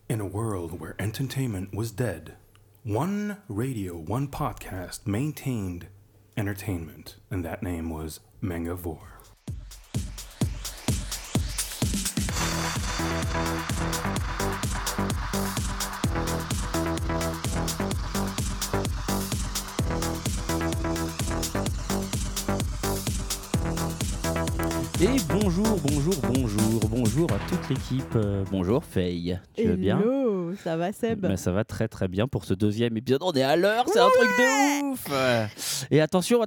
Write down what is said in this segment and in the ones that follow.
In a world where entertainment was dead, one radio, one podcast maintained entertainment, and that name was Mangavore. Et bonjour à toute l'équipe. Bonjour Faye, tu vas bien? Hello, ça va Seb? Ben, ça va très très bien pour ce deuxième épisode. On est à l'heure, c'est un truc de ouf. Et attention,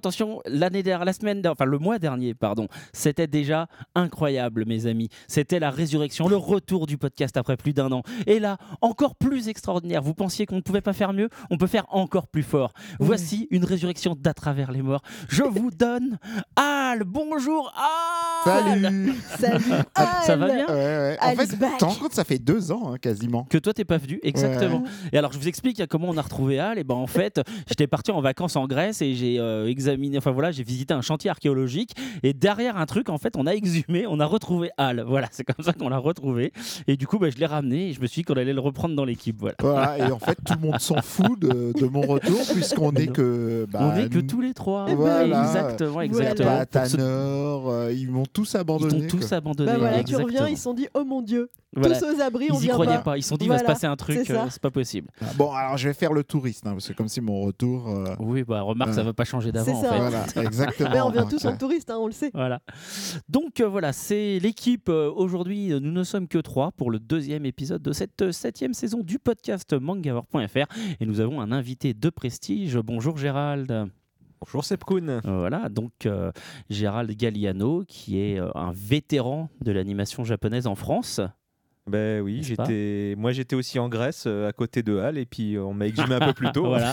le mois dernier, c'était déjà incroyable, mes amis. C'était la résurrection, le retour du podcast après plus d'un an. Et là, encore plus extraordinaire. Vous pensiez qu'on ne pouvait pas faire mieux? On peut faire encore plus fort. Voici une résurrection d'à travers les morts. Je vous donne Al. Bonjour Al. Salut. Al. Ça va bien? Ouais. En Al fait, is back. t'en rends compte, ça fait 2 ans quasiment. Que toi t'es pas venu, exactement. Ouais. Et alors je vous explique comment on a retrouvé Al. Et ben en fait, j'étais parti en vacances en Grèce et j'ai j'ai visité un chantier archéologique et derrière un truc en fait on a exhumé, on a retrouvé Al. Voilà, c'est comme ça qu'on l'a retrouvé. Et du coup je l'ai ramené et je me suis dit qu'on allait le reprendre dans l'équipe. Voilà. Et en fait, tout le monde s'en fout de mon retour puisqu'on n'est que. On est que tous les trois. Voilà. Exactement. Pas Pour ce- Tanner, ils m'ont tous abandonné. Ils t'ont tous abandonné. Bah voilà, tu exactement. reviens, ils se sont dit oh mon Dieu, Voilà. tous aux abris, on Ils y vient croyaient pas. pas. Ils se sont dit il va se Voilà, passer un truc, c'est ça. c'est pas possible. Bon, alors je vais faire le touriste, parce que comme c'est mon retour. Oui, remarque, ça va pas changer d'avant C'est en ça. fait. Voilà, exactement. Mais on vient Donc, tous en touriste, on le sait. Voilà. Donc voilà, c'est l'équipe. Aujourd'hui, nous ne sommes que 3 pour le deuxième épisode de cette 7e saison du podcast Mangavore.fr. Et nous avons un invité de prestige. Bonjour Gérald. Bonjour Sepkoun. Voilà, donc Gérald Galliano, qui est un vétéran de l'animation japonaise en France. Ben oui, N'est-ce pas j'étais aussi en Grèce à côté de Halle et puis on m'a exhumé un peu plus tôt. Voilà.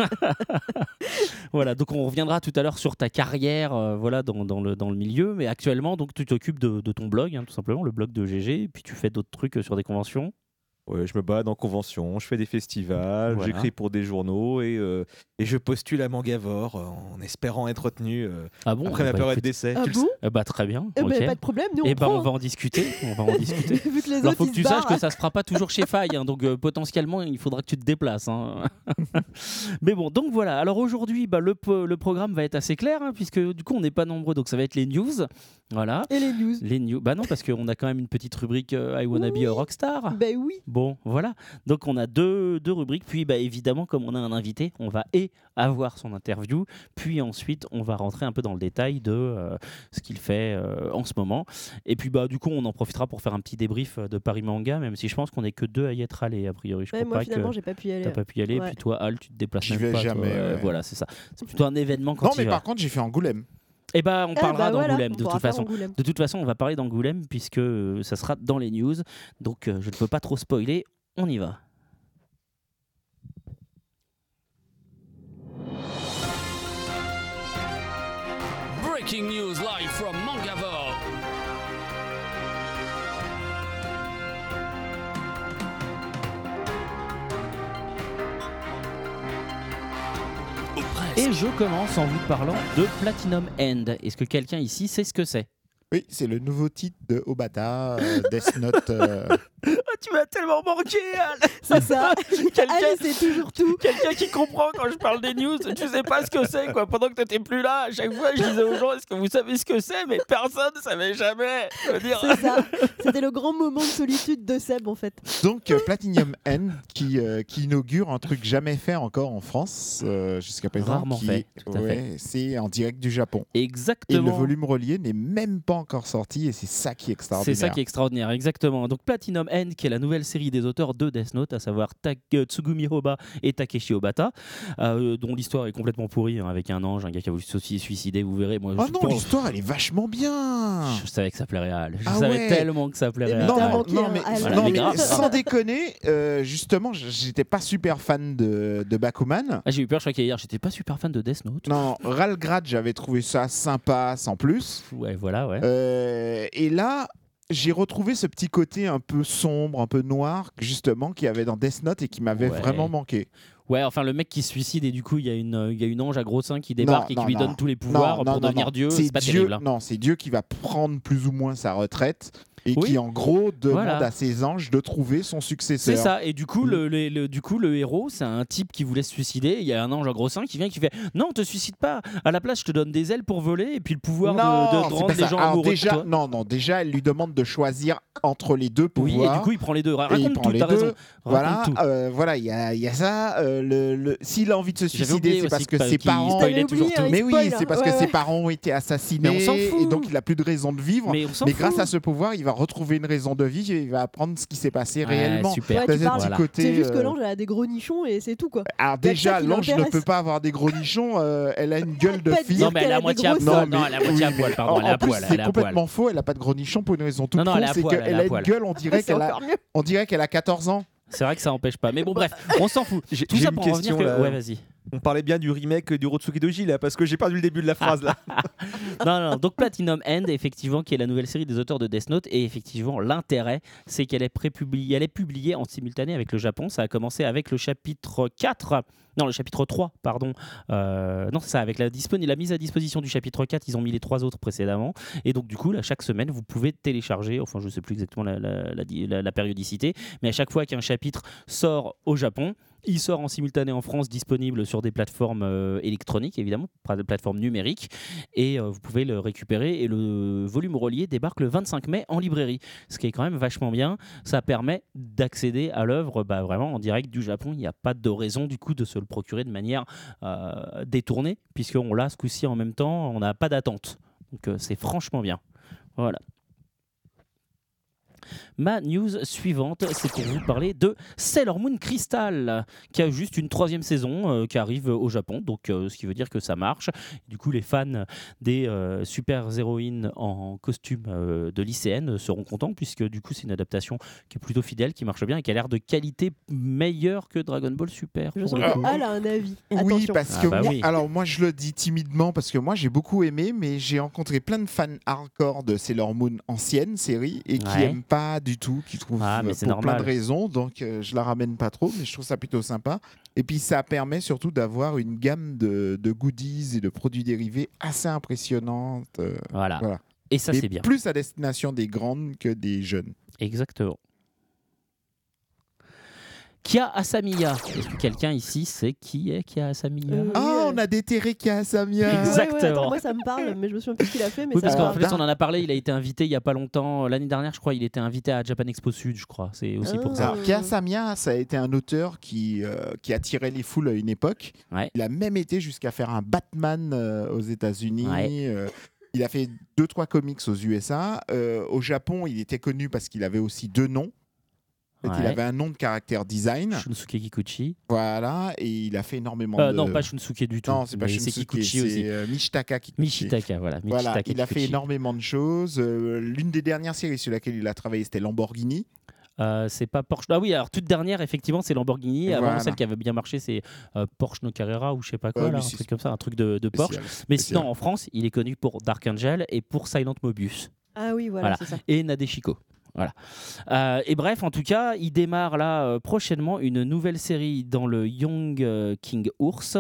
Voilà, donc on reviendra tout à l'heure sur ta carrière dans le milieu, mais actuellement donc tu t'occupes de ton blog, tout simplement, le blog de GG, et puis tu fais d'autres trucs sur des conventions. Ouais, je me balade en convention, je fais des festivals, Voilà. j'écris pour des journaux et je postule à Mangavore en espérant être retenu Ah bon? après ma période d'essai. Ah Tu le bon? Très bien. Eh ok. ben pas de problème, nous on On prend. va en discuter. Vu que les Alors autres faut ils que tu se saches barrent. que ça se fera pas toujours chez Faye, donc potentiellement il faudra que tu te déplaces. Mais bon, donc voilà. Alors aujourd'hui, le programme va être assez clair, puisque du coup on n'est pas nombreux, donc ça va être les news. Voilà. Et les news? Les news. Bah non, parce qu'on a quand même une petite rubrique I Wanna Be a Rockstar. Ben oui. Bon, voilà. Donc on a deux rubriques. Puis évidemment, comme on a un invité, on va avoir son interview. Puis ensuite, on va rentrer un peu dans le détail de ce qu'il fait en ce moment. Et puis du coup, on en profitera pour faire un petit débrief de Paris Manga, même si je pense qu'on n'est que 2 à y être allés, a priori. Je Ouais, crois moi pas finalement que j'ai pas pu y aller. t'as pas pu y aller. Ouais. Puis toi, Al, tu te déplaces J'y même vais pas. jamais, toi. ouais. Voilà, c'est ça. C'est plutôt un événement quand Non, tu mais vas. par contre, j'ai fait Angoulême. Et on parlera d'Angoulême de toute façon. Angoulême. De toute façon, on va parler d'Angoulême puisque ça sera dans les news. Donc, je ne peux pas trop spoiler. On y va. Breaking news live from Mangavore. Ou presque. Et je commence en vous parlant de Platinum End. Est-ce que quelqu'un ici sait ce que c'est? Oui, c'est le nouveau titre de Obata, Death Note. Tu m'as tellement manqué, Al. C'est ça. Quelqu'un- Allez, c'est toujours tout. Quelqu'un qui comprend quand je parle des news, tu sais pas ce que c'est, quoi. Pendant que t'étais plus là, à chaque fois, je disais aux gens, est-ce que vous savez ce que c'est? Mais personne ne savait jamais. Je veux dire... C'est ça. C'était le grand moment de solitude de Seb en fait. Donc, Platinum End qui inaugure un truc jamais fait encore en France jusqu'à présent. Rarement fait, tout à Ouais, c'est en direct du Japon. Et le Exactement. volume relié n'est même pas encore sorti et c'est ça qui est C'est extraordinaire. ça qui est extraordinaire, exactement. Donc Platinum End, qui est la nouvelle série des auteurs de Death Note, à savoir Tsugumi Hoba et Takeshi Obata, dont l'histoire est complètement pourrie, avec un ange, un gars qui a voulu se suicider, vous verrez. Moi, Oh je non, pense- l'histoire elle est vachement bien. Je savais que ça plairait à Al. Je Ah savais ouais. tellement que ça plairait à Mais Non, t'as Al. manqué, non, hein, mais, Al. Voilà, non, mais mais grave. sans déconner, justement, j'étais pas super fan de Bakuman. Ah, j'ai eu peur, je crois qu'hier, j'étais pas super fan de Death Note. Non, Ralgrad, j'avais trouvé ça sympa sans plus. Ouais, voilà, ouais. Et là, j'ai retrouvé ce petit côté un peu sombre, un peu noir, justement, qu'il y avait dans Death Note et qui m'avait Ouais. vraiment manqué. Ouais, enfin le mec qui se suicide et du coup il y a une ange à gros seins qui débarque et qui lui non. donne tous les pouvoirs pour devenir Dieu. C'est pas Dieu, terrible. Hein. Non, c'est Dieu qui va prendre plus ou moins sa retraite et Oui. qui en gros demande Voilà. à ses anges de trouver son successeur. C'est ça. Et du coup, le héros, c'est un type qui voulait se suicider. Il y a un ange à gros seins qui vient qui fait non, te suicide pas. À la place, je te donne des ailes pour voler et puis le pouvoir de c'est rendre pas les ça. gens Alors amoureux déjà, de toi. non, déjà, elle lui demande de choisir entre les deux Oui, pouvoirs. et du coup, il prend les deux. Et il Raconte prend tout, les t'as deux. raison. Voilà, Raconte tout. voilà, il y a ça. S'il a envie de se J'avais suicider, oublié c'est aussi parce que qu'il ses parents. spoilait T'avais toujours oublié, tout. hein, Mais il oui, spoil, c'est parce hein. que Ouais, ses ouais. parents ont été assassinés Mais on s'en fout. et donc il a plus de raison de vivre. Mais on s'en Mais fout. grâce à ce pouvoir, il va retrouver une raison de vivre et il va apprendre ce qui s'est passé Ouais, réellement. super. Ouais, T'as tu ce parles- petit Voilà. côté, C'est juste que l'ange elle a des gros nichons et c'est tout quoi. Alors y a que déjà, ça qui l'ange ne l'intéresse. peut pas avoir des gros nichons. Elle a une gueule de Pas fille. dire Non, mais elle qu'elle est a à des moitié à grosses poil. seins. Non, elle est à moitié à poil, pardon. Elle est En à plus, poil. c'est Elle est à poil. complètement faux. Elle a pas de gros nichons pour une raison toute Non, con, elle est à c'est poil, elle est qu'elle à a une poil. gueule. On dirait C'est qu'elle encore mieux. a 14 ans. C'est vrai que ça empêche pas. Mais bon, bref, on s'en fout. J'ai Tout j'ai ça une pour en question, revenir que. là. Ouais, vas-y. On parlait bien du remake du Rotsuki Doji là, parce que j'ai perdu le début de la phrase là. Non, donc Platinum End, effectivement, qui est la nouvelle série des auteurs de Death Note, et effectivement, l'intérêt, c'est qu'elle est elle est publiée en simultané avec le Japon. Ça a commencé avec le chapitre 4. Non, le chapitre 3, pardon. Non, c'est ça, avec la mise à disposition du chapitre 4, ils ont mis les 3 autres précédemment. Et donc, du coup, là, chaque semaine, vous pouvez télécharger, enfin, je ne sais plus exactement la périodicité, mais à chaque fois qu'un chapitre sort au Japon, il sort en simultané en France, disponible sur des plateformes électroniques, évidemment, pas de plateformes numériques, et vous pouvez le récupérer. Et le volume relié débarque le 25 mai en librairie, ce qui est quand même vachement bien. Ça permet d'accéder à l'œuvre vraiment en direct du Japon. Il n'y a pas de raison du coup de se le procurer de manière détournée, puisqu'on l'a ce coup-ci en même temps, on n'a pas d'attente. Donc c'est franchement bien. Voilà. Ma news suivante, c'est pour vous parler de Sailor Moon Crystal, qui a juste une 3e saison qui arrive au Japon, donc ce qui veut dire que ça marche. Du coup, les fans des super-héroïnes en costume de lycéenne seront contents, puisque du coup, c'est une adaptation qui est plutôt fidèle, qui marche bien et qui a l'air de qualité meilleure que Dragon Ball Super. Je pour sens le coup. que Al a un avis. Oui, Attention. parce Ah que bah moi, oui. alors moi je le dis timidement parce que moi j'ai beaucoup aimé, mais j'ai rencontré plein de fans hardcore de Sailor Moon ancienne série et qui Ouais. aiment pas du tout, qui trouvent Ah, mais c'est pour plein normal. de raisons, donc je la ramène pas trop, mais je trouve ça plutôt sympa. Et puis ça permet surtout d'avoir une gamme de goodies et de produits dérivés assez impressionnante. Voilà. Voilà. Et ça, Et c'est bien. plus à destination des grandes que des jeunes. Exactement. Kia Asamiya. Est-ce que quelqu'un ici sait qui est Kia Asamiya Ah, on a déterré Kia Samia. Ouais, Exactement. attends, moi ça me parle, mais je me souviens plus ce qu'il a fait. Mais Oui, ça parce me qu'en parle. fait, on en a parlé, il a été invité il n'y a pas longtemps. L'année dernière, je crois, il était invité à Japan Expo Sud, je crois. C'est aussi pour ça. Alors, Kia Samia, ça a été un auteur qui attirait les foules à une époque. Ouais. Il a même été jusqu'à faire un Batman aux États-Unis. Ouais. Il a fait 2-3 comics aux USA. Au Japon, il était connu parce qu'il avait aussi 2 noms. En fait, il Ouais. avait un nom de caractère design. Shunsuke Kikuchi. Voilà, et il a fait énormément de. Non, pas Shunsuke du tout. Non, c'est pas mais Shunsuke, Kikuchi aussi. c'est Michitaka, Michitaka Kikuchi. voilà. Voilà, Michitaka il a fait Kikuchi. énormément de choses. L'une des dernières séries sur laquelle il a travaillé, c'était Lamborghini. C'est pas Porsche. Ah oui, alors toute dernière, effectivement, c'est Lamborghini. Avant, Voilà. celle qui avait bien marché, c'est Porsche No Carrera ou je sais pas quoi, Ouais, là, mais un c'est truc comme ça, un truc de Porsche. Spécial, Mais spécial. sinon, en France, il est connu pour Dark Angel et pour Silent Mobius. Ah oui, voilà, Voilà. c'est ça. Et Nadeshiko. Voilà. Et bref, en tout cas, il démarre là prochainement une nouvelle série dans le Young King Ours,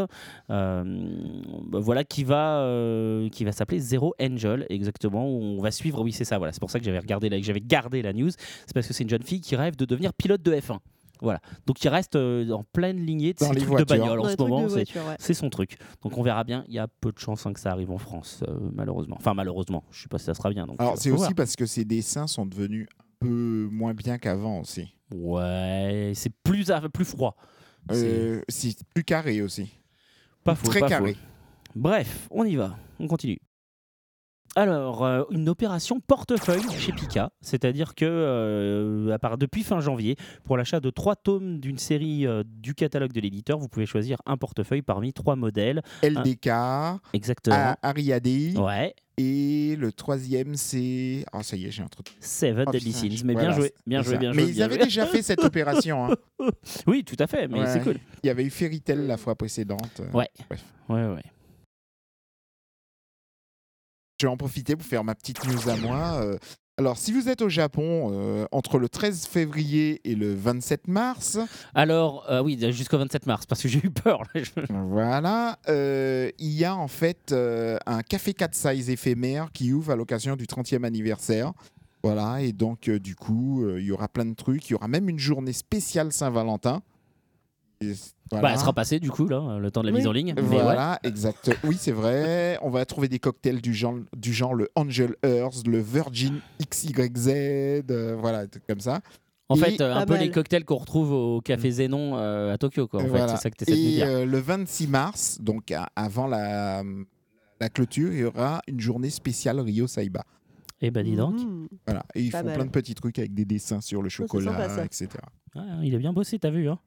voilà, qui va s'appeler Zero Angel, exactement. Où on va suivre, oui, c'est ça. Voilà, c'est pour ça que j'avais gardé la news. C'est parce que c'est une jeune fille qui rêve de devenir pilote de F1. Voilà. Donc il reste en pleine lignée de Dans ces les trucs voitures. de bagnole Dans en les ce trucs de moment. voiture, ouais. C'est son truc. Donc on verra bien. Il y a peu de chances que ça arrive en France, malheureusement. Enfin, malheureusement. Je ne sais pas si ça sera bien. Donc, Alors, c'est faut aussi voir. parce que ses dessins sont devenus un peu moins bien qu'avant aussi. Ouais, c'est plus froid. C'est plus carré aussi. Pas faux, Très pas carré. faux. Bref, on y va, on continue. Alors, une opération portefeuille chez Pika, c'est-à-dire que depuis fin janvier, pour l'achat de 3 tomes d'une série du catalogue de l'éditeur, vous pouvez choisir un portefeuille parmi 3 modèles. LDK, Exactement. Ariadne, Ouais, et le 3e, c'est... Ah, ça y est, j'ai un truc. Seven Oh, Deadly putain, Sins. Mais voilà, bien joué, bien c'est joué, ça. bien Mais joué. ils bien avaient joué. déjà fait cette opération. Hein. Oui, tout à fait, mais Ouais. c'est cool. Il y avait eu Fairy Tail la fois précédente. Ouais. Bref. Ouais. Je vais en profiter pour faire ma petite news à moi. Alors, si vous êtes au Japon, entre le 13 février et le 27 mars, Alors, oui, jusqu'au 27 mars, parce que j'ai eu peur. Là. voilà, il y a en fait un café 4 size éphémère qui ouvre à l'occasion du 30e anniversaire. Voilà, et donc du coup, il y aura plein de trucs. Il y aura même une journée spéciale Saint-Valentin. Et voilà. Bah, elle sera passée, du coup, là, le temps de la mise en ligne. Mais ouais. Voilà, exact. Oui, c'est vrai. On va trouver des cocktails du genre le Angel Earth, le Virgin XYZ, voilà, des trucs comme ça. En Et- fait, un Pas peu mal. les cocktails qu'on retrouve au Café Zénon à Tokyo, quoi. En fait, Voilà. c'est ça que tu essaies de me Et dire. le 26 mars, donc avant la clôture, il y aura une journée spéciale Rio Saiba. Eh ben, dis donc. Mmh. Voilà. Et ils Pas font mal. plein de petits trucs avec des dessins sur le c'est chocolat, sympa, ça. etc. Ah, il a bien bossé, t'as vu, hein.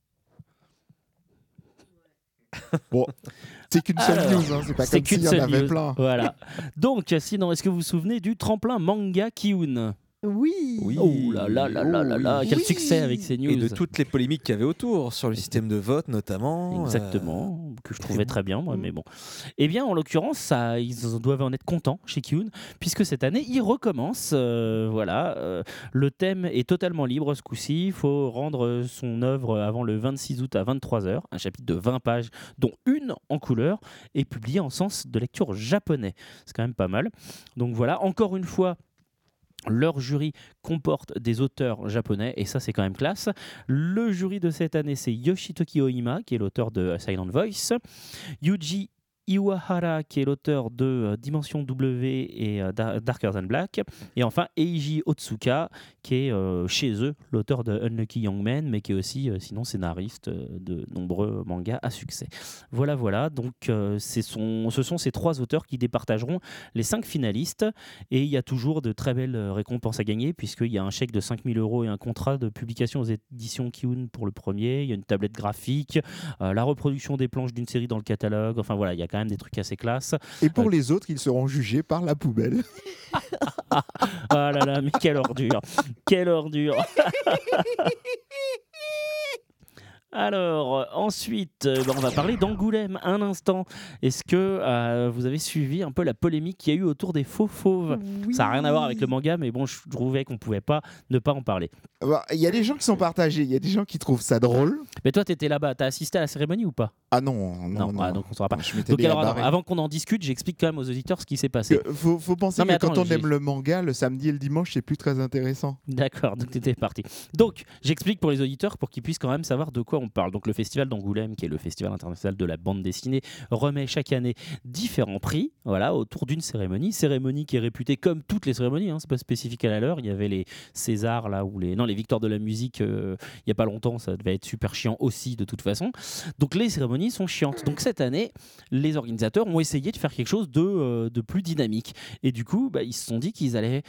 Bon, c'est qu'une seule Alors, news, hein, c'est pas c'est comme s'il qu'une y en seule avait news. plein. Voilà. Donc, sinon, est-ce que vous vous souvenez du tremplin manga Kiun? Oui. Oui. Oh là là là là là là, quel Oui. succès avec ces news. Et de toutes les polémiques qu'il y avait autour, sur le système de vote notamment. Exactement, que je trouvais très bien, moi, Mm. mais bon. Eh bien, en l'occurrence, ça, ils doivent en être contents chez Kiun, puisque cette année, ils recommencent. Voilà, le thème est totalement libre ce coup-ci. Il faut rendre son œuvre avant le 26 août à 23h. Un chapitre de 20 pages, dont une en couleur, est publié en sens de lecture japonais. C'est quand même pas mal. Donc voilà, encore une fois. Leur jury comporte des auteurs japonais et ça c'est quand même classe. Le jury de cette année c'est Yoshitoki Ohima qui est l'auteur de Silent Voice, Yuji Iwahara qui est l'auteur de Dimension W et Darker Than Black, et enfin Eiji Otsuka qui est chez eux l'auteur de Unlucky Young Men mais qui est aussi sinon scénariste de nombreux mangas à succès. Voilà, donc ce sont ces trois auteurs qui départageront les 5 finalistes. Et il y a toujours de très belles récompenses à gagner, puisqu'il y a un chèque de 5 000 € et un contrat de publication aux éditions Kiun pour le premier. Il y a une tablette graphique, la reproduction des planches d'une série dans le catalogue. Enfin voilà, il y a quand même des trucs assez classe. Et pour les autres, ils seront jugés par la poubelle. Ah là là, mais quelle ordure! Quelle ordure! Alors, ensuite, on va parler d'Angoulême un instant. Est-ce que vous avez suivi un peu la polémique qu'il y a eu autour des faux fauves? Oui. Ça n'a rien à voir avec le manga, mais bon, je trouvais qu'on ne pouvait pas ne pas en parler. Bah, il y a des gens qui sont partagés, il y a des gens qui trouvent ça drôle. Mais toi, tu étais là-bas, tu as assisté à la cérémonie ou pas? Ah non, non. Ah, donc on ne saura pas. Je m'étais Donc bien alors, barré. avant qu'on en discute, j'explique quand même aux auditeurs ce qui s'est passé. Faut penser Non, mais que quand attends, on aime le manga, le samedi et le dimanche, c'est plus très intéressant. D'accord, donc tu étais parti. Donc, j'explique pour les auditeurs pour qu'ils puissent quand même savoir de quoi on parle. Donc, le Festival d'Angoulême, qui est le festival international de la bande dessinée, remet chaque année différents prix, voilà, autour d'une cérémonie qui est réputée comme toutes les cérémonies, hein, c'est pas spécifique à la leur. Il y avait les Césars là, ou les victoires de la musique il y a pas longtemps, ça devait être super chiant aussi de toute façon. Donc les cérémonies sont chiantes. Donc cette année, les organisateurs ont essayé de faire quelque chose de plus dynamique. Et du coup, ils se sont dit qu'ils allaient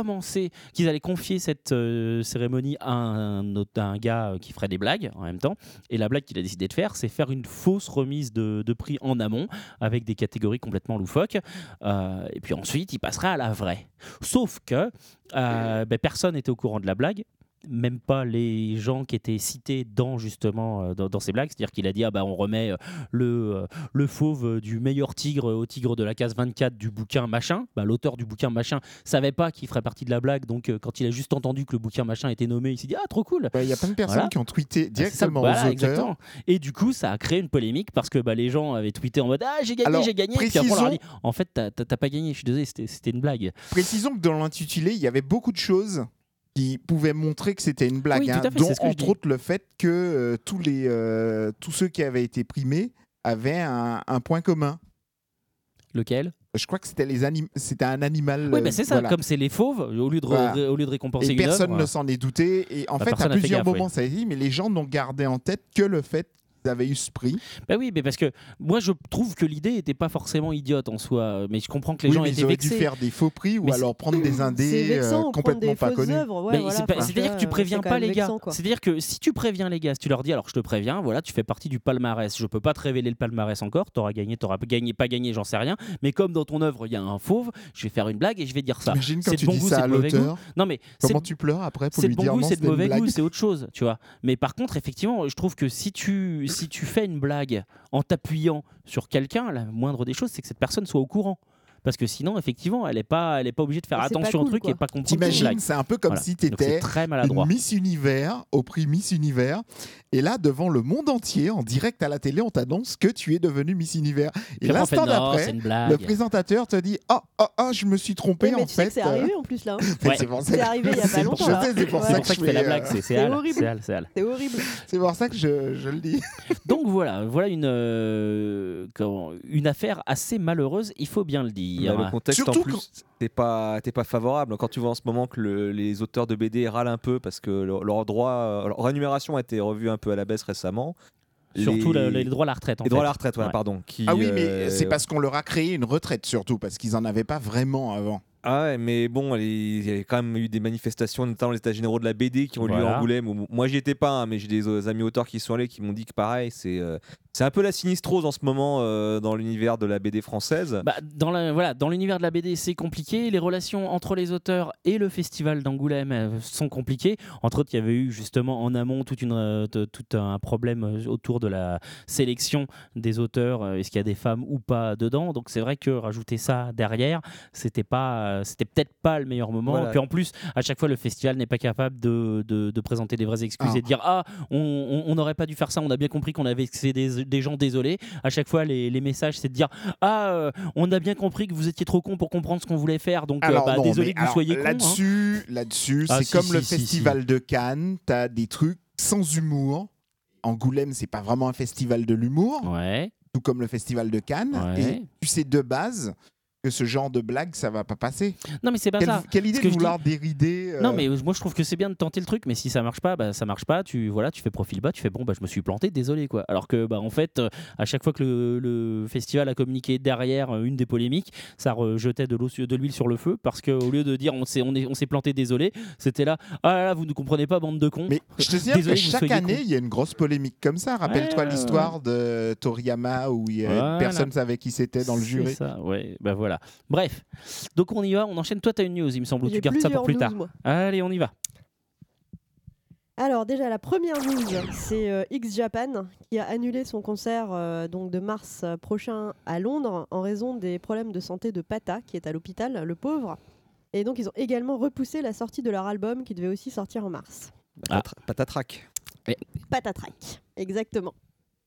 confier cette cérémonie à un gars qui ferait des blagues en même temps. Et la blague qu'il a décidé de faire, c'est faire une fausse remise de prix en amont avec des catégories complètement loufoques. Et puis ensuite, il passerait à la vraie. Sauf que personne n'était au courant de la blague. Même pas les gens qui étaient cités dans justement dans ces blagues, c'est-à-dire qu'il a dit on remet le fauve du meilleur tigre au tigre de la case 24 du bouquin machin. L'auteur du bouquin machin savait pas qu'il ferait partie de la blague, donc quand il a juste entendu que le bouquin machin était nommé, il s'est dit trop cool. Il y a plein de personnes Voilà. qui ont tweeté C'est ça, directement voilà, aux auteurs. exactement. Et du coup, ça a créé une polémique parce que les gens avaient tweeté en mode j'ai gagné, Alors, j'ai gagné. Et puis après, on leur a dit précisons- en fait, t'as pas gagné, je suis désolé, c'était une blague. Précisons que dans l'intitulé, il y avait beaucoup de choses qui pouvaient montrer que c'était une blague, Oui, tout à fait, dont c'est ce que je entre dis. autres le fait que tous ceux qui avaient été primés avaient un point commun. Lequel? Je crois que c'était un animal. Oui, c'est ça. voilà. Comme c'est les fauves, au lieu de récompenser Et une personne œuvre, ne s'en est douté. Et en fait, personne à n'a fait plusieurs gaffe, moments, oui. ça a été dit, mais les gens n'ont gardé en tête que le fait qu'ils avaient eu ce prix. oui, mais parce que moi je trouve que l'idée n'était pas forcément idiote en soi, mais je comprends que les Oui, gens mais étaient ils auraient dû vexés. faire des faux prix ou Mais alors prendre des C'est indés vexant, complètement prendre des pas fausses connus. œuvres. Mais voilà, c'est-à-dire que tu préviens pas les gars. Quoi. C'est-à-dire que si tu préviens les gars, si tu leur dis alors je te préviens, voilà, tu fais partie du palmarès. Je peux pas te révéler le palmarès encore. T'auras gagné, pas gagné, j'en sais rien. Mais comme dans ton œuvre il y a un fauve, je vais faire une blague et je vais dire ça. T'imagines quand C'est tu de bon dis goût, ça c'est à de mauvais goût. l'auteur, Non mais c'est comment tu pleures après pour c'est lui de bon dire goût, non, c'est de c'était une mauvais goût, blague. c'est autre chose, tu vois. Mais par contre, effectivement, je trouve que si tu fais une blague en t'appuyant sur quelqu'un, la moindre des choses, c'est que cette personne soit au courant. parce que sinon, effectivement, elle est pas obligée de faire Mais c'est attention pas au cool, truc quoi. et pas comprendre les T'imagines, blagues. c'est un peu comme Voilà. si Donc c'est t'étais très maladroit. une Miss Univers au prix Miss Univers, et là devant le monde entier, en direct à la télé, on t'annonce que tu es devenue Miss Univers. Et Puis après, on fait, l'instant non, c'est d'après, une le blague. présentateur te dit je me suis trompé Mais en tu sais fait. que c'est arrivé en plus là. Mais Ouais. c'est pour ça C'est que- arrivé il y a pas C'est pour longtemps. ça. là. Je sais, c'est pour Ouais. ça C'est pour ça que je fais la blague, c'est C'est Al. horrible. C'est Al. C'est horrible. C'est pour ça que je le dis. Donc voilà une affaire assez malheureuse, il faut bien le dire. Bah, le contexte Surtout en plus, t'es pas favorable. Quand tu vois en ce moment que les auteurs de BD râlent un peu parce que leur rémunération a été revue un peu à la baisse récemment. Surtout les droits à la retraite. En Les droits à fait. la retraite, Ouais. pardon. Ah oui, mais c'est parce qu'on leur a créé une retraite surtout, parce qu'ils en avaient pas vraiment avant. Ah ouais, mais bon, il y a quand même eu des manifestations, notamment les états généraux de la BD qui ont eu lieu Voilà. à Angoulême. Où moi, j'y étais pas, hein, mais j'ai des amis auteurs qui sont allés qui m'ont dit que pareil, c'est un peu la sinistrose en ce moment dans l'univers de la BD française. Bah, dans l'univers de la BD, c'est compliqué. Les relations entre les auteurs et le festival d'Angoulême sont compliquées. Entre autres, il y avait eu justement en amont tout un problème autour de la sélection des auteurs. Est-ce qu'il y a des femmes ou pas dedans? Donc c'est vrai que rajouter ça derrière, c'était peut-être pas le meilleur moment. Voilà. Puis en plus, à chaque fois, le festival n'est pas capable de présenter des vraies excuses Ah. et de dire on n'aurait pas dû faire ça. On a bien compris qu'on avait excédé des gens désolés. À chaque fois, les messages, c'est de dire on a bien compris que vous étiez trop con pour comprendre ce qu'on voulait faire, donc Non, désolé mais que vous soyez con. Là-dessus, Ah, c'est si, comme si, le si, festival de Cannes, t'as des trucs sans humour. Angoulême, c'est pas vraiment un festival de l'humour, Ouais, tout comme le festival de Cannes. Ouais. Et tu sais de base que ce genre de blague, ça va pas passer. non mais c'est pas ça. Quelle idée Ce que de je vouloir dérider. Non mais moi je trouve que c'est bien de tenter le truc, mais si ça marche pas, ça marche pas. Tu fais profil bas, tu fais bon je me suis planté, désolé quoi. Alors que en fait à chaque fois que le festival a communiqué derrière une des polémiques, ça rejetait de l'huile sur le feu parce que au lieu de dire on s'est planté, désolé, c'était là vous ne comprenez pas bande de cons. Mais je te dis Désolé que que vous chaque soyez année, con. il y a une grosse polémique comme ça. Rappelle-toi Ouais, l'histoire de Toriyama où Voilà. personne ne savait qui c'était dans le C'est jury. ça, ouais, voilà. Bref, donc on y va, on enchaîne. Toi, t'as une news, il me semble, ou tu J'ai gardes ça pour plus plusieurs tard. news, moi. Allez, on y va. Alors déjà la première news, c'est X Japan qui a annulé son concert donc de mars prochain à Londres en raison des problèmes de santé de Pata qui est à l'hôpital, le pauvre. Et donc ils ont également repoussé la sortie de leur album qui devait aussi sortir en mars. Patatrac. Patatrac, exactement.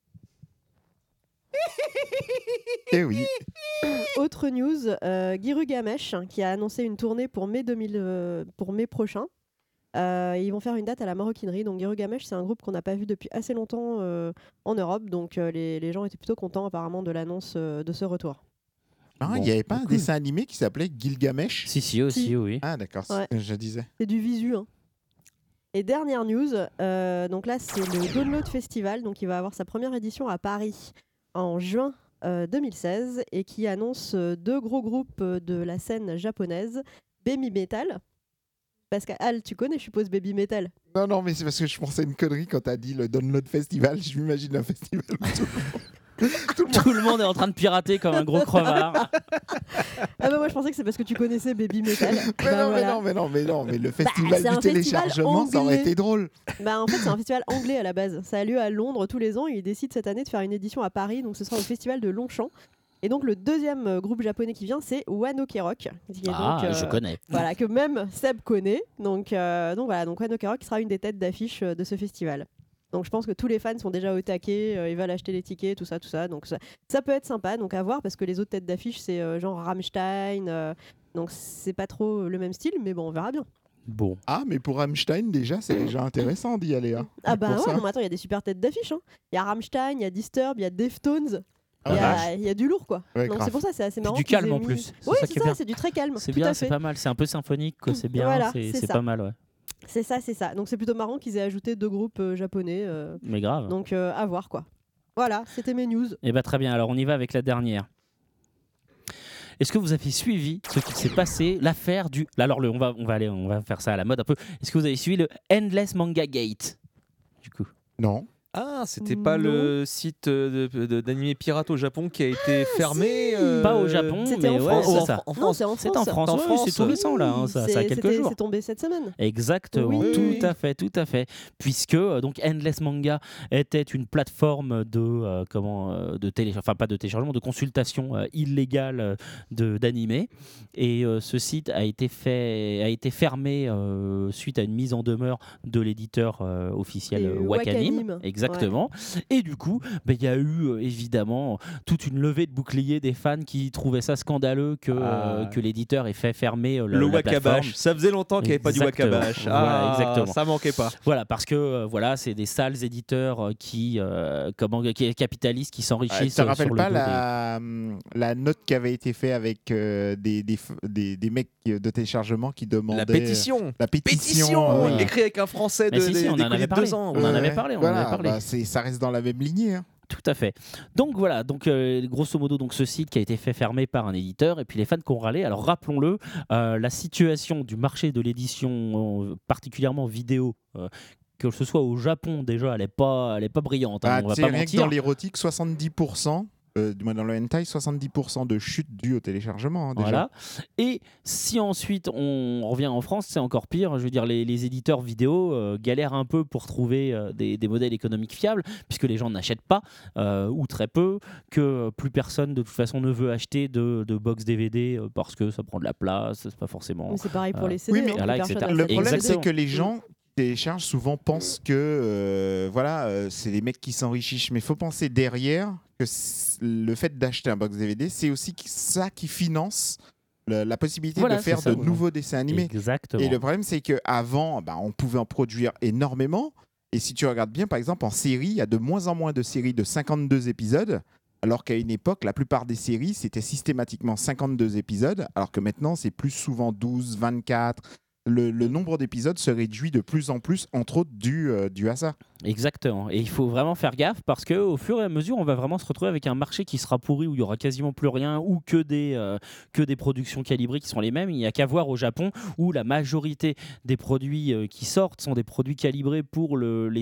Eh oui. Autre news, Giru Gamesh qui a annoncé une tournée pour mai prochain. Ils vont faire une date à la Maroquinerie. Donc Giru Gamesh, c'est un groupe qu'on n'a pas vu depuis assez longtemps en Europe. Donc les gens étaient plutôt contents apparemment de l'annonce de ce retour. Ah, Bon, il n'y avait pas un cool. dessin animé qui s'appelait Gilgamesh? Si, aussi, Si. oui. Ah d'accord, Ouais. je disais. C'est du visu. Hein. Et dernière news, donc là c'est le Download Festival, donc il va avoir sa première édition à Paris en juin 2016 et qui annonce deux gros groupes de la scène japonaise, Baby Metal. Parce qu'Al, tu connais, je suppose, Baby Metal. Non, mais c'est parce que je pensais à une connerie quand t'as dit le Download Festival. Je m'imagine un festival où Tout le monde est en train de pirater comme un gros crevard. Ah bah moi je pensais que c'est parce que tu connaissais Baby Metal. Mais Bah, non, voilà. mais le festival c'est un du festival téléchargement, ça aurait anglais. été drôle. Bah en fait c'est un festival anglais à la base. Ça a lieu à Londres tous les ans et ils décident cette année de faire une édition à Paris. Donc ce sera au festival de Longchamp. Et donc le deuxième groupe japonais qui vient c'est One Ok Rock. Qui est donc, Je connais. voilà, que même Seb connaît. Donc voilà, donc One Ok Rock sera une des têtes d'affiche de ce festival. Donc je pense que tous les fans sont déjà au taquet, ils veulent acheter les tickets, tout ça. Donc ça peut être sympa, donc à voir, parce que les autres têtes d'affiche, c'est genre Rammstein, donc c'est pas trop le même style, mais bon, on verra bien. Bon. Ah, mais pour Rammstein, déjà, c'est déjà intéressant d'y aller. Hein. Ah bah Pour ouais, ça. non mais attends, il y a des super têtes d'affiche. Hein. Il y a Rammstein, il y a Disturbed, il y a Deftones. Ah, vache. Il y a du lourd quoi. Ouais, Donc grave. c'est pour ça, c'est assez Puis marrant. du qu'ils calme aient en mis- plus. C'est Oui, ça c'est qui est ça, bien. c'est du très calme. C'est tout bien, à c'est fait. pas mal. C'est un peu symphonique, quoi. C'est bien, Voilà, c'est c'est ça. pas mal, ouais. C'est ça. Donc c'est plutôt marrant qu'ils aient ajouté deux groupes japonais. Mais grave. Donc à voir quoi. Voilà, c'était mes news. Eh bah très bien, alors on y va avec la dernière. Est-ce que vous avez suivi ce qui s'est passé, l'affaire du... Alors on va faire ça à la mode un peu. Est-ce que vous avez suivi le Endless Manga Gate du coup? Non. Ah, c'était pas Non. le site d'animé pirate au Japon qui a été fermé Pas au Japon, C'était mais en ouais, France. c'est en, ça. en Non, France. c'est en C'est France. en France, En ouais, France, c'est tout récent là, hein, ça a quelques C'était- jours. C'est tombé cette semaine. Exactement, Oui. tout à fait, tout à fait. Puisque donc Endless Manga était une plateforme enfin pas de téléchargement, de consultation illégale d'animés, et ce site a été fermé suite à une mise en demeure de l'éditeur officiel Et Wakanim, Wakanim, exactement. Et du coup, il y a eu évidemment toute une levée de boucliers des fans qui trouvaient ça scandaleux que l'éditeur ait fait fermer Le la plateforme. Wakabash. Ça faisait longtemps qu'il n'y avait pas du Exactement. Wakabash. Voilà, exactement. Ça manquait pas. Voilà, parce que c'est des sales éditeurs qui capitalistes qui Tu s'enrichissent te sur rappelles le pas dos la note qui avait été faite avec des mecs de téléchargement qui demandaient La pétition. la pétition, Pétition ouais. Écrit avec un français Mais de si, on en des avait collègues de parlé. 2 ans. On en avait parlé, on en Voilà, avait parlé. bah, ça reste dans la même lignée. Hein. Tout à fait. Donc voilà, grosso modo, ce site qui a été fait fermer par un éditeur, et puis les fans qui ont râlé. Alors rappelons-le, la situation du marché de l'édition, particulièrement vidéo, que ce soit au Japon déjà, elle est pas brillante. Hein, Bah, on va tu sais, pas rien que mentir. dans l'érotique, 70%, du moins dans le hentai, 70% de chute due au téléchargement. Hein, déjà. Voilà. Et si ensuite on revient en France, c'est encore pire. Je veux dire, les éditeurs vidéo galèrent un peu pour trouver des modèles économiques fiables, puisque les gens n'achètent pas, ou très peu, que plus personne de toute façon ne veut acheter de box DVD parce que ça prend de la place, c'est pas forcément. Mais c'est pareil pour les CD. oui, mais hein, voilà, plus personne etc. n'achète. Le problème, Exactement. c'est que les gens qui téléchargent souvent pensent que c'est les mecs qui s'enrichissent. Mais il faut penser derrière que le fait d'acheter un box DVD, c'est aussi ça qui finance la possibilité Voilà, de faire c'est ça, de voilà. nouveaux dessins animés. Exactement. Et le problème, c'est qu'avant, on pouvait en produire énormément. Et si tu regardes bien, par exemple, en série, il y a de moins en moins de séries de 52 épisodes. Alors qu'à une époque, la plupart des séries, c'était systématiquement 52 épisodes. Alors que maintenant, c'est plus souvent 12, 24. Le nombre d'épisodes se réduit de plus en plus, entre autres dû à ça. Exactement. Et il faut vraiment faire gaffe parce qu'au fur et à mesure, on va vraiment se retrouver avec un marché qui sera pourri, où il y aura quasiment plus rien, ou que des productions calibrées qui sont les mêmes. Il n'y a qu'à voir au Japon, où la majorité des produits qui sortent sont des produits calibrés pour les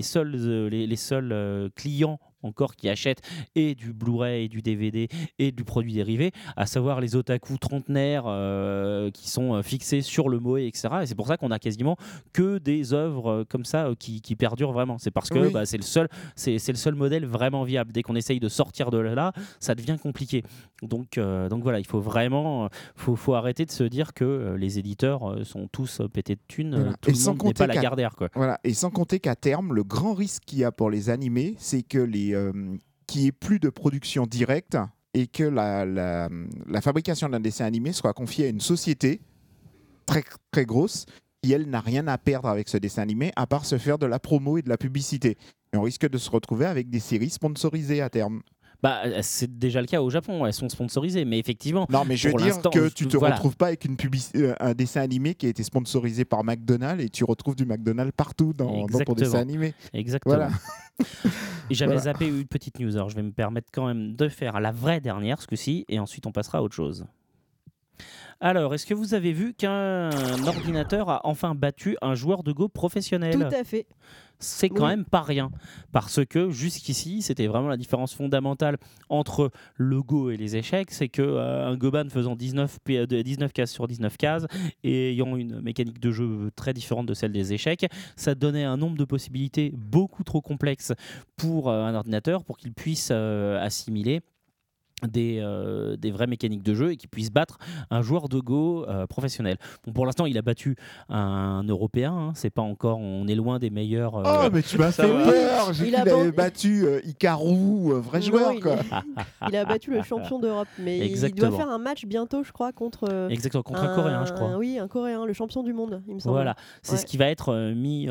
seuls clients encore qui achètent et du Blu-ray et du DVD et du produit dérivé, à savoir les otaku trentenaires qui sont fixés sur le moe, etc. Et c'est pour ça qu'on a quasiment que des œuvres comme ça qui perdurent vraiment. C'est parce que Oui. c'est le seul modèle vraiment viable. Dès qu'on essaye de sortir de là, ça devient compliqué. Donc voilà, il faut vraiment faut arrêter de se dire que les éditeurs sont tous pétés de thunes. Voilà. Tout Et le sans monde n'est pas compter la Gardère, quoi. Voilà. Et sans compter qu'à terme, le grand risque qu'il y a pour les animés, c'est que qu'il n'y ait plus de production directe et que la fabrication d'un dessin animé soit confiée à une société très, très grosse qui, elle, n'a rien à perdre avec ce dessin animé à part se faire de la promo et de la publicité. Et on risque de se retrouver avec des séries sponsorisées à terme. C'est déjà le cas au Japon, elles sont sponsorisées, mais effectivement. Non, mais je veux Pour dire l'instant, que tu te voilà. retrouves pas avec un dessin animé qui a été sponsorisé par McDonald's et tu retrouves du McDonald's partout dans ton Exactement. dessin animé. Exactement. Voilà. Et j'avais Voilà. zappé une petite news, alors je vais me permettre quand même de faire la vraie dernière ce coup-ci, et ensuite on passera à autre chose. Alors, est-ce que vous avez vu qu'un ordinateur a enfin battu un joueur de Go professionnel ? Tout à fait. C'est quand Oui. même pas rien, parce que jusqu'ici, c'était vraiment la différence fondamentale entre le Go et les échecs, c'est que un Goban faisant 19 cases sur 19 cases et ayant une mécanique de jeu très différente de celle des échecs, ça donnait un nombre de possibilités beaucoup trop complexe pour un ordinateur pour qu'il puisse assimiler des vraies mécaniques de jeu et qui puisse battre un joueur de Go professionnel. Bon, pour l'instant, il a battu un Européen, hein, c'est pas encore, on est loin des meilleurs. Oh, mais tu m'as fait va. peur. J'ai Il cru a qu'il avait ban- battu Hikaru, vrai Non, joueur. il- Quoi. Il a battu le champion d'Europe, mais il Exactement. doit faire un match bientôt, je crois, contre Exactement, contre un Coréen, je crois. Oui, un Coréen, le champion du monde, il me semble. Voilà, c'est Ouais. ce qui va être mis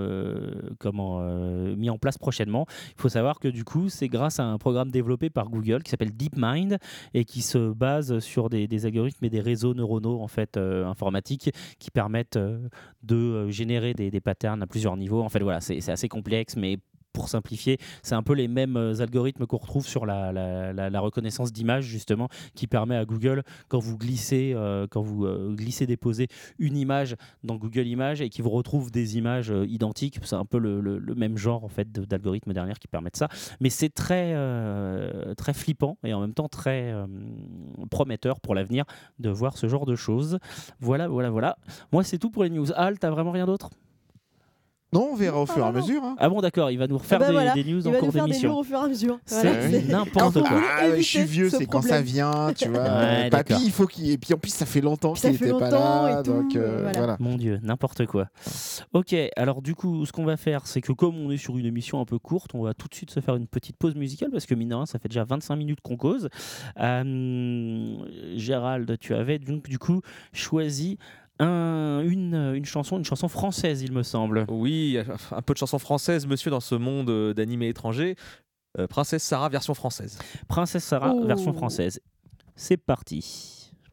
en place prochainement. Il faut savoir que du coup, c'est grâce à un programme développé par Google qui s'appelle DeepMind et qui se base sur des algorithmes et des réseaux neuronaux en fait informatiques qui permettent de générer des patterns à plusieurs niveaux. En fait, voilà, c'est assez complexe, mais pour simplifier, c'est un peu les mêmes algorithmes qu'on retrouve sur la reconnaissance d'image, justement, qui permet à Google, quand vous glissez, déposez une image dans Google Images et qui vous retrouve des images identiques. C'est un peu le même genre en fait d'algorithmes derrière qui permettent ça. Mais c'est très flippant et en même temps très prometteur pour l'avenir de voir ce genre de choses. Voilà. Moi, c'est tout pour les news. Al, t'as vraiment rien d'autre ? Non, on verra au fur et à mesure. Hein. Ah bon, d'accord, il va nous refaire des news en cours d'émission. Il va nous faire des news au fur et à mesure. C'est n'importe quoi. Je suis vieux, c'est quand ça vient, tu vois. Ouais, Papy, il faut qu'il... Et puis en plus, ça fait longtemps qu'il n'était pas là. Donc, voilà. Mon Dieu, n'importe quoi. Ok, alors du coup, ce qu'on va faire, c'est que comme on est sur une émission un peu courte, on va tout de suite se faire une petite pause musicale parce que mine de rien, ça fait déjà 25 minutes qu'on cause. Gérald, tu avais donc du coup choisi une chanson française, il me semble. Oui, un peu de chanson française, monsieur, dans ce monde d'animés étrangers. Princesse Sarah, version française. Princesse Sarah, version française. C'est parti.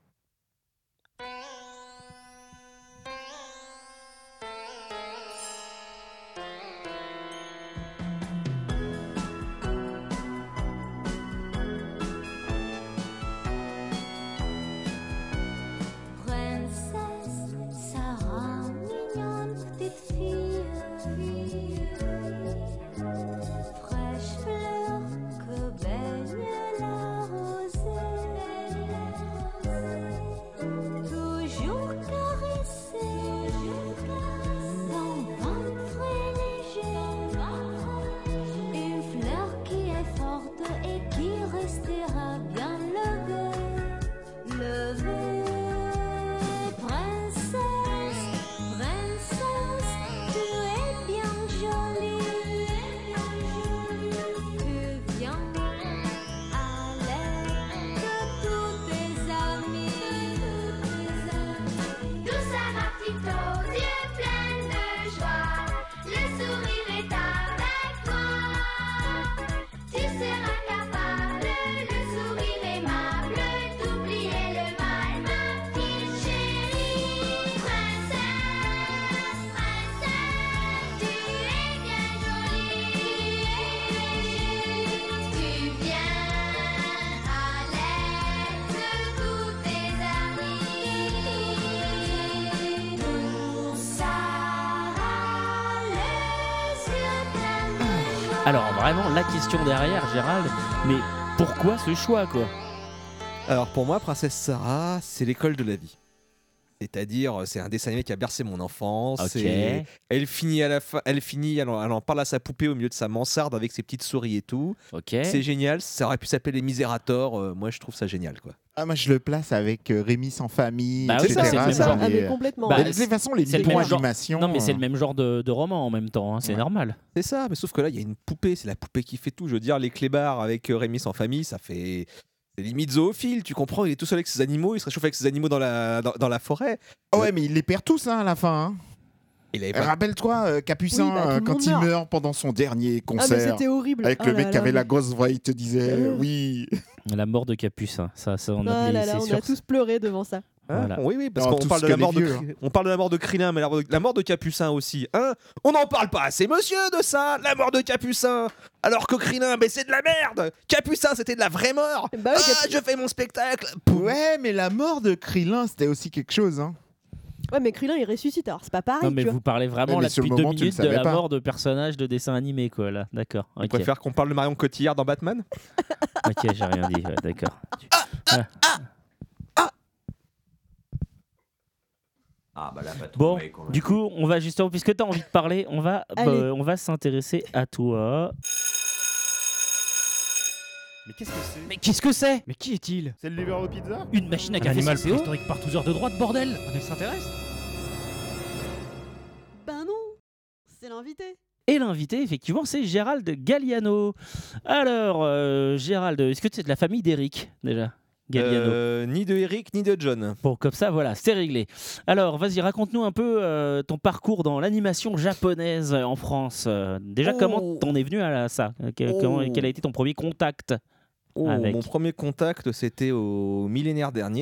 Alors vraiment, la question derrière, Gérald, mais pourquoi ce choix, quoi ? Alors pour moi, Princesse Sarah, c'est l'école de la vie. C'est-à-dire, c'est un dessin animé qui a bercé mon enfance. Okay. Elle finit, elle en parle à sa poupée au milieu de sa mansarde avec ses petites souris et tout. Okay. C'est génial, ça aurait pu s'appeler Les Misérators. Moi, je trouve ça génial, quoi. Ah, moi, je le place avec Rémi sans famille, bah, etc. C'est le même genre. Mais complètement. De toute façon, les niveaux animation... Non, mais c'est le même genre de roman en même temps, hein, c'est normal. C'est ça, mais sauf que là, il y a une poupée, c'est la poupée qui fait tout. Je veux dire, les clébards avec Rémi sans famille, ça fait... C'est limite zoophile, tu comprends, il est tout seul avec ses animaux, il se réchauffe avec ses animaux dans la forêt. Oh ouais, mais il les perd tous à la fin. Rappelle-toi, Capucin, quand il meurt pendant son dernier concert. Ah, mais c'était horrible. Avec le mec qui avait la grosse voix, il te disait oui. La mort de Capucin, ça on a on a tous pleuré devant ça. Voilà. Oui, parce qu'on parle de la mort on parle de la mort de Krillin, mais la mort de Capucin aussi. Hein, on n'en parle pas assez, monsieur, de ça, la mort de Capucin. Alors que Krillin, c'est de la merde. Capucin, c'était de la vraie mort. Bah oui, je fais mon spectacle. Ouais, mais la mort de Krillin, c'était aussi quelque chose. Hein. Ouais, mais Krillin, il ressuscite, alors c'est pas pareil. Non, mais vous parlez vraiment là depuis 2 minutes de la mort de personnages de dessins animés, quoi, là. D'accord. On préfère qu'on parle de Marion Cotillard dans Batman. Ok, j'ai rien dit, ouais, d'accord. Bon, du coup, on va justement, puisque tu as envie de parler, on va s'intéresser à toi. Mais qu'est-ce que c'est ? Mais qu'est-ce que c'est ? Mais qui est-il ? C'est le livreur de pizza ? Une machine à Un café animal CCO ? préhistorique par tous heures de droite, bordel ! Un extraterrestre ? Ben non, c'est l'invité. Et l'invité, effectivement, c'est Gérald Galliano. Alors, Gérald, est-ce que tu es de la famille d'Eric, déjà ? Galliano. Ni de Eric, ni de John. Bon, comme ça, voilà, c'est réglé. Alors, vas-y, raconte-nous un peu ton parcours dans l'animation japonaise en France. Déjà, comment t'en es venu à ça ? Quel a été ton premier contact avec... Mon premier contact, c'était au millénaire dernier.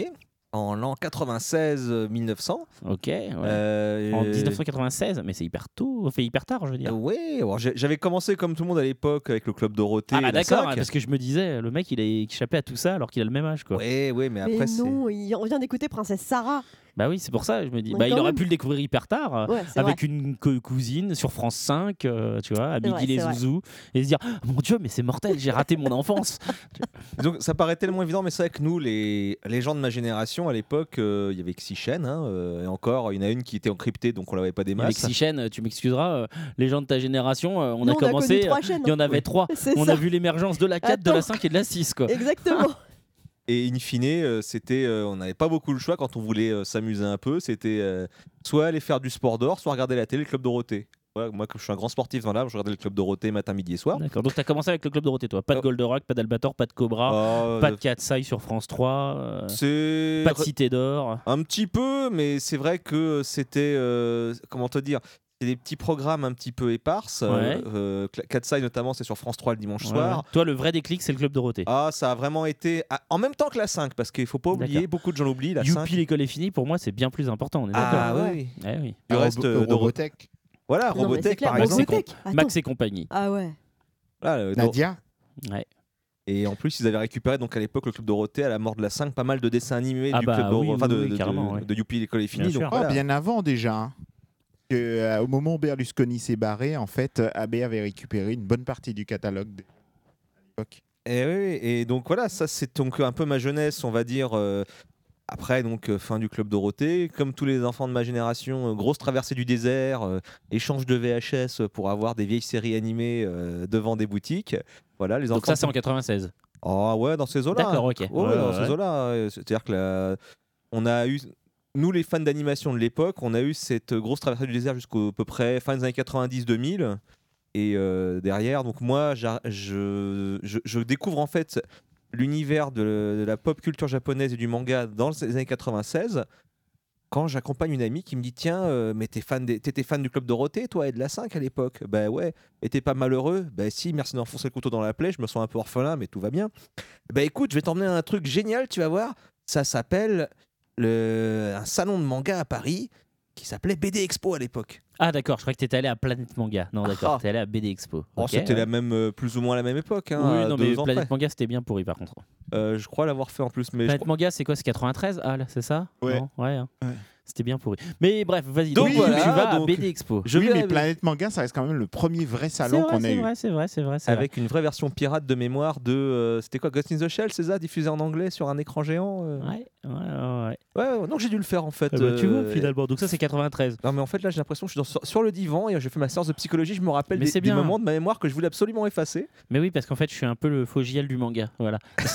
en l'an 96-1900. Ok, ouais. En 1996, mais c'est hyper tôt, fait hyper tard, je veux dire. Oui, j'avais commencé comme tout le monde à l'époque avec le Club Dorothée. Ah bah et la d'accord, 5. parce que je me disais, le mec il a échappé à tout ça alors qu'il a le même âge quoi. Oui, mais Mais après c'est. non, on vient d'écouter Princesse Sarah. Bah oui, c'est pour ça, je me dis. Donc Bah il quand aurait même. pu le découvrir hyper tard, Ouais, c'est avec vrai. une cousine sur France 5, tu vois, à C'est Midi vrai, les c'est vrai. Zouzous, et se dire, oh, mon Dieu, mais c'est mortel, j'ai raté mon enfance. Donc ça paraît tellement évident, mais c'est vrai que nous, les gens de ma génération à l'époque, il y avait que 6 chaînes, et encore, il y en a une qui était encryptée, donc on l'avait pas des Avec masses. 6 chaînes, tu m'excuseras, les gens de ta génération, on Nous, a commencé, connu 3 chaînes. il y en avait 3. C'est On ça. a vu l'émergence de la 4, de la 5 et de la 6 quoi. Exactement. Et in fine, c'était, on n'avait pas beaucoup le choix quand on voulait s'amuser un peu. C'était soit aller faire du sport d'or, soit regarder la télé, le Club Dorothée. Ouais, moi, comme je suis un grand sportif dans l'âme, je regardais le Club Dorothée matin, midi et soir. D'accord, donc tu as commencé avec le Club Dorothée toi, pas de Goldorak, pas d'Albator, pas de Cobra, pas de Katsai sur France 3, c'est pas de Cité d'Or. un petit peu, mais c'est vrai que c'était, comment te dire, c'est des petits programmes un petit peu éparses. Ouais. Katsai notamment, c'est sur France 3 le dimanche Ouais, soir. ouais. Toi, le vrai déclic, c'est le Club Dorothée. Ah, ça a vraiment été en même temps que la 5, parce qu'il faut pas oublier, D'accord. beaucoup de gens l'oublient, la 5. Youpi, l'école est finie, pour moi, c'est bien plus important, on est Ah d'accord. oui. Eh oui. Du reste, Robotech. Voilà, Non, mais c'est Robotech clair, par exemple. Robotech. Attends. Max et compagnie. Ah ouais. Voilà, Nadia. Ouais. Et en plus, ils avaient récupéré donc à l'époque le Club Dorothée à la mort de la 5, pas mal de dessins animés Ah du bah Club oui, Dorothée, enfin oui, carrément, ouais. de Youpi, l'école est finie. Bien Donc sûr. voilà. Bien avant déjà. Hein. Au moment où Berlusconi s'est barré, en fait, AB avait récupéré une bonne partie du catalogue à l'époque. Et oui, et donc voilà, ça c'est donc un peu ma jeunesse, on va dire. Après, donc, fin du Club Dorothée, comme tous les enfants de ma génération, grosse traversée du désert, échange de VHS pour avoir des vieilles séries animées devant des boutiques. Voilà, les Donc enfants. ça, c'est en 96. Ah ouais, dans ces eaux-là. D'accord, ok. Ouais, Ouais, dans ouais. ces eaux-là. C'est-à-dire que on a eu, nous les fans d'animation de l'époque, on a eu cette grosse traversée du désert jusqu'à peu près fin des années 90-2000. Et derrière, donc moi, je découvre en fait l'univers de la pop culture japonaise et du manga dans les années 96 quand j'accompagne une amie qui me dit tiens, mais t'étais fan du Club Dorothée toi et de la 5 à l'époque. Bah ouais. Et t'es pas malheureux? Bah si, merci d'enfoncer le couteau dans la plaie, je me sens un peu orphelin mais tout va bien. Bah écoute, je vais t'emmener à un truc génial, tu vas voir, ça s'appelle un salon de manga à Paris qui s'appelait BD Expo à l'époque. Ah d'accord, je crois que t'étais allé à Planète Manga. Non d'accord, t'es allé à BD Expo. Oh, Ok, c'était ouais. la même, plus ou moins la même époque. Hein, Oui, à non 2 mais ans Planète près. Manga c'était bien pourri par contre. Je crois l'avoir fait en plus, mais je Planète Manga c'est quoi? C'est 93? Ah là, c'est ça? Ouais. Non ouais, hein. Ouais. C'était bien pourri. Mais bref, vas-y. Donc Donc, voilà, tu vas à donc, BD Expo. je Oui, vais mais avec- Planète Manga, ça reste quand même le premier vrai salon qu'on a c'est eu. vrai, c'est vrai, c'est vrai. avec une vraie version pirate de mémoire de c'était quoi, Ghost in the Shell, c'est ça, diffusé en anglais sur un écran géant. Ouais. Ouais, donc j'ai dû le faire en fait. Ah bah, tu vois finalement. Donc ça c'est 93. Non mais en fait là j'ai l'impression que je suis sur le divan et j'ai fait ma séance de psychologie, je me rappelle Mais c'est des bien. moments de ma mémoire que je voulais absolument effacer. Mais oui, parce qu'en fait je suis un peu le Fogiel du manga. Voilà.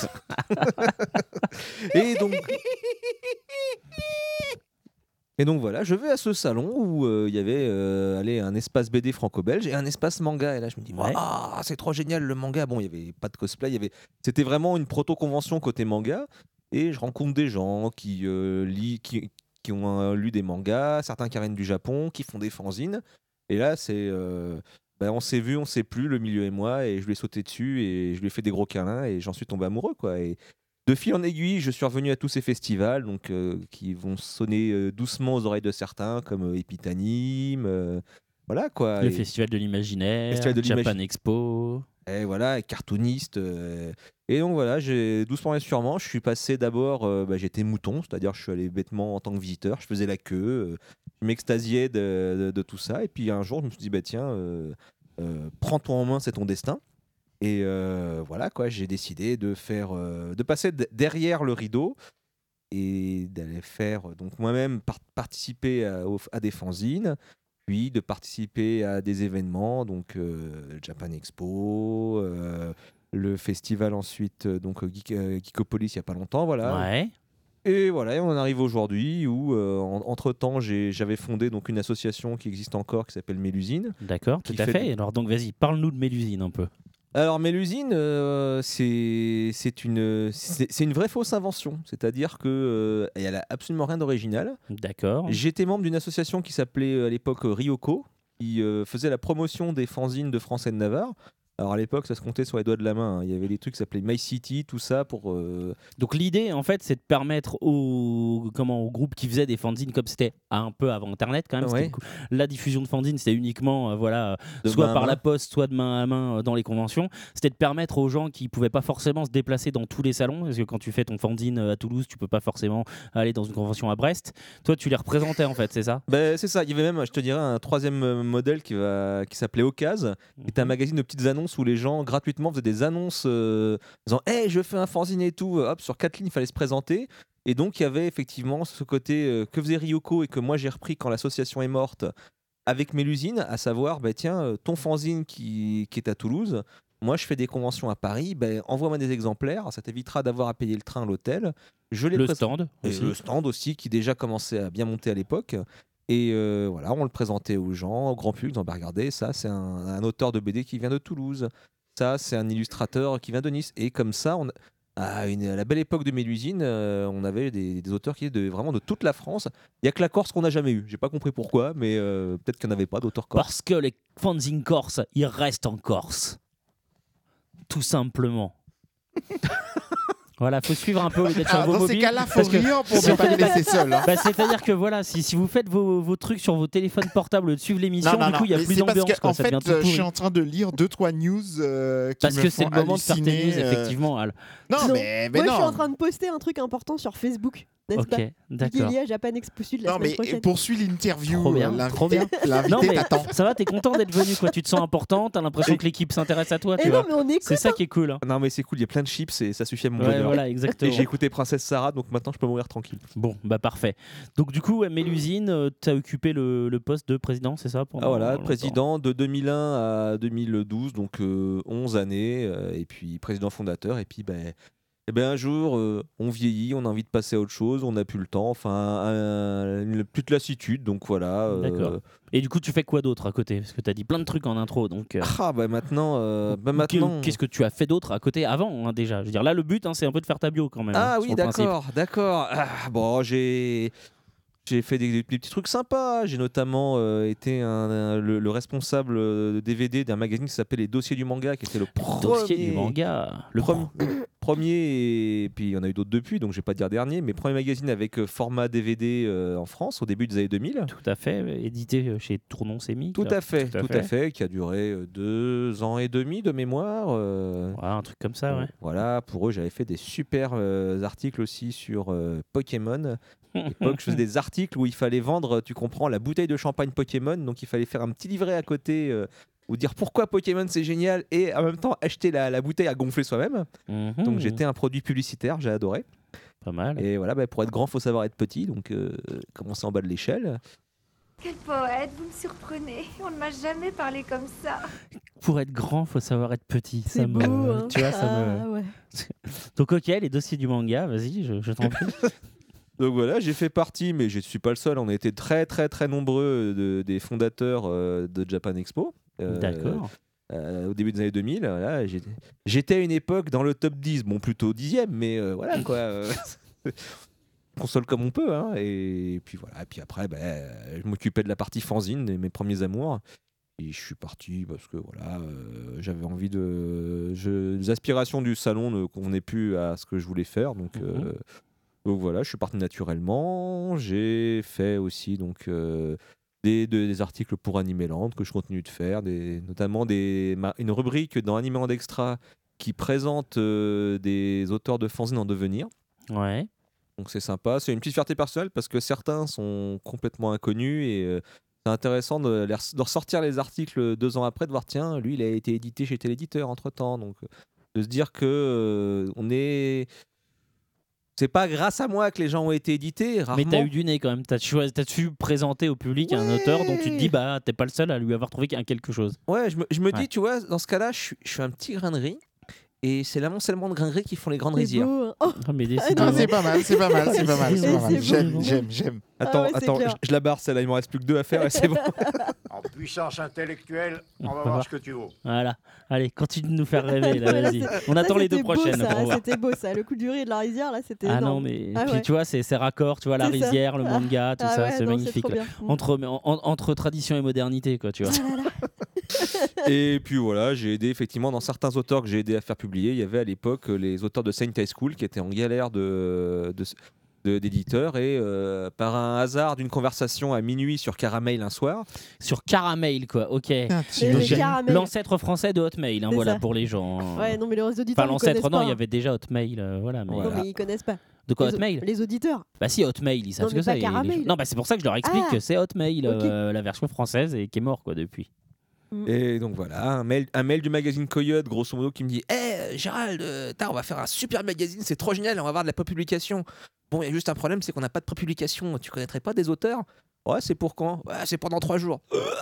Et donc voilà, je vais à ce salon où il y avait un espace BD franco-belge et un espace manga. Et là, je me dis, Ouais. ah, c'est trop génial le manga. Bon, il n'y avait pas de cosplay, c'était vraiment une proto-convention côté manga. Et je rencontre des gens qui ont lu des mangas, certains qui viennent du Japon, qui font des fanzines. Et là, on s'est vu, on s'est plus, le milieu et moi, et je lui ai sauté dessus et je lui ai fait des gros câlins et j'en suis tombé amoureux, quoi. Et de fil en aiguille, je suis revenu à tous ces festivals donc, qui vont sonner doucement aux oreilles de certains, comme Epitanime, voilà quoi. Le Festival de l'Imaginaire, Festival de Japan Expo. Et voilà, cartooniste. Et donc voilà, j'ai doucement et sûrement, je suis passé d'abord, j'étais mouton, c'est-à-dire je suis allé bêtement en tant que visiteur, je faisais la queue, je m'extasiais de tout ça. Et puis un jour, je me suis dit, tiens, prends-toi en main, c'est ton destin. Et voilà quoi, j'ai décidé de passer derrière le rideau et d'aller faire donc moi-même participer à des fanzines, puis de participer à des événements, donc Japan Expo, le festival ensuite, donc Geekopolis il n'y a pas longtemps, voilà. Ouais. Et voilà, et on arrive aujourd'hui où, entre-temps, j'avais fondé donc une association qui existe encore, qui s'appelle Mélusine. D'accord, tout Qui à fait fait. Alors donc vas-y, parle-nous de Mélusine un peu. Alors Mélusine, c'est une vraie fausse invention, c'est-à-dire que elle a absolument rien d'original. D'accord. J'étais membre d'une association qui s'appelait à l'époque Ryoko, qui faisait la promotion des fanzines de France et de Navarre. Alors à l'époque, ça se comptait sur les doigts de la main. Il y avait des trucs qui s'appelaient My City, tout ça pour. Donc l'idée, en fait, c'est de permettre aux groupes qui faisaient des fanzines, comme c'était un peu avant Internet quand même, Ouais. la diffusion de fanzines, c'était uniquement De soit main à par main. la poste, soit de main à main dans les conventions. C'était de permettre aux gens qui pouvaient pas forcément se déplacer dans tous les salons, parce que quand tu fais ton fanzine à Toulouse, tu peux pas forcément aller dans une convention à Brest. Toi, tu les représentais en fait, c'est ça? Ben, c'est ça. Il y avait même, je te dirais, un troisième modèle qui s'appelait Ocase, qui était un magazine de petites annonces où les gens gratuitement faisaient des annonces disant hey, je fais un fanzine et tout. Hop, sur 4 lignes, il fallait se présenter. Et donc, il y avait effectivement ce côté que faisait Ryoko et que moi j'ai repris quand l'association est morte avec Mélusine, à savoir, bah, tiens, ton fanzine qui est à Toulouse, moi je fais des conventions à Paris, ben envoie-moi des exemplaires, ça t'évitera d'avoir à payer le train, l'hôtel. Je les Le présente. stand Et aussi. le stand aussi qui déjà commençait à bien monter à l'époque. Et voilà, on le présentait aux gens, au grand public, en disant bah, regardez, ça c'est un auteur de BD qui vient de Toulouse, ça c'est un illustrateur qui vient de Nice. Et comme ça, à la belle époque de Mélusine, on avait des auteurs qui étaient vraiment de toute la France. Il n'y a que la Corse qu'on n'a jamais eu. J'ai pas compris pourquoi, mais peut-être qu'il n'y en avait pas d'auteurs corse. Parce que les fanzines corse, ils restent en Corse. Tout simplement. Voilà, faut suivre un peu au lieu d'être sur Alors, vos dans ces mobiles. cas-là, faut parce que rire pour si ne on pas fait les laisser seuls. Hein. Bah, c'est-à-dire que voilà, si vous faites vos trucs sur vos téléphones portables au lieu de suivre l'émission, Non, non, du coup, il n'y a mais plus c'est parce d'ambiance. que, en Ça fait, devient tout je pourri. suis en train de lire 2-3 news qui Parce me que c'est font le moment de faire tes news, halluciner, effectivement. Al. Non, Non. mais Moi, je suis en non. train de poster un truc important sur Facebook, n'est-ce Ok, pas Il d'accord. y a Japan Expo Sud la Non, semaine mais prochaine. poursuis l'interview. Trop bien, trop bien. Non, L'invité mais t'attend. ça va, t'es content d'être venu, quoi. Tu te sens important, t'as l'impression que l'équipe s'intéresse à toi, Eh tu non, vois. mais on écoute. C'est ça qui est cool. Hein. Non, mais c'est cool, il y a plein de chips et ça suffit à mon Ouais, bonheur. voilà, Et exactement. j'ai écouté Princesse Sarah, donc maintenant je peux mourir tranquille. Bon, bah parfait. Donc du coup, Mélusine, t'as occupé le poste de président, c'est ça pendant Ah voilà, longtemps. président de 2001 à 2012, donc 11 années, et puis président fondateur, et puis un jour, on vieillit, on a envie de passer à autre chose, on n'a plus le temps, enfin, plus de lassitude, donc voilà. D'accord. Et du coup, tu fais quoi d'autre à côté? Parce que t'as dit plein de trucs en intro, donc... Ah bah maintenant, Qu'est-ce que tu as fait d'autre à côté avant, hein, déjà? Je veux dire, là, le but, hein, c'est un peu de faire ta bio quand même. Ah hein, oui, sur le principe. d'accord. Ah, bon, j'ai fait des petits trucs sympas. J'ai notamment été le responsable DVD d'un magazine qui s'appelle Les Dossiers du Manga, qui était le Dossier du manga. Le premier, et puis il y en a eu d'autres depuis, donc je vais pas dire dernier, mais premier magazine avec format DVD en France au début des années 2000. Tout à fait, édité chez Tournon Sémic. Tout à fait, qui a duré 2 ans et demi de mémoire. Ouais, un truc comme ça, ouais. Voilà, pour eux, j'avais fait des super articles aussi sur Pokémon. À l'époque, je faisais des articles où il fallait vendre, tu comprends, la bouteille de champagne Pokémon. Donc, il fallait faire un petit livret à côté ou dire pourquoi Pokémon c'est génial et en même temps acheter la bouteille à gonfler soi-même. Donc, j'étais un produit publicitaire, j'ai adoré. Pas mal. Et voilà, pour être grand, faut savoir être petit. Donc, commencer en bas de l'échelle. Quel poète, vous me surprenez. On ne m'a jamais parlé comme ça. Pour être grand, faut savoir être petit. C'est Ça beau, me... hein. Tu vois, ça Ah, me... ouais. Donc ok, les dossiers du manga, vas-y, je t'en prie. Donc voilà, j'ai fait partie, mais je ne suis pas le seul. On a été très très très nombreux des fondateurs de Japan Expo. D'accord. Au début des années 2000, voilà, j'étais à une époque dans le top 10, bon plutôt 10e, mais voilà quoi. Console comme on peut, hein, et puis voilà. Et puis après, je m'occupais de la partie fanzine, de mes premiers amours. Et je suis parti parce que voilà, j'avais envie les aspirations du salon ne convenaient plus à ce que je voulais faire, donc voilà, je suis parti naturellement. J'ai fait aussi donc des articles pour Animeland que je continue de faire, notamment une rubrique dans Animeland Extra qui présente des auteurs de fanzine en devenir. Ouais. Donc c'est sympa, c'est une petite fierté personnelle parce que certains sont complètement inconnus et c'est intéressant de ressortir les articles 2 ans après, de voir tiens, lui il a été édité chez tel éditeur entre temps, donc de se dire que c'est pas grâce à moi que les gens ont été édités, rarement. Mais t'as eu du nez quand même, t'as su présenter au public un auteur dont tu te dis bah t'es pas le seul à lui avoir trouvé quelque chose. Ouais, je me dis Ouais. tu vois, dans ce cas-là, je suis un petit grain de riz. Et c'est l'amoncellement de grains de riz qui font les grandes C'est rizières. beau, hein. Oh, Ah, mais non, décidément. C'est pas mal, c'est pas mal, c'est pas mal. c'est pas mal. C'est beau. J'aime. Attends, ouais, c'est clair. je la barre celle-là, il m'en reste plus que 2 à faire et c'est bon. En puissance intellectuelle, on va va voir voir. ce que tu vaux. Voilà. Allez, continue de nous faire rêver là, Voilà, vas-y. c'est- On attend Là, les 2 c'était beau, prochaines ça, pour voir. C'était beau ça, le coup du riz et de la rizière là, c'était Ah énorme. non mais Ah puis ouais. tu vois c'est raccord, tu vois la C'est ça. rizière, le manga, tout Ah ça, ouais, c'est non, magnifique. trop là. bien. Entre tradition et modernité quoi, tu vois. Ah là là. Et puis voilà, j'ai aidé effectivement dans certains auteurs que j'ai aidé à faire publier. Il y avait à l'époque les auteurs de Saint High School qui étaient en galère d'éditeurs et par un hasard d'une conversation à minuit sur Caramel un soir. Sur Caramel, quoi, ok. L'ancêtre français de Hotmail, hein, voilà, pour les gens. Ouais, non, mais les auditeurs. Enfin, l'ancêtre, non, il y avait déjà Hotmail, voilà. Mais, non, mais ils connaissent pas. De quoi, Hotmail? Les auditeurs. Bah si, Hotmail, ils savent ce que c'est. Non, bah c'est pour ça que je leur explique que c'est Hotmail, la version française, et qui est mort, quoi, depuis. Et donc voilà, un mail du magazine Coyote, grosso modo, qui me dit Gérald, on va faire un super magazine, c'est trop génial, on va avoir de la prépublication. Bon, il y a juste un problème, c'est qu'on n'a pas de prépublication. Tu connaîtrais pas des auteurs? Ouais, c'est pour quand? Ouais, c'est pendant 3 jours.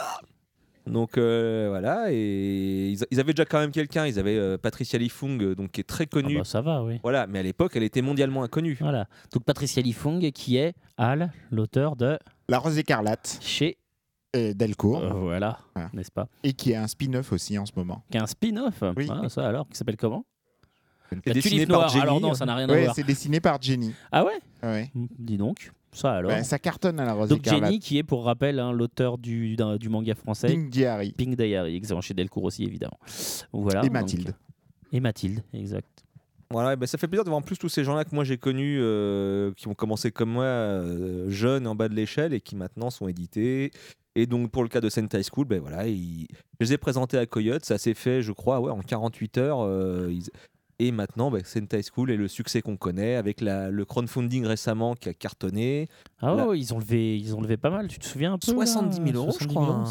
Donc voilà, et ils avaient déjà quand même quelqu'un. Ils avaient Patricia Lifung, donc qui est très connue. Ah bah ça va, oui. Voilà, mais à l'époque, elle était mondialement inconnue. Voilà. Donc Patricia Lifung, qui est l'auteur de La Rose écarlate chez Delcourt. Voilà, n'est-ce pas? Et qui a un spin-off aussi en ce moment. Qui a un spin-off? Oui. Ah, ça alors, qui s'appelle comment? C'est dessiné par Jenny. Alors non, ça n'a rien à voir. C'est dessiné par Jenny. Ah ouais? Ouais. Dis donc. Ça alors. Ça cartonne à La Rose donc écarlate. Jenny, qui est pour rappel l'auteur du manga français Pink Diary. Pink Diary, excellent, chez Delcourt aussi évidemment. Voilà. Et Mathilde. Donc, et Mathilde, exact. Voilà, ça fait plaisir de voir en plus tous ces gens-là que moi j'ai connus, qui ont commencé comme moi, jeunes en bas de l'échelle et qui maintenant sont édités. Et donc pour le cas de Saint High School, voilà, je les ai présentés à Coyote, ça s'est fait je crois en 48 heures. Et maintenant, Saint High School est le succès qu'on connaît, avec le crowdfunding récemment qui a cartonné. Ah ouais, ils ont levé pas mal, tu te souviens un peu? 70 000 euros, je crois.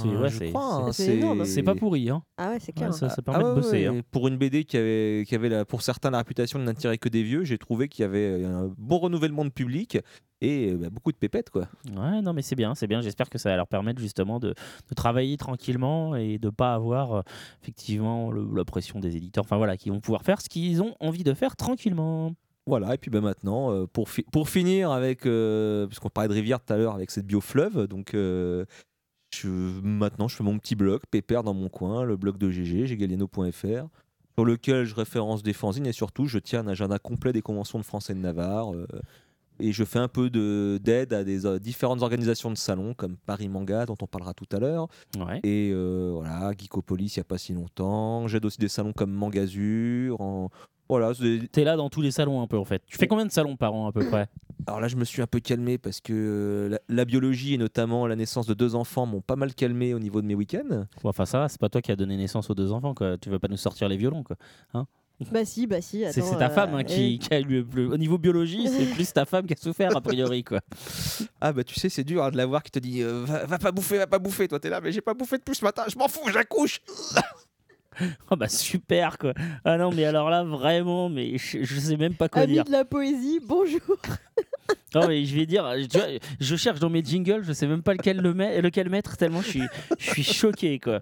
C'est pas pourri. Hein. Ah ouais, c'est clair. Ouais, ça permet de bosser. Hein. Pour une BD qui avait pour certains la réputation de n'attirer que des vieux, j'ai trouvé qu'il y avait un bon renouvellement de public. Et beaucoup de pépettes, quoi. Ouais, non, mais c'est bien. J'espère que ça va leur permettre justement de travailler tranquillement et de pas avoir effectivement la pression des éditeurs. Enfin voilà, qui vont pouvoir faire ce qu'ils ont envie de faire tranquillement. Voilà, et puis maintenant, pour finir avec, puisqu'on parlait de rivière tout à l'heure avec cette bio-fleuve, donc maintenant je fais mon petit blog, pépère dans mon coin, le blog de GG, ggalliano.fr, sur lequel je référence des fanzines et surtout je tiens un agenda complet des conventions de France et de Navarre. Et je fais un peu d'aide à des différentes organisations de salons comme Paris Manga, dont on parlera tout à l'heure. Ouais. Et voilà, Geekopolis, il n'y a pas si longtemps. J'aide aussi des salons comme Mangazur. Voilà, t'es là dans tous les salons un peu en fait. Tu fais combien de salons par an à peu près? Alors là, je me suis un peu calmé parce que la biologie et notamment la naissance de 2 enfants m'ont pas mal calmé au niveau de mes week-ends. Enfin ça va, c'est pas toi qui as donné naissance aux 2 enfants, quoi. Tu veux pas nous sortir les violons, quoi, hein? Bah si. Attends, c'est ta femme qui a eu au niveau biologie, c'est plus ta femme qui a souffert a priori, quoi. Ah bah tu sais, c'est dur de la voir qui te dit va pas bouffer. Toi t'es là, mais j'ai pas bouffé depuis ce matin, je m'en fous, j'accouche. Oh bah super, quoi. Ah non, mais alors là vraiment, mais je sais même pas quoi dire. dire. Ami de la poésie, bonjour. Non mais je vais dire, je cherche dans mes jingles, je sais même pas lequel mettre tellement je suis choqué, quoi.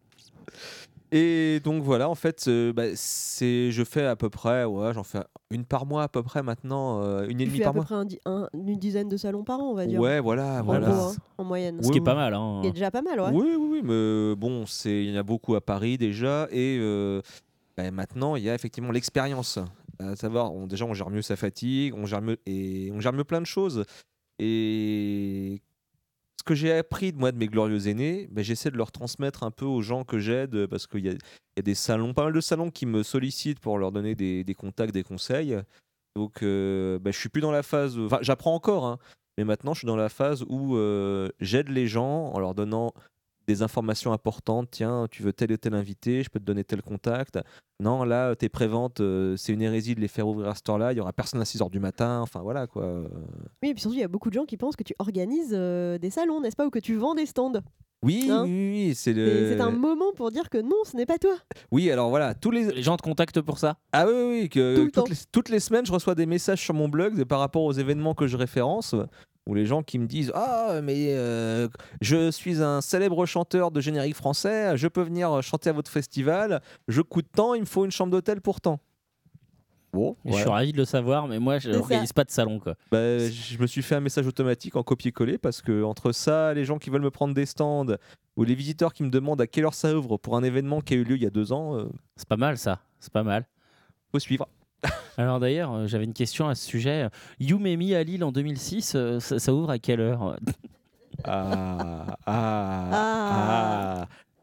Et donc voilà, en fait, je fais à peu près, j'en fais une par mois à peu près maintenant, une et demie par mois. Tu fais à peu près une dizaine de salons par an, on va dire. Ouais, voilà. Gros, hein, en moyenne. Ce qui est pas mal. Hein. Ce qui est déjà pas mal, ouais. Oui, mais bon, il y en a beaucoup à Paris déjà, et maintenant, il y a effectivement l'expérience. À savoir, déjà, on gère mieux sa fatigue, on gère mieux plein de choses. Et ce que j'ai appris de mes glorieux aînés, j'essaie de leur transmettre un peu aux gens que j'aide, parce qu'il y a des salons, pas mal de salons qui me sollicitent pour leur donner des contacts, des conseils. Donc je suis plus dans la phase, enfin j'apprends encore, hein, mais maintenant je suis dans la phase où j'aide les gens en leur donnant des informations importantes. Tiens, tu veux tel et tel invité, je peux te donner tel contact. Non, là, tes préventes, c'est une hérésie de les faire ouvrir à cette heure-là. Il n'y aura personne à 6h du matin. Enfin, voilà, quoi. Oui, et puis surtout, il y a beaucoup de gens qui pensent que tu organises des salons, n'est-ce pas, ou que tu vends des stands. Oui, hein, oui, c'est un moment pour dire que non, ce n'est pas toi. Oui, alors voilà, les gens te contactent pour ça. Ah oui, que toutes les semaines, je reçois des messages sur mon blog par rapport aux événements que je référence, où les gens qui me disent « Ah, mais je suis un célèbre chanteur de générique français, je peux venir chanter à votre festival, je coûte tant, il me faut une chambre d'hôtel pour tant. » Bon, je suis ravi de le savoir, mais moi je n'organise pas de salon, quoi. Je me suis fait un message automatique en copier-coller parce que entre ça, les gens qui veulent me prendre des stands ou les visiteurs qui me demandent à quelle heure ça ouvre pour un événement qui a eu lieu il y a 2 ans. C'est pas mal ça, c'est pas mal. Faut suivre. Alors d'ailleurs, j'avais une question à ce sujet. You Memi à Lille en 2006, ça ouvre à quelle heure?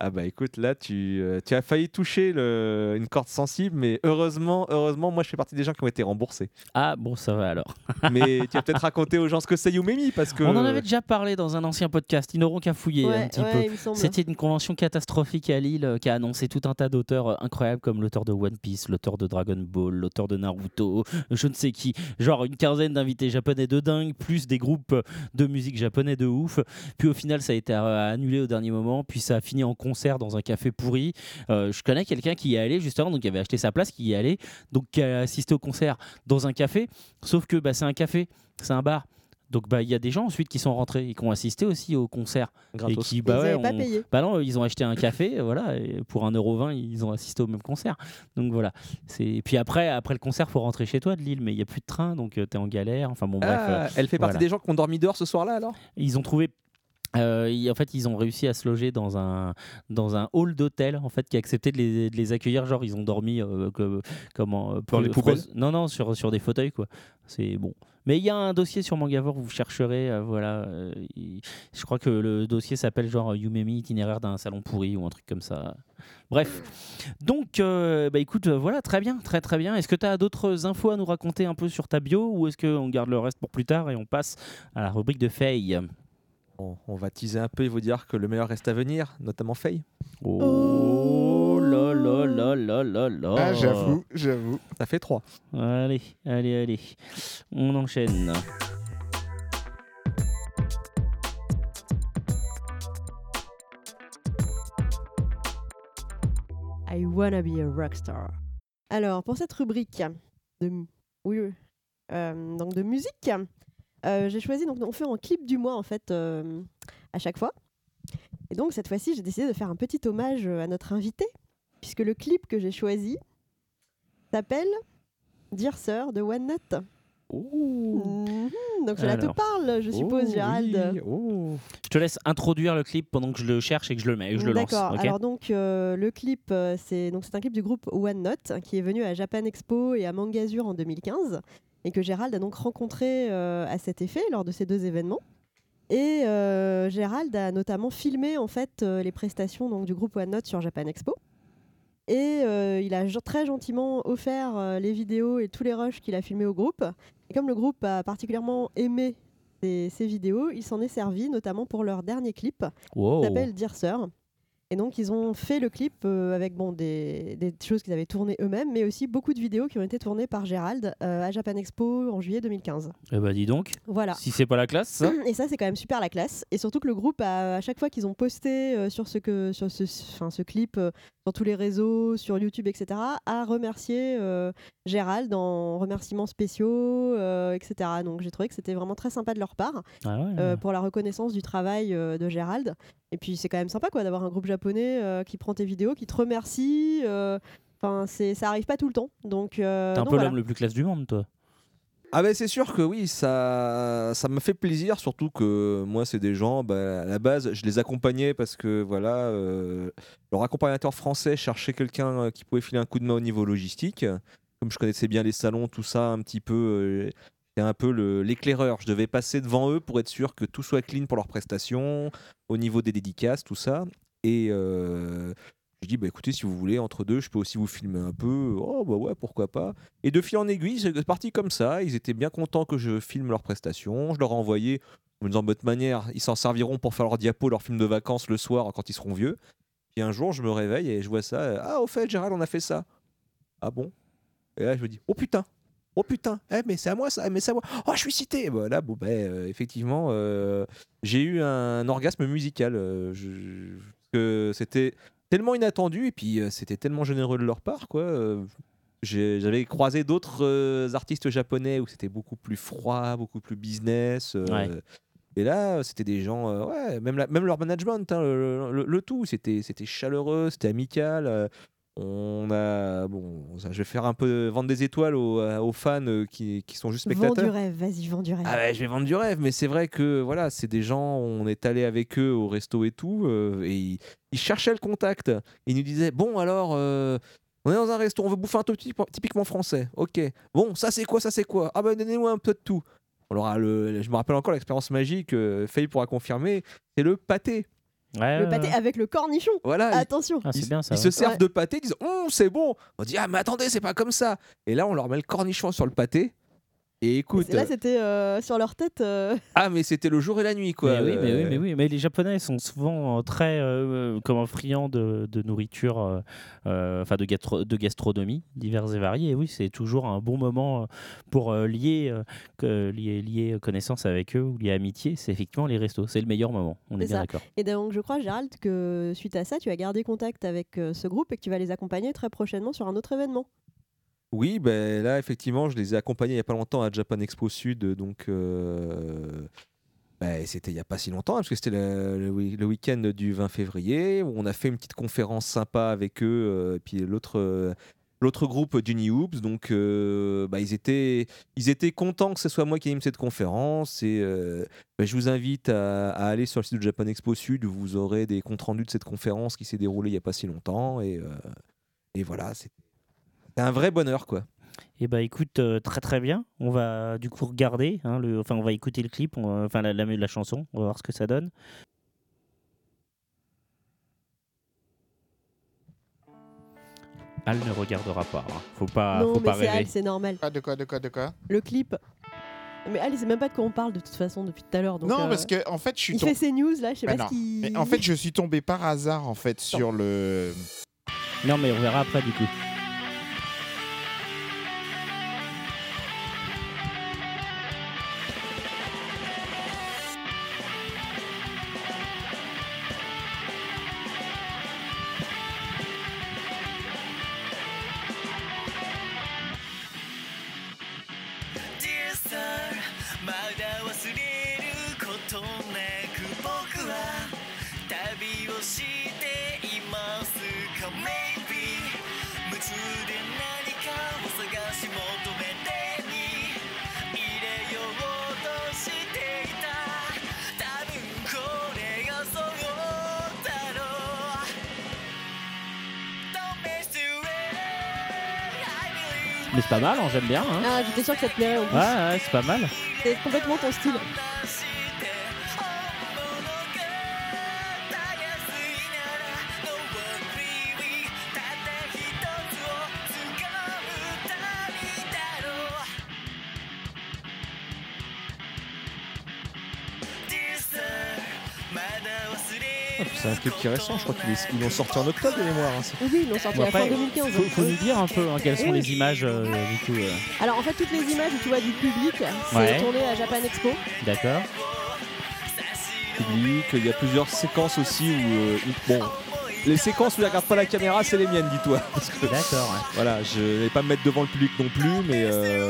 Ah bah écoute, là tu as failli toucher une corde sensible, mais heureusement, moi je fais partie des gens qui ont été remboursés. Ah bon, ça va alors. Mais tu vas peut-être raconter aux gens ce que c'est Youmemi parce que On en avait déjà parlé dans un ancien podcast, ils n'auront qu'à fouiller un petit peu. Il me semble. C'était une convention catastrophique à Lille qui a annoncé tout un tas d'auteurs incroyables comme l'auteur de One Piece, l'auteur de Dragon Ball, l'auteur de Naruto, je ne sais qui, genre une quinzaine d'invités japonais de dingue, plus des groupes de musique japonais de ouf. Puis au final ça a été annulé au dernier moment, puis ça a fini en concert dans un café pourri. Je connais quelqu'un qui y est allé justement, donc qui avait acheté sa place, qui y est allé, donc qui a assisté au concert dans un café, sauf que c'est un café, c'est un bar. Donc il y a des gens ensuite qui sont rentrés et qui ont assisté aussi au concert. Gratos. Et qui Ils n'avaient pas payé. non, ils ont acheté un café, voilà, et pour 1,20 €, ils ont assisté au même concert. Donc voilà. Et puis après le concert, il faut rentrer chez toi de Lille, mais il n'y a plus de train, donc tu es en galère. Enfin bon, bref. Elle fait partie voilà. des gens qui ont dormi dehors ce soir-là alors. Ils ont trouvé. En fait, ils ont réussi à se loger dans un hall d'hôtel en fait qui a accepté de les accueillir. Genre, ils ont dormi Dans les poubelles. Non, sur des fauteuils quoi. C'est bon. Mais il y a un dossier sur Mangavore, vous chercherez. Je crois que le dossier s'appelle genre Youmemi, itinéraire d'un salon pourri ou un truc comme ça. Bref. Donc, écoute, voilà, très bien, très très bien. Est-ce que tu as d'autres infos à nous raconter un peu sur ta bio ou est-ce qu'on garde le reste pour plus tard et on passe à la rubrique de Faye? On va teaser un peu et vous dire que le meilleur reste à venir, notamment Faye. Oh là là là là là là. Ah, j'avoue. Ça fait 3. Allez. On enchaîne. I wanna be a rockstar. Alors, pour cette rubrique donc de musique, j'ai choisi, donc on fait un clip du mois en fait à chaque fois. Et donc cette fois-ci, j'ai décidé de faire un petit hommage à notre invité, puisque le clip que j'ai choisi s'appelle Dear Sir de One Note. Donc cela te parle, je suppose, Gérald. Oui. Je te laisse introduire le clip pendant que je le cherche et que je le mets, je le lance. D'accord. Okay. Alors donc le clip, c'est un clip du groupe One Note qui est venu à Japan Expo et à Mangazur en 2015 et que Gérald a donc rencontré à cet effet lors de ces deux événements. Et Gérald a notamment filmé en fait les prestations donc, du groupe One Note sur Japan Expo. Et il a très gentiment offert les vidéos et tous les rushs qu'il a filmés au groupe. Et comme le groupe a particulièrement aimé ces vidéos, il s'en est servi notamment pour leur dernier clip qui s'appelle Dear Sir. Et donc ils ont fait le clip avec des choses qu'ils avaient tournées eux-mêmes, mais aussi beaucoup de vidéos qui ont été tournées par Gérald à Japan Expo en juillet 2015. Eh bah dis donc, voilà. Si c'est pas la classe ça. Et ça c'est quand même super la classe. Et surtout que le groupe, à chaque fois qu'ils ont posté sur ce clip, sur tous les réseaux, sur YouTube, etc., a remercié Gérald en remerciements spéciaux, etc. Donc j'ai trouvé que c'était vraiment très sympa de leur part pour la reconnaissance du travail de Gérald. Et puis c'est quand même sympa quoi, d'avoir un groupe japonais qui prend tes vidéos, qui te remercie. Ça arrive pas tout le temps. Donc, t'es un peu l'homme le plus classe du monde, toi. Ah ben c'est sûr que oui, ça me fait plaisir, surtout que moi c'est des gens, à la base je les accompagnais parce que voilà, leur accompagnateur français cherchait quelqu'un qui pouvait filer un coup de main au niveau logistique. Comme je connaissais bien les salons, tout ça un petit peu, c'était un peu l'éclaireur. Je devais passer devant eux pour être sûr que tout soit clean pour leurs prestations, au niveau des dédicaces, tout ça. Et je dis, écoutez, si vous voulez, entre deux, je peux aussi vous filmer un peu. Oh, bah ouais, pourquoi pas. Et de fil en aiguille, c'est parti comme ça. Ils étaient bien contents que je filme leurs prestations. Je leur ai envoyé, en me disant, de toute manière, ils s'en serviront pour faire leur diapo, leur film de vacances le soir quand ils seront vieux. Puis un jour, je me réveille et je vois ça. Ah, au fait, Gérald, on a fait ça. Ah bon? Et là, je me dis, oh putain, mais c'est à moi ça, mais c'est à moi. Oh, je suis cité. Voilà, effectivement, j'ai eu un orgasme musical. Que c'était tellement inattendu et puis c'était tellement généreux de leur part, quoi. J'avais croisé d'autres artistes japonais où c'était beaucoup plus froid, beaucoup plus business. Et là, c'était des gens, même leur management, hein, le tout, c'était chaleureux, c'était amical. Je vais faire un peu vendre des étoiles aux fans qui sont juste spectateurs. Vends du rêve, vas-y, vends du rêve. Ah ouais, je vais vendre du rêve, mais c'est vrai que voilà, c'est des gens, on est allé avec eux au resto et tout, et ils cherchaient le contact. Ils nous disaient, bon alors, on est dans un resto, on veut bouffer un truc typiquement français. Ok, bon, ça c'est quoi? Ah ben donnez-nous un peu de tout. Je me rappelle encore l'expérience magique, Faye pourra confirmer, c'est le pâté. Le pâté avec le cornichon. Voilà. Attention. c'est bien ça. Ils se servent de pâté, ils disent c'est bon. On dit mais attendez, c'est pas comme ça. Et là on leur met le cornichon sur le pâté. Et écoute. Là c'était sur leur tête. Ah mais c'était le jour et la nuit quoi. Mais oui, mais les Japonais sont souvent très friands de nourriture, enfin de gastronomie diverses et variées. Et oui, c'est toujours un bon moment pour lier connaissance avec eux ou lier amitié. C'est effectivement les restos, c'est le meilleur moment. On est bien d'accord. Et donc je crois, Gérald, que suite à ça, tu as gardé contact avec ce groupe et que tu vas les accompagner très prochainement sur un autre événement. Oui, ben là effectivement, je les ai accompagnés il n'y a pas longtemps à Japan Expo Sud, donc c'était il n'y a pas si longtemps, parce que c'était le week-end du 20 février, où on a fait une petite conférence sympa avec eux, et puis l'autre groupe d'Uni Hoops, donc ils étaient contents que ce soit moi qui anime cette conférence, et je vous invite à aller sur le site de Japan Expo Sud, où vous aurez des comptes rendus de cette conférence qui s'est déroulée il n'y a pas si longtemps, et voilà, c'est un vrai bonheur quoi. Et écoute, très très bien. On va du coup regarder, on va écouter le clip, la chanson, on va voir ce que ça donne. Al ne regardera pas, hein. Faut pas rêver. Al, c'est normal. De quoi Le clip. Mais Al, il sait même pas de quoi on parle de toute façon depuis tout à l'heure. Non, parce que en fait, il fait ses news là, je sais pas ce qu'il. Mais en fait, je suis tombé par hasard en fait sur le. Non, mais on verra après du coup. Mais c'est pas mal, hein, j'aime bien. Hein. Ah, j'étais sûre que ça te plairait en plus. Ouais, c'est pas mal. C'est complètement ton style. C'est un clip qui est récent, je crois qu'ils l'ont sorti en octobre de mémoire. Hein. Oui, ils l'ont sorti à fin 2015. Faut nous dire un peu quelles sont les images du coup. Alors en fait, toutes les images où tu vois du public, c'est tourné à Japan Expo. D'accord. Public, il y a plusieurs séquences aussi où les séquences où il regarde pas la caméra, c'est les miennes, dis-toi. D'accord. Ouais. Voilà, je vais pas me mettre devant le public non plus, mais.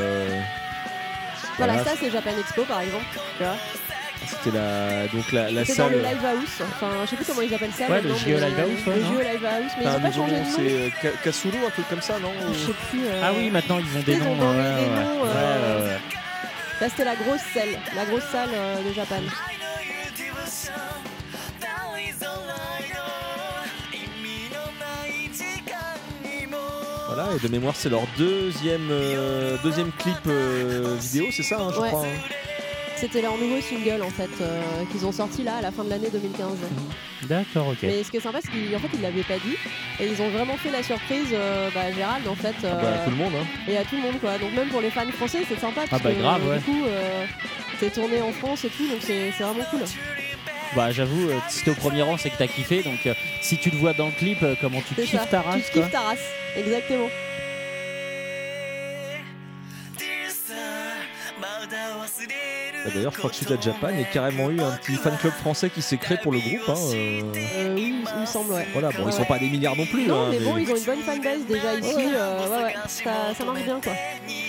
Voilà, ça c'est Japan Expo par exemple. Tu vois. C'était la c'est salle. dans le Live House. Enfin, je sais plus comment ils appellent ça. Ouais, le JO Live House. Le JO Live House, mais ils ont pas changé de nom. C'est Kasulu, un truc comme ça, non? Je sais plus. Ah oui, maintenant ils ont des noms. Ouais. Là, c'était la grosse salle de Japan. Voilà, et de mémoire, c'est leur deuxième clip vidéo, c'est ça, je crois. C'était leur nouveau single en fait qu'ils ont sorti là à la fin de l'année 2015. D'accord, ok. Mais ce qui est sympa, c'est qu'en fait ils l'avaient pas dit et ils ont vraiment fait la surprise à Gérald en fait. À tout le monde. Hein. Et à tout le monde quoi. Donc même pour les fans français, c'est sympa parce que grave, ouais. du coup c'est tourné en France et tout, donc c'est vraiment cool. J'avoue, si t'es au premier rang, c'est que t'as kiffé. Donc si tu le vois dans le clip, comment tu kiffes ta race, tu kiffes ta race, exactement. D'ailleurs, je crois que suite à Japan, il y a carrément eu un petit fan club français qui s'est créé pour le groupe. Oui, il me semble, ouais. Voilà, ils sont pas des milliards non plus. Non, mais bon, ils ont une bonne fanbase déjà ici. Ouais. Ça marche bien, quoi.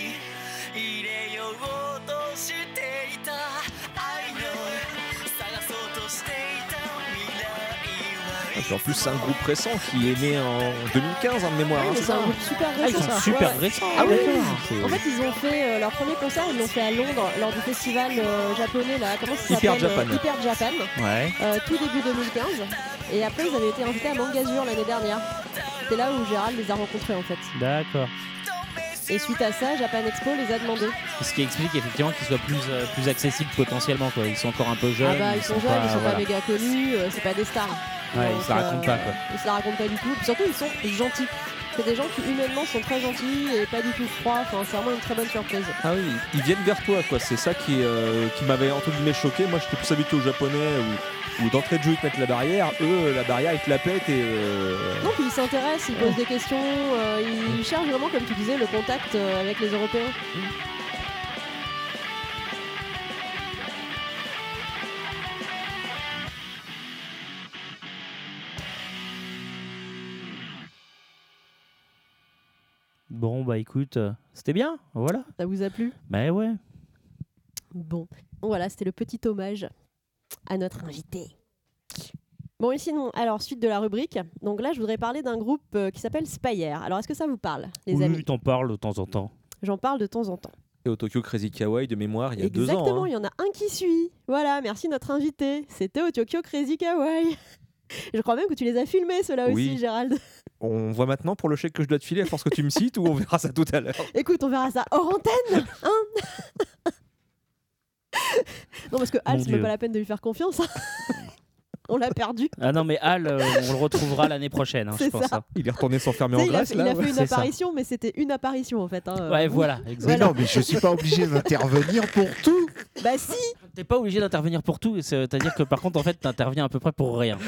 En plus, c'est un groupe récent qui est né en 2015, de mémoire. C'est un groupe super récent. Ils sont super récents. Ah oui. En fait, ils ont fait leur premier concert, ils l'ont fait à Londres lors du festival japonais là. Comment ça s'appelle? Hyper Japan. Ouais. Tout début 2015. Et après, ils avaient été invités à Mangazur l'année dernière. C'est là où Gérald les a rencontrés en fait. D'accord. Et suite à ça, Japan Expo les a demandés. Ce qui explique effectivement qu'ils soient plus accessibles potentiellement, quoi. Ils sont encore un peu jeunes. Ah bah ils sont jeunes, ils sont pas méga connus, c'est pas des stars. Ouais, Donc, ils se la racontent pas, quoi. Ils se la racontent pas du tout. Puis surtout, ils sont gentils. C'est des gens qui humainement sont très gentils et pas du tout froids. Enfin, c'est vraiment une très bonne surprise. Ah oui, ils viennent vers toi, quoi. C'est ça qui m'avait entre guillemets choqué. Moi, j'étais plus habitué aux Japonais où d'entrée de jeu ils te mettent la barrière. Eux, la barrière ils te la pètent et. Non, puis ils s'intéressent, ils posent des questions, ils cherchent vraiment, comme tu disais, le contact avec les Européens. Bon, bah écoute, c'était bien, voilà. Ça vous a plu? Bah ouais. Bon, voilà, c'était le petit hommage à notre invité. Bon, et sinon, alors, suite de la rubrique. Donc là, je voudrais parler d'un groupe qui s'appelle Spire. Alors, est-ce que ça vous parle, les amis? Oui, t'en parles de temps en temps. J'en parle de temps en temps. Et au Tokyo Crazy Kawaii de mémoire, il y a 2 ans. Exactement, Hein. il y en a un qui suit. Voilà, merci notre invité. C'était au Tokyo Crazy Kawaii. Je crois même que tu les as filmés, ceux-là aussi, Gérald. On voit maintenant pour le chèque que je dois te filer à force que tu me cites ou on verra ça tout à l'heure. Écoute, on verra ça hors antenne, hein. Non, parce que Al, c'est même pas la peine de lui faire confiance. On l'a perdu. Ah non, mais Al, on le retrouvera l'année prochaine, hein, je pense. Ça. Il est retourné s'enfermer en Grèce, là. Il a fait une apparition, mais c'était une apparition, en fait. Hein. Ouais, voilà, exactement. Mais non, mais je suis pas obligé d'intervenir pour tout. Bah si. T'es pas obligé d'intervenir pour tout, c'est-à-dire que par contre, en fait, t'interviens à peu près pour rien.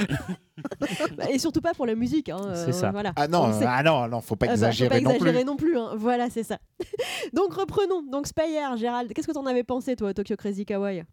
Et surtout pas pour la musique. Hein. C'est ça. Voilà. Ah non, faut pas exagérer, faut pas exagérer non plus. Hein. Voilà, c'est ça. Donc reprenons. Donc Spire, Gérald, qu'est-ce que t'en avais pensé, toi, Tokyo Crazy Kawaii?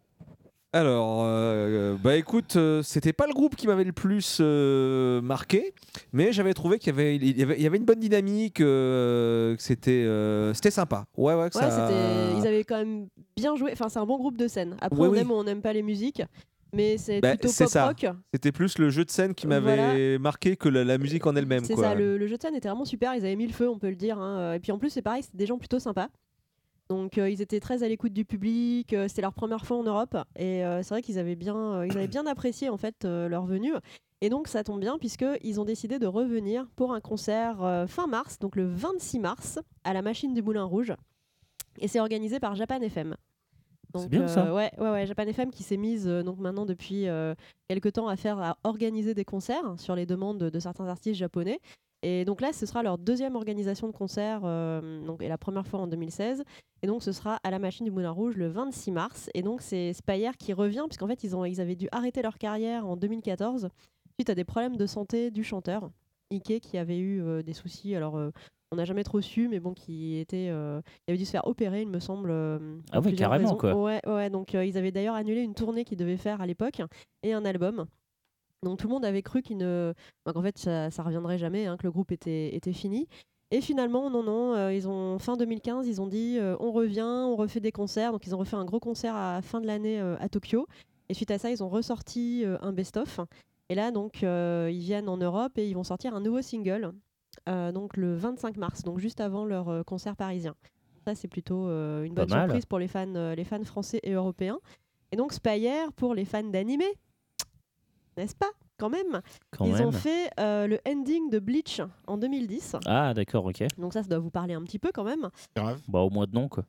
Alors, bah écoute, c'était pas le groupe qui m'avait le plus marqué, mais j'avais trouvé qu'il y avait une bonne dynamique, que c'était sympa. Ouais, ils avaient quand même bien joué. Enfin, c'est un bon groupe de scène. Après, on aime ou on n'aime pas les musiques, mais c'est plutôt pop-rock. C'était plus le jeu de scène qui m'avait marqué que la musique en elle-même. C'est ça, le jeu de scène était vraiment super. Ils avaient mis le feu, on peut le dire. Hein. Et puis en plus, c'est pareil, c'était des gens plutôt sympas. Donc ils étaient très à l'écoute du public, c'était leur première fois en Europe et c'est vrai qu'ils avaient bien apprécié en fait leur venue. Et donc ça tombe bien puisqu'ils ont décidé de revenir pour un concert fin mars, donc le 26 mars, à la Machine du Moulin Rouge. Et c'est organisé par Japan FM. Donc, c'est bien ça. Ouais, Japan FM qui s'est mise donc maintenant depuis quelques temps à organiser des concerts sur les demandes de certains artistes japonais. Et donc là, ce sera leur deuxième organisation de concert, et la première fois en 2016. Et donc ce sera à la Machine du Moulin Rouge le 26 mars. Et donc c'est Spire qui revient, puisqu'en fait ils avaient dû arrêter leur carrière en 2014 suite à des problèmes de santé du chanteur, Ike, qui avait eu des soucis. Alors on n'a jamais trop su, mais bon, il avait dû se faire opérer, il me semble. Ah oui, carrément, quoi. Ouais, donc ils avaient d'ailleurs annulé une tournée qu'ils devaient faire à l'époque et un album. Donc tout le monde avait cru qu'en fait ça reviendrait jamais, hein, que le groupe était fini. Et finalement, non, fin 2015, ils ont dit on revient, on refait des concerts. Donc ils ont refait un gros concert à la fin de l'année à Tokyo. Et suite à ça, ils ont ressorti un best-of. Et là, donc, ils viennent en Europe et ils vont sortir un nouveau single, donc le 25 mars, donc juste avant leur concert parisien. Ça, c'est plutôt une bonne surprise pour les fans français et européens. Et donc Spire pour les fans d'animé. N'est-ce pas? Quand même. Ils ont fait le ending de Bleach en 2010. Ah, d'accord, ok. Donc ça doit vous parler un petit peu quand même. Grave. Bah, au moins de non, quoi.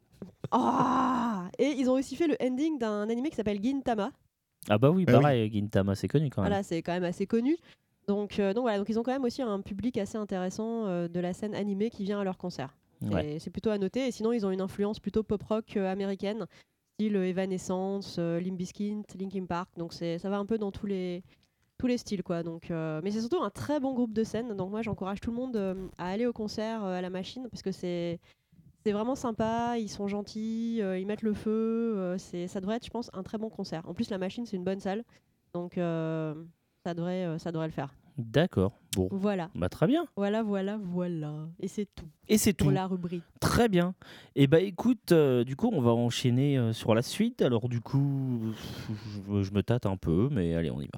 Et ils ont aussi fait le ending d'un animé qui s'appelle Gintama. Ah bah oui, pareil, Gintama, c'est connu quand même. Voilà, c'est quand même assez connu. Donc voilà, donc ils ont quand même aussi un public assez intéressant de la scène animée qui vient à leur concert. Ouais. C'est plutôt à noter. Et sinon, ils ont une influence plutôt pop-rock américaine, style Evanescence, Limp Bizkit, Linkin Park. Donc ça va un peu dans tous les styles, quoi. Donc, mais c'est surtout un très bon groupe de scène. Donc moi, j'encourage tout le monde à aller au concert à la Machine parce que c'est vraiment sympa. Ils sont gentils, ils mettent le feu. Ça devrait être, je pense, un très bon concert. En plus, la Machine, c'est une bonne salle, donc ça devrait le faire. D'accord. Bon. Voilà. Bah très bien. Voilà. Et c'est tout. Et c'est tout. Pour la rubrique. Très bien. Et bah écoute, du coup, on va enchaîner sur la suite. Alors du coup, je me tâte un peu, mais allez, on y va.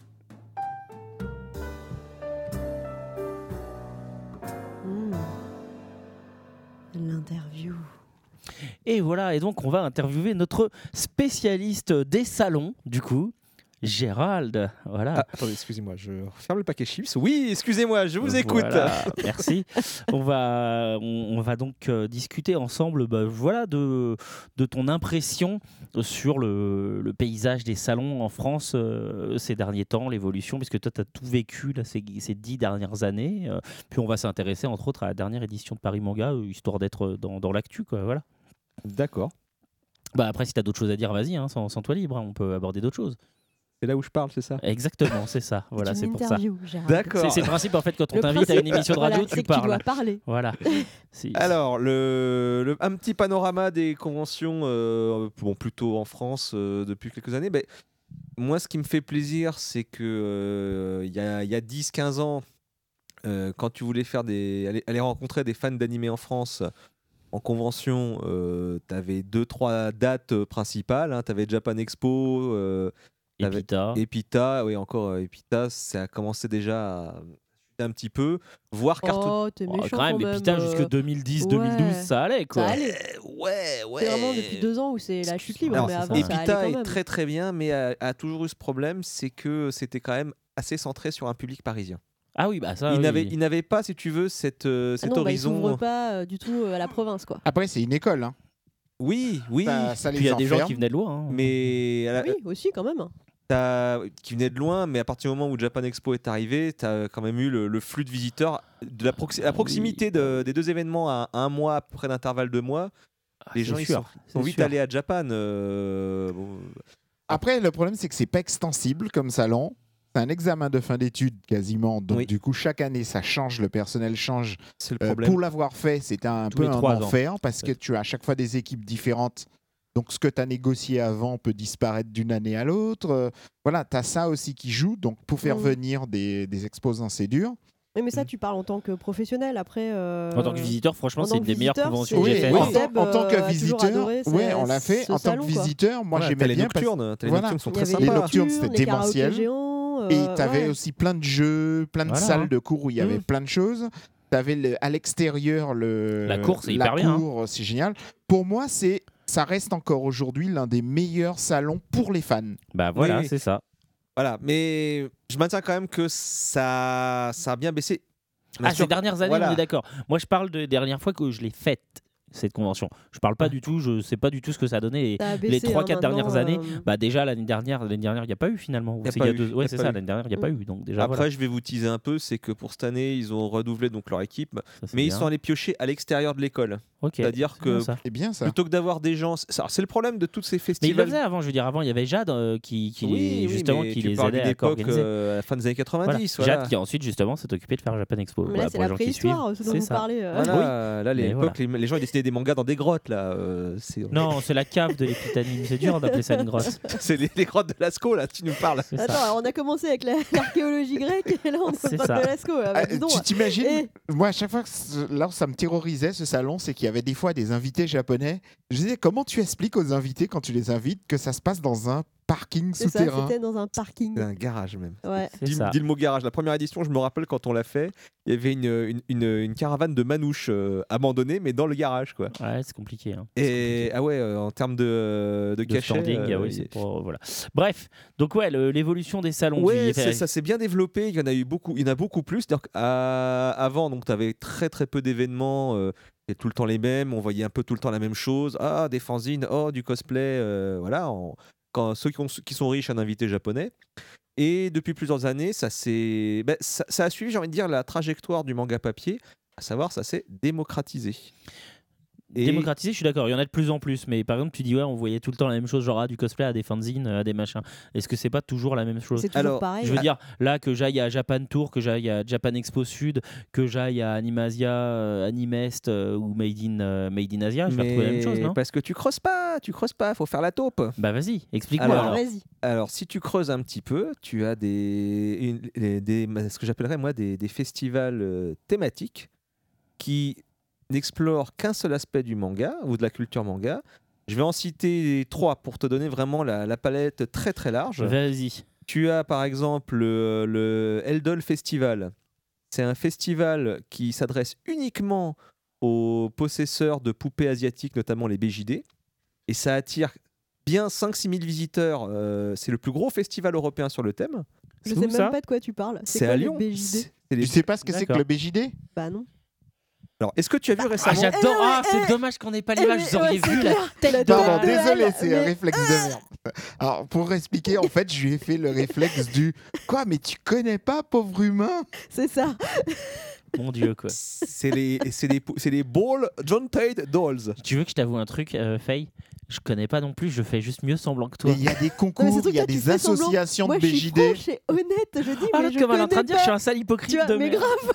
L'interview. Et voilà, et donc on va interviewer notre spécialiste des salons, du coup, Gérald, voilà. Ah, attendez, excusez-moi, je referme le paquet chips. Oui, excusez-moi, je vous écoute. Voilà, merci. On va donc discuter ensemble voilà, de ton impression sur le paysage des salons en France ces derniers temps, l'évolution, puisque toi, tu as tout vécu là, ces 10 dernières années. Puis on va s'intéresser entre autres à la dernière édition de Paris Manga, histoire d'être dans l'actu, quoi, voilà. D'accord. Bah après, si tu as d'autres choses à dire, vas-y, hein, sans toi libre, hein, on peut aborder d'autres choses. C'est là où je parle, c'est ça? Exactement, c'est ça. Voilà, c'est pour ça. D'accord. C'est le principe en fait quand on t'invite à une émission de radio, tu parles. Tu dois parler. Voilà. Alors, un petit panorama des conventions, plutôt en France depuis quelques années. Moi, ce qui me fait plaisir, c'est que il y a 10-15 ans, quand tu voulais aller rencontrer des fans d'animé en France, en convention, tu avais 2-3 dates principales. Tu avais Japan Expo, Epita, oui, encore Epita, ça a commencé déjà à chuter un petit peu. Voire Cartoon. T'es méchant quand même, Epita jusque 2010-2012, ça allait quoi. Ça allait. Ouais. C'est vraiment depuis 2 ans où c'est la chute libre. Alors, mais avant, Epita ça allait quand est même. très très bien, mais a toujours eu ce problème, c'est que c'était quand même assez centré sur un public parisien. Ah oui, bah ça. Il n'avait pas, si tu veux, cet horizon. Ils s'ouvrent pas du tout à la province, quoi. Après, c'est une école. Hein. Oui. Ça Puis il y a des gens qui venaient de loin. Hein. Mais oui, aussi quand même. Qui venaient de loin, mais à partir du moment où Japan Expo est arrivé, tu as quand même eu le flux de visiteurs, la proximité des deux événements à un mois, à peu près d'intervalle de mois. Les gens ils sont vite allés à Japan. Après, le problème, c'est que c'est pas extensible comme salon. C'est un examen de fin d'études quasiment. Donc, du coup, chaque année, ça change. Le personnel change. C'est le problème. Pour l'avoir fait, c'était un peu un enfer parce que tu as à chaque fois des équipes différentes. Donc, ce que tu as négocié avant peut disparaître d'une année à l'autre. Voilà, tu as ça aussi qui joue. Donc, pour faire venir des exposants, c'est dur. Oui, mais ça, tu parles en tant que professionnel. Après, en tant que visiteur, franchement, c'est une des meilleures conventions que j'ai faites. En tant que visiteur, on l'a fait. En tant que visiteur, moi, j'aimais bien. Les nocturnes sont très sympas. Les nocturnes, c'était démentiel. Et tu avais aussi plein de jeux, plein de salles de cours où il y avait plein de choses. Tu avais à l'extérieur la cour, c'est hyper bien. C'est génial. Pour moi, ça reste encore aujourd'hui l'un des meilleurs salons pour les fans. Bah voilà, c'est ça. Voilà, mais je maintiens quand même que ça a bien baissé. Ces dernières années, on est d'accord. Moi, je parle de dernière fois que je l'ai faite, cette convention. Je parle pas du tout, je sais pas du tout ce que ça a donné. Les 3-4 dernières années, déjà l'année dernière, il n'y a pas eu finalement. C'est ça, l'année dernière, il n'y a pas eu. Donc, déjà, après, je vais vous teaser un peu, c'est que pour cette année, ils ont renouvelé donc leur équipe, mais ils sont allés piocher à l'extérieur de l'école. C'est-à-dire que bien, ça. Plutôt que d'avoir des gens, c'est le problème de tous ces festivals. Mais ils le faisaient avant, je veux dire, avant il y avait Jade qui les aidait à organiser. À la fin des années 90. Voilà. Jade qui ensuite justement s'est occupée de faire Japan Expo. Mais là, c'est la préhistoire, ce dont vous parlez. Là, l'époque, les gens ils dessinaient des mangas dans des grottes là. Non, c'est la cave de l'Épitanime. C'est dur d'appeler ça une grotte. C'est les grottes de Lascaux là, tu nous parles. Attends, on a commencé avec l'archéologie grecque et là on se parle de Lascaux. Tu t'imagines, moi à chaque fois, là où ça me terrorisait ce salon, c'est qu'il y avait des fois des invités japonais. Je disais, comment tu expliques aux invités quand tu les invites que ça se passe dans un parking souterrain? C'était dans un parking. Un garage même. Ouais. Dis le mot garage. La première édition, je me rappelle quand on l'a fait, il y avait une caravane de manouches abandonnée, mais dans le garage quoi. Ouais, c'est compliqué. Hein. Et en termes de cachet. Voilà. Bref, donc l'évolution des salons. Ça s'est bien développé. Il y en a beaucoup plus. Avant, donc tu avais très très peu d'événements. Et tout le temps les mêmes, on voyait un peu tout le temps la même chose. Ah, des fanzines, du cosplay, voilà. Quand ceux qui sont riches, un invité japonais. Et depuis plusieurs années, ça a suivi, j'ai envie de dire, la trajectoire du manga papier, à savoir, ça s'est démocratisé. Démocratisé, je suis d'accord, il y en a de plus en plus, mais par exemple tu dis on voyait tout le temps la même chose, genre du cosplay, à des fanzines, à des machins. Est-ce que c'est pas toujours la même chose? C'est toujours pareil. Je veux dire, là que j'aille à Japan Tour, que j'aille à Japan Expo Sud, que j'aille à Animasia, Animest ou Made in Asia, je vais retrouver la même chose, non? Parce que tu creuses pas, faut faire la taupe. Bah vas-y, explique-moi. Alors si tu creuses un petit peu, tu as ce que j'appellerais moi des festivals thématiques qui n'explore qu'un seul aspect du manga ou de la culture manga. Je vais en citer 3 pour te donner vraiment la palette très très large. Vas-y. Tu as par exemple le Eldol Festival. C'est un festival qui s'adresse uniquement aux possesseurs de poupées asiatiques, notamment les BJD. Et ça attire bien 5-6 000 visiteurs. C'est le plus gros festival européen sur le thème. Je sais même pas de quoi tu parles. C'est quoi, à Lyon. le BJD? Tu sais pas ce que c'est que le BJD? Bah non. Alors, est-ce que tu as vu récemment J'adore. C'est dommage qu'on n'ait pas l'image. Vous auriez vu la tête. Pardon, désolé, c'est un réflexe de merde. Alors, pour expliquer, en fait, je lui ai fait le réflexe du quoi, mais tu connais pas, pauvre humain? C'est ça. Mon Dieu, quoi. C'est les Ball John Tate Dolls. Tu veux que je t'avoue un truc, Faye? Je connais pas non plus, je fais juste mieux semblant que toi. Mais il y a des concours, il y a des associations de BJD. Moi, je suis honnête, je dis. Ah, mais l'autre je comme elle est en connais train de dire, pas. je suis un sale hypocrite Tu vois, de mais merde. grave.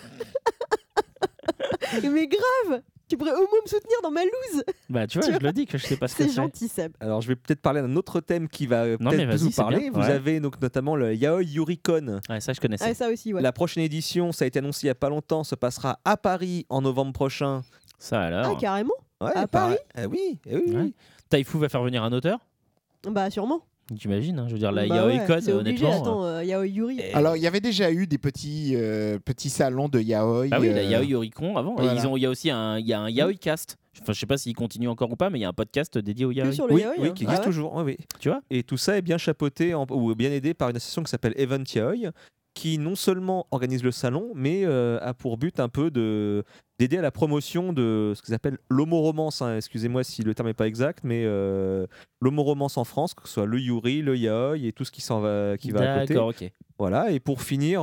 Mais grave. Tu pourrais au moins me soutenir dans ma loose. Bah, tu vois, je le dis que je sais pas ce que c'est. C'est gentil, Seb. Alors, je vais peut-être parler d'un autre thème qui va mais peut-être vas-y, plus vous c'est parler. bien. Vous Ouais. avez donc notamment le Yaoi Yuricon. Ouais, ça, je connaissais. Ah, ça aussi, ouais. La prochaine édition, ça a été annoncé il y a pas longtemps, se passera à Paris en novembre prochain. Ça alors. Ah, carrément. Ouais, À Paris oui. Ouais. Taifu va faire venir un auteur? Bah, sûrement. T'imagines, hein, je veux dire, la Bah Yaoi ouais, Con, c'est obligé. honnêtement. Attends, Yaoi Yuri. Alors, il y avait déjà eu des petits salons de yaoi. Ah oui, la Yaoi Yoricon avant. Voilà. Et il y a aussi un Yaoi Cast. Enfin, je sais pas s'il continue encore ou pas, mais il y a un podcast dédié au Yaoi. sur le Oui, yaoi, oui, hein. qui Ah existe ouais. toujours. Oui. Tu vois? Et tout ça est bien chapeauté ou bien aidé par une association qui s'appelle Event Yaoi, qui non seulement organise le salon, mais a pour but un peu d'aider à la promotion de ce qu'ils appellent l'homoromance. Hein. Excusez-moi si le terme n'est pas exact, mais l'homoromance en France, que ce soit le yuri, le yaoi et tout ce qui va à côté. D'accord, ok. Voilà. Et pour finir,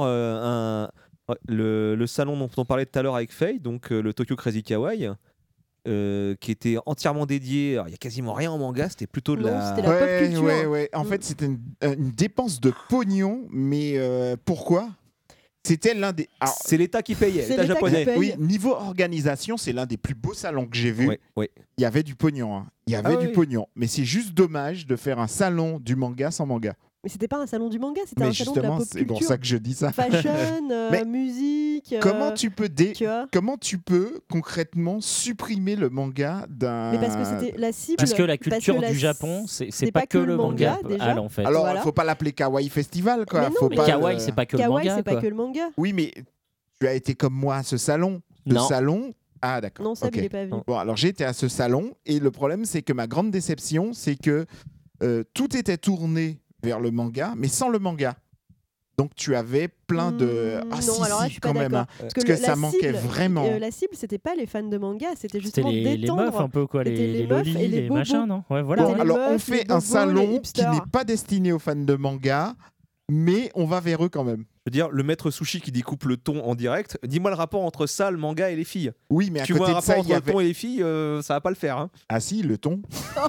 le salon dont on parlait tout à l'heure avec Faye, donc le Tokyo Crazy Kawaii. Qui était entièrement dédié. Alors, il y a quasiment rien en manga, c'était plutôt de Non, la. c'était la pop culture. Ouais. En fait, c'était une dépense de pognon, mais pourquoi? C'était l'un des. Alors, C'est l'État qui payait, C'est l'État l'État qui japonais. paye. oui, niveau organisation, c'est l'un des plus beaux salons que j'ai vu. Ouais. Il y avait du pognon. Hein. Il y avait du pognon. Mais c'est juste dommage de faire un salon du manga sans manga. Mais c'était pas un salon du manga, c'était Mais un salon de la justement, pop c'est culture. pour ça que je dis ça. Fashion, Mais musique. Comment tu peux tu vois comment tu peux concrètement supprimer le manga d'un. Mais parce que c'était la cible. Parce que la parce culture que du Japon, c'est pas que le manga, déjà. en fait. Alors, Voilà. faut pas l'appeler Kawaii Festival, quoi. Mais non, faut mais pas Kawaii, le- c'est pas que le Kawaii, manga. c'est pas quoi. que le manga. Oui, mais tu as été comme moi à ce salon. Le Non. salon. Ah, d'accord. Non, Seb, Ok. il est pas venu. Bon, alors j'ai été à ce salon et le problème, c'est que ma grande déception, c'est que tout était tourné vers le manga, mais sans le manga. Donc tu avais plein de. Ah, non, si, alors là, je si, suis pas quand même. d'accord. Hein. Parce que ça manquait vraiment. La cible, c'était pas les fans de manga, c'était C'était justement les détendre. meufs un peu, quoi, C'était les meufs lolis, et les les bobos. machins, non? Ouais, voilà. Bon, C'était les alors on meufs, les fait un bobos, les salon qui hipsters. n'est pas destiné aux fans de manga, mais on va vers eux quand même. Je veux dire, le maître sushi qui découpe le thon en direct, dis-moi le rapport entre ça, le manga et les filles. Oui, mais à Tu vois côté un de ça, rapport il y entre le avait. thon et les filles, ça va pas le faire. Hein. Ah si, le thon.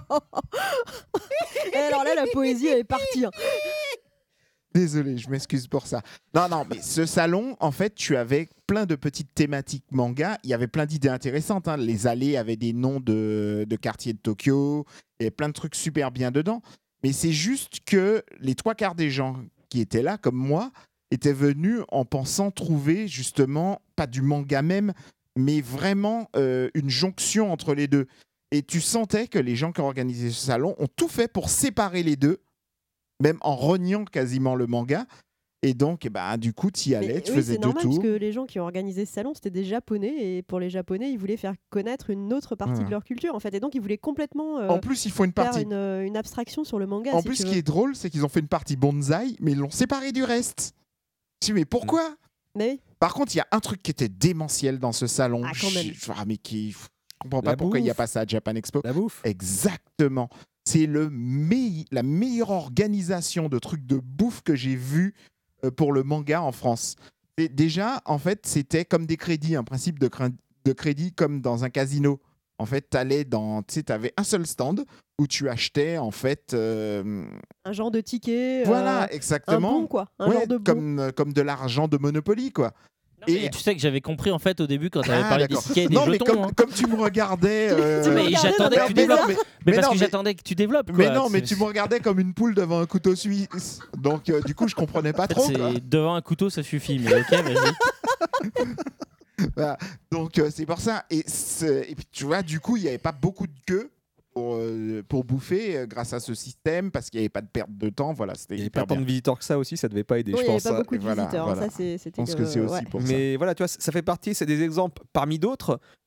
Et alors là, la poésie, elle est partie. Hein. Désolé, je m'excuse pour ça. Non, mais ce salon, en fait, tu avais plein de petites thématiques manga. Il y avait plein d'idées intéressantes. Hein. Les allées avaient des noms de quartiers de Tokyo. Il y avait plein de trucs super bien dedans. Mais c'est juste que les 3/4 des gens qui étaient là, comme moi, étaient venus en pensant trouver justement, pas du manga même, mais vraiment une jonction entre les deux. Et tu sentais que les gens qui ont organisé ce salon ont tout fait pour séparer les deux, même en reniant quasiment le manga. Et donc, du coup, tu y allais, tu oui, faisais c'est deux normal tours. parce que les gens qui ont organisé ce salon, c'était des Japonais et pour les Japonais, ils voulaient faire connaître une autre partie Ouais. de leur culture en fait. Et donc, ils voulaient complètement En plus, ils font une faire partie. une abstraction sur le manga. En si plus, tu ce veux. qui est drôle, c'est qu'ils ont fait une partie bonsaï, mais ils l'ont séparé du reste. Tu dis, mais pourquoi Mais oui. Par contre, il y a un truc qui était démentiel dans ce salon. Ah, quand même. Mais qui. Je comprends pas La pourquoi il n'y a bouffe. pas ça à Japan Expo. La bouffe. Exactement. C'est la meilleure organisation de trucs de bouffe que j'ai vu pour le manga en France. Et déjà, en fait, c'était comme des crédits, un principe de crédit comme dans un casino. En fait, tu avais un seul stand où tu achetais, en fait... Un genre de ticket. voilà, un exactement. bon quoi. Un Ouais, genre de bon. comme de l'argent de Monopoly, quoi. Et tu sais que j'avais compris en fait au début quand tu avais Ah, parlé des d'accord. tickets et des Non, mais jetons. hein. comme tu me regardais... Mais j'attendais que tu développes. Mais parce que non, j'attendais que tu développes. Mais quoi. non, mais C'est- tu me regardais comme une poule devant un couteau suisse. Donc, du coup, je comprenais pas en fait, trop. quoi. c'est devant un couteau, ça suffit. Mais ok, vas-y. Voilà. Donc, c'est pour ça. Et puis, tu vois, du coup, il n'y avait pas beaucoup de queue pour bouffer grâce à ce système parce qu'il n'y avait pas de perte de temps. Voilà, c'était Il n'y avait hyper pas tant bien. de visiteurs que ça aussi, ça devait pas aider, Oui, je il n'y avait pense. pas beaucoup de Voilà, visiteurs. voilà. Ça, c'était. Je pense que c'est aussi pour ça. Mais voilà, tu vois, ça fait partie, c'est des exemples parmi d'autres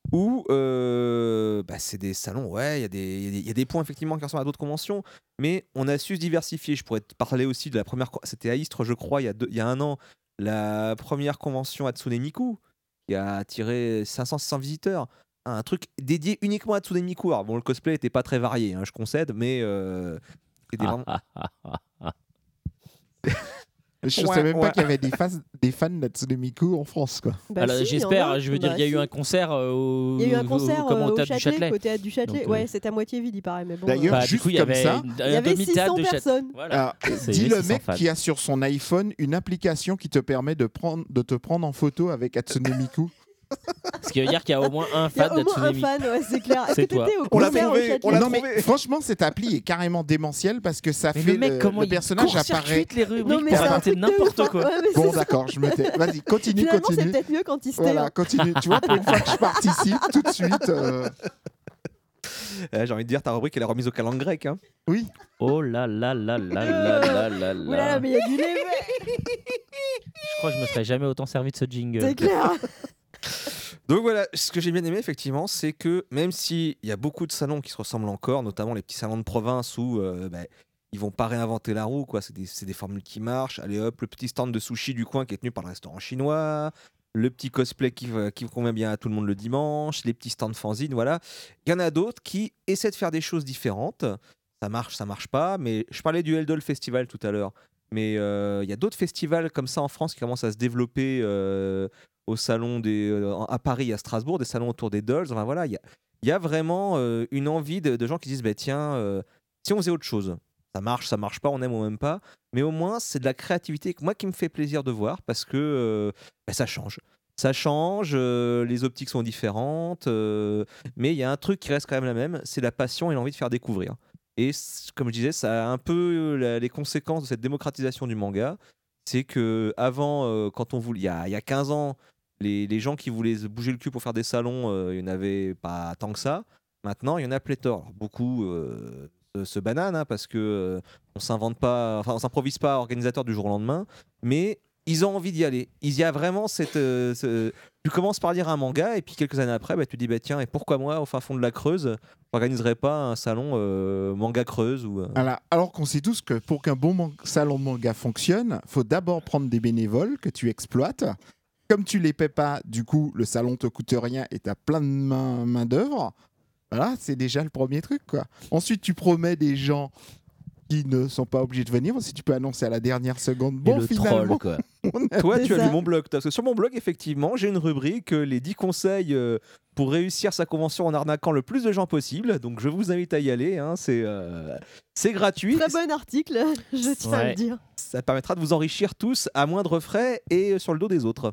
où c'est des salons, ouais, il y a des points effectivement qui ressemblent à d'autres conventions, mais on a su se diversifier. Je pourrais te parler aussi de la première, c'était à Istres, je crois, il y a un an, la première convention Hatsune Miku, qui a attiré 500-600 visiteurs. Un truc dédié uniquement à Hatsune Miku. Alors bon, le cosplay n'était pas très varié, hein, je concède, mais c'était vraiment... Je ne savais même pas qu'il y avait des fans d'Hatsune Miku en France, quoi. Alors, j'espère, je veux dire, il y a eu un concert au Châtelet. Au théâtre du Châtelet. Donc, ouais, c'était à moitié vide, il paraît. Mais bon, D'ailleurs, juste coup, comme ça, il y avait 600 personnes. Voilà. Dis le mec qui a sur son iPhone une application qui te permet de te prendre en photo avec Hatsune Miku. Ce qui veut dire qu'il y a au moins un fan d'Hatsune Miku. Ouais, c'est clair. Est-ce que C'est toi. t'étais au On l'a concert au trouvé, Châtelet on l'a Non, trouvé. mais franchement, cette appli est carrément démentielle parce que ça Mais fait le mec, comment le personnage apparaît. les rubriques Non, mais pour c'est un raconter truc de n'importe ouf, quoi. ouais, mais Bon, c'est d'accord, je me tais. Vas-y, continue. Finalement, c'est peut-être mieux quand il se tait. Voilà, continue. Tu vois, pour une fois que je participe, tout de suite. J'ai envie de dire, ta rubrique, elle est remise au calendrier grec. Hein. Oui. Oh là là là là là là là Oulala, là. mais il y a du lait, mec. Je crois que je me serais jamais autant servi de ce jingle. C'est clair. Donc voilà, ce que j'ai bien aimé effectivement, c'est que même s'il y a beaucoup de salons qui se ressemblent encore, notamment les petits salons de province où ils vont pas réinventer la roue, quoi. C'est des formules qui marchent. Allez hop, le petit stand de sushi du coin qui est tenu par le restaurant chinois, le petit cosplay qui convient bien à tout le monde le dimanche, les petits stands fanzine, voilà. Il y en a d'autres qui essaient de faire des choses différentes. Ça marche pas, mais je parlais du Eldol Festival tout à l'heure. Mais il y a d'autres festivals comme ça en France qui commencent à se développer au salon à Paris, à Strasbourg, des salons autour des dolls. Enfin voilà, il y a vraiment une envie de gens qui disent tiens, si on faisait autre chose, ça marche pas, on aime ou on aime pas, mais au moins c'est de la créativité moi qui me fait plaisir de voir parce que ça change. Ça change, les optiques sont différentes, mais il y a un truc qui reste quand même la même, c'est la passion et l'envie de faire découvrir. Et comme je disais, ça a un peu les conséquences de cette démocratisation du manga. C'est que avant, quand on voulait, il y a 15 ans, les gens qui voulaient se bouger le cul pour faire des salons, il n'y en avait pas tant que ça. Maintenant, il y en a pléthore. Alors, beaucoup se bananent hein, parce que on s'improvise pas organisateur du jour au lendemain, mais ils ont envie d'y aller. Il y a vraiment tu commences par lire un manga et puis quelques années après, tu dis tiens, et pourquoi moi, au fin fond de la Creuse, j'organiserais pas un salon manga Creuse ou Alors qu'on sait tous que pour qu'un bon salon manga fonctionne, faut d'abord prendre des bénévoles que tu exploites. Comme tu les paies pas, du coup, le salon te coûte rien et tu as plein de main d'œuvre. Voilà, c'est déjà le premier truc, quoi. Ensuite, tu promets des gens qui ne sont pas obligés de venir. Si tu peux annoncer à la dernière seconde. Bon, finalement, troll, quoi. Toi, tu as lu mon blog. Parce que sur mon blog, effectivement, j'ai une rubrique les 10 conseils pour réussir sa convention en arnaquant le plus de gens possible. Donc, je vous invite à y aller. Hein. C'est gratuit. Très bon article, je tiens à le dire. Ça permettra de vous enrichir tous à moindre frais et sur le dos des autres.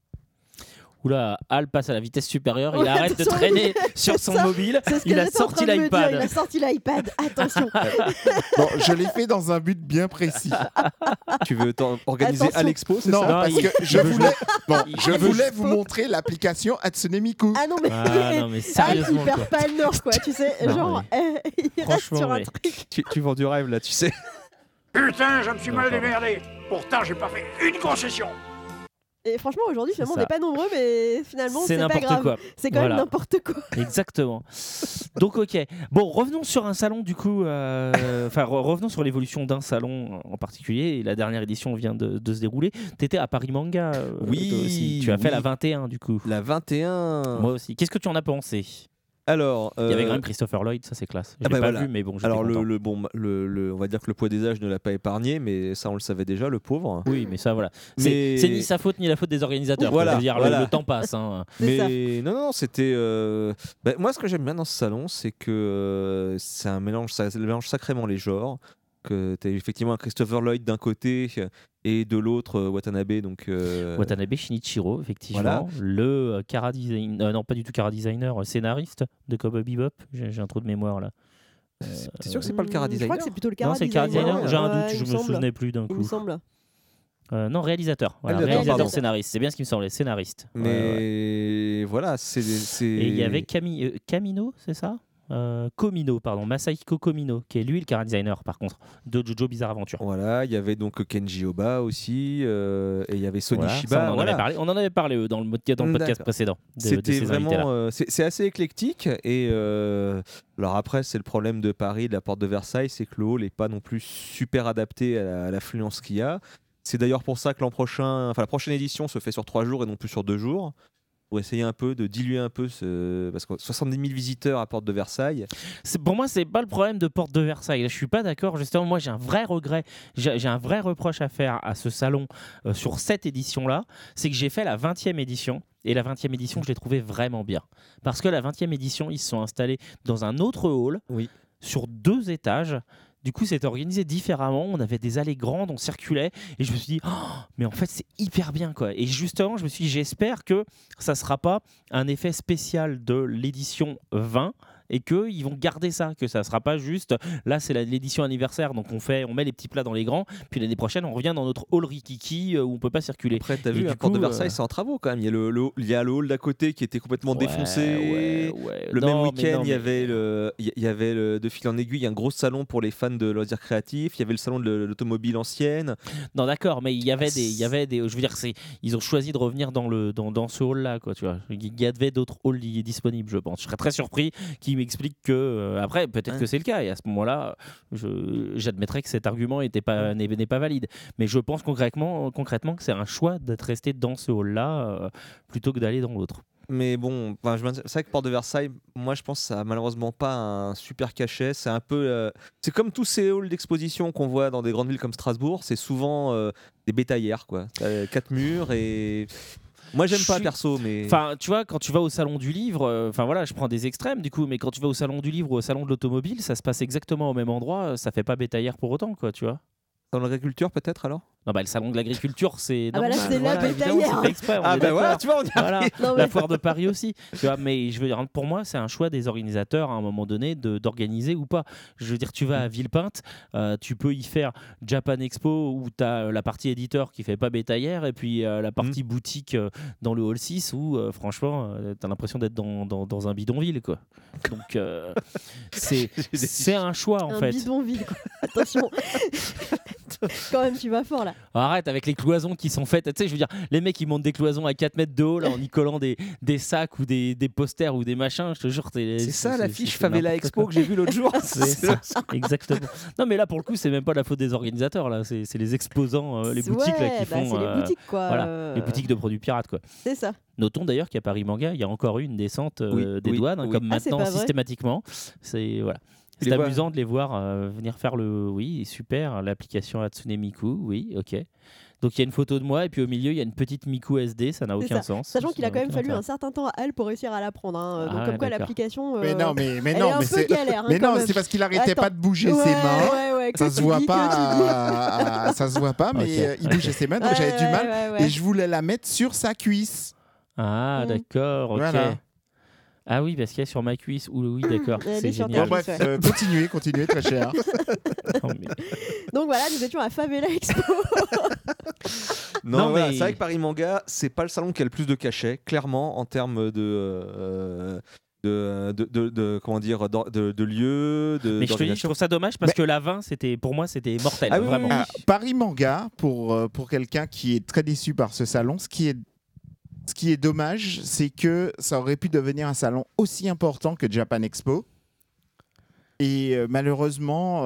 Oula, Al passe à la vitesse supérieure, il arrête de traîner sur son mobile, il a sorti l'iPad. Il a sorti l'iPad, attention. Bon, je l'ai fait dans un but bien précis. Tu veux organiser à l'expo, c'est non, ça? Non, parce que je voulais vous montrer l'application Hatsune Miku. Ah non, mais sérieusement, il perd pas le nord, quoi, tu sais. Non, il reste sur un truc. Tu vends du rêve, là, tu sais. Putain, je me suis mal démerdé. Pourtant, j'ai pas fait une concession. Et franchement, aujourd'hui, finalement, on n'est pas nombreux, mais finalement, c'est pas grave. Quoi. C'est quand même n'importe quoi. Exactement. Donc, ok. Bon, revenons sur un salon, du coup. Revenons sur l'évolution d'un salon en particulier. Et la dernière édition vient de se dérouler. Tu étais à Paris Manga. Oui. Toi aussi. Tu as fait la 21, du coup. La 21. Moi aussi. Qu'est-ce que tu en as pensé? Alors, il y avait quand même Christopher Lloyd, ça c'est classe. Je l'ai pas vu, mais bon. Alors on va dire que le poids des âges ne l'a pas épargné, mais ça on le savait déjà, le pauvre. Oui, mais ça voilà. C'est ni sa faute ni la faute des organisateurs. Voilà, je veux dire, le temps passe. Hein. Mais non, c'était. Moi, ce que j'aime bien dans ce salon, c'est que c'est un mélange, ça mélange sacrément les genres. Que tu as effectivement un Christopher Lloyd d'un côté et de l'autre Watanabe. Donc, Watanabe Shinichiro, effectivement. Voilà. Le Kara designer, non pas du tout Kara designer, scénariste de Cowboy Bebop. J'ai un trou de mémoire là. T'es sûr que c'est pas le Kara designer? Je crois que c'est plutôt le Kara designer. Non, c'est le Kara designer. J'ai un doute, je me souvenais plus d'un coup. Il me semble. Non, réalisateur. Voilà, réalisateur scénariste. C'est bien ce qui me semblait, scénariste. Mais voilà, c'est. Et il y avait Camino, c'est ça? Masahiko Komino, qui est lui le chara designer par contre de Jojo Bizarre Adventure. Voilà, il y avait donc Kenji Oba aussi, et il y y avait Sony Shiba. On en avait parlé dans le podcast précédent. C'était vraiment, c'est assez éclectique. Et alors après, c'est le problème de Paris, de la porte de Versailles, c'est que le hall n'est pas non plus super adapté à l'affluence qu'il y a. C'est d'ailleurs pour ça que la prochaine édition se fait sur 3 jours et non plus sur 2 jours. Pour essayer un peu de diluer un peu parce que 70 000 visiteurs à Porte de Versailles. Pour moi, c'est pas le problème de Porte de Versailles. Là, je suis pas d'accord. Justement, moi, j'ai un vrai regret, j'ai un vrai reproche à faire à ce salon sur cette édition-là. C'est que j'ai fait la 20e édition. Et la 20e édition, je l'ai trouvée vraiment bien. Parce que la 20e édition, ils se sont installés dans un autre hall, sur 2 étages. Du coup, c'était organisé différemment. On avait des allées grandes, on circulait. Et je me suis dit, mais en fait, c'est hyper bien, quoi. Et justement, je me suis dit, j'espère que ça ne sera pas un effet spécial de l'édition 20 et qu'ils vont garder ça, que ça ne sera pas juste, là c'est l'édition anniversaire, donc on met les petits plats dans les grands, puis l'année prochaine on revient dans notre hall Rikiki où on ne peut pas circuler. Après t'as vu, Porte de Versailles c'est en travaux quand même, il y a le hall d'à côté qui était complètement défoncé, le même week-end il y avait de fil en aiguille, un gros salon pour les fans de loisirs créatifs, il y avait le salon de l'automobile ancienne. Non d'accord, mais il y avait des je veux dire, ils ont choisi de revenir dans ce hall là, quoi, tu vois. Il y avait d'autres halls disponibles, je pense. Je serais très surpris qu'ils m'explique que après peut-être que c'est le cas et à ce moment-là j'admettrais que cet argument n'est pas valide, mais je pense concrètement que c'est un choix d'être resté dans ce hall-là plutôt que d'aller dans l'autre. Mais bon, c'est vrai que Porte de Versailles, moi je pense que ça a malheureusement pas un super cachet. C'est un peu, c'est comme tous ces halls d'exposition qu'on voit dans des grandes villes comme Strasbourg, c'est souvent des bétaillères, quoi. 4 murs et moi j'aime pas perso, mais enfin tu vois, quand tu vas au salon du livre, enfin voilà, je prends des extrêmes du coup, mais quand tu vas au salon du livre ou au salon de l'automobile, ça se passe exactement au même endroit, ça fait pas bétaillère pour autant, quoi, tu vois. Dans l'agriculture peut-être alors. Non, bah, le salon de l'agriculture, c'est. Ah, bah là, c'est la bétaillère. Ah, bah voilà, tu vois, on y voilà. La foire de Paris aussi. Tu vois, mais je veux dire, pour moi, c'est un choix des organisateurs à un moment donné d'organiser ou pas. Je veux dire, tu vas à Villepinte, tu peux y faire Japan Expo où tu as la partie éditeur qui fait pas bétaillère et puis la partie boutique dans le hall 6 où, franchement, tu as l'impression d'être dans un bidonville, quoi. Donc, c'est un choix, en fait. Un bidonville, quoi. Attention. Quand même, tu vas fort là. Arrête avec les cloisons qui sont faites. Tu sais, je veux dire, les mecs qui montent des cloisons à 4 mètres de haut là, en y collant des sacs ou des posters ou des machins. Je te jure, c'est ça l'affiche Favela Expo que j'ai vue l'autre jour. C'est ça, exactement. Non, mais là pour le coup, c'est même pas la faute des organisateurs. Là, c'est les exposants, les boutiques là, qui font. C'est les boutiques, quoi. Voilà, les boutiques de produits pirates, quoi. C'est ça. Notons d'ailleurs qu'à Paris Manga, il y a encore eu une descente des douanes, comme maintenant systématiquement. C'est voilà. C'est amusant de les voir venir faire super, l'application Hatsune Miku, oui, ok. Donc il y a une photo de moi et puis au milieu il y a une petite Miku SD, ça n'a aucun sens. Sachant qu'il a quand même fallu un certain temps à elle pour réussir à la prendre. Donc comme quoi l'application. Mais non, c'est galère. Mais non, c'est parce qu'il arrêtait pas de bouger ses mains. Ça se voit pas. Ça se voit pas, mais il bougeait ses mains, donc j'avais du mal et je voulais la mettre sur sa cuisse. Ah d'accord, ok. Voilà. Ah oui, parce qu'il y a sur ma cuisse. Oui, d'accord. C'est génial. Bon, bref, continuez, très cher. Donc voilà, nous étions à Favela Expo. Non, mais c'est vrai que Paris Manga, c'est pas le salon qui a le plus de cachet, clairement, en termes de comment dire, de lieu. Mais je te dis, je trouve ça dommage parce que la 20, pour moi, c'était mortel. Ah, vraiment. Oui. Paris Manga, pour quelqu'un qui est très déçu par ce salon, ce qui est dommage, c'est que ça aurait pu devenir un salon aussi important que Japan Expo. Et malheureusement,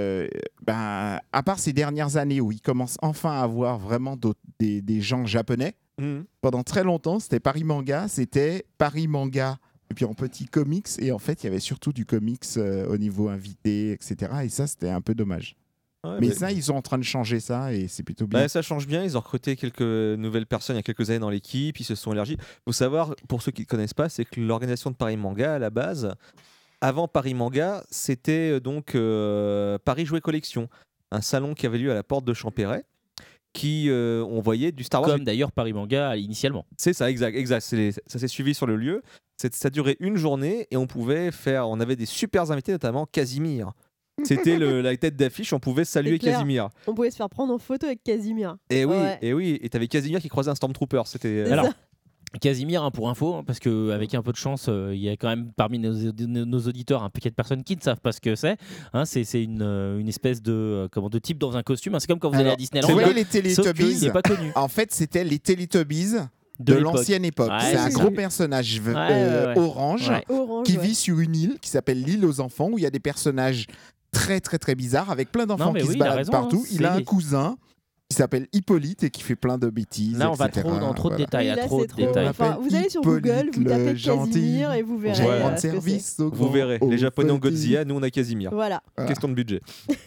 à part ces dernières années où ils commencent enfin à avoir vraiment des gens japonais, pendant très longtemps, c'était Paris Manga, et puis en petit comics, et en fait, il y avait surtout du comics au niveau invité, etc. Et ça, c'était un peu dommage. Ouais, mais ça, ils sont en train de changer ça et c'est plutôt bien. Ça change bien. Ils ont recruté quelques nouvelles personnes il y a quelques années dans l'équipe. Ils se sont élargis. Il faut savoir, pour ceux qui ne connaissent pas, c'est que l'organisation de Paris Manga, à la base, avant Paris Manga, c'était donc Paris Jouet Collection, un salon qui avait lieu à la porte de Champéret, qui on voyait du Star Wars. Comme d'ailleurs Paris Manga initialement. C'est ça, exact. Ça s'est suivi sur le lieu. Ça durait une journée et on avait des super invités, notamment Casimir. C'était la tête d'affiche, on pouvait saluer Casimir. On pouvait se faire prendre en photo avec Casimir. Et oui, et t'avais Casimir qui croisait un Stormtrooper. C'était. Alors, Casimir, pour info, parce qu'avec un peu de chance, il y a quand même parmi nos auditeurs un paquet de personnes qui ne savent pas ce que c'est. C'est une espèce de type dans un costume. C'est comme quand vous allez à Disneyland. Vous voyez les Teletubbies, il n'est pas connu. En fait, c'était les Teletubbies de l'ancienne époque. Ouais, c'est un ça. gros personnage orange qui vit sur une île qui s'appelle l'île aux enfants, où il y a des personnages très très très bizarres avec plein d'enfants qui se baladent partout. Il a un cousin qui s'appelle Hippolyte et qui fait plein de bêtises. Là, on va dans trop de détails. Vous allez sur Google, vous tapez Casimir et vous verrez. Service vous verrez. Les Japonais ont Godzilla, nous on a Casimir. Voilà. Question de budget.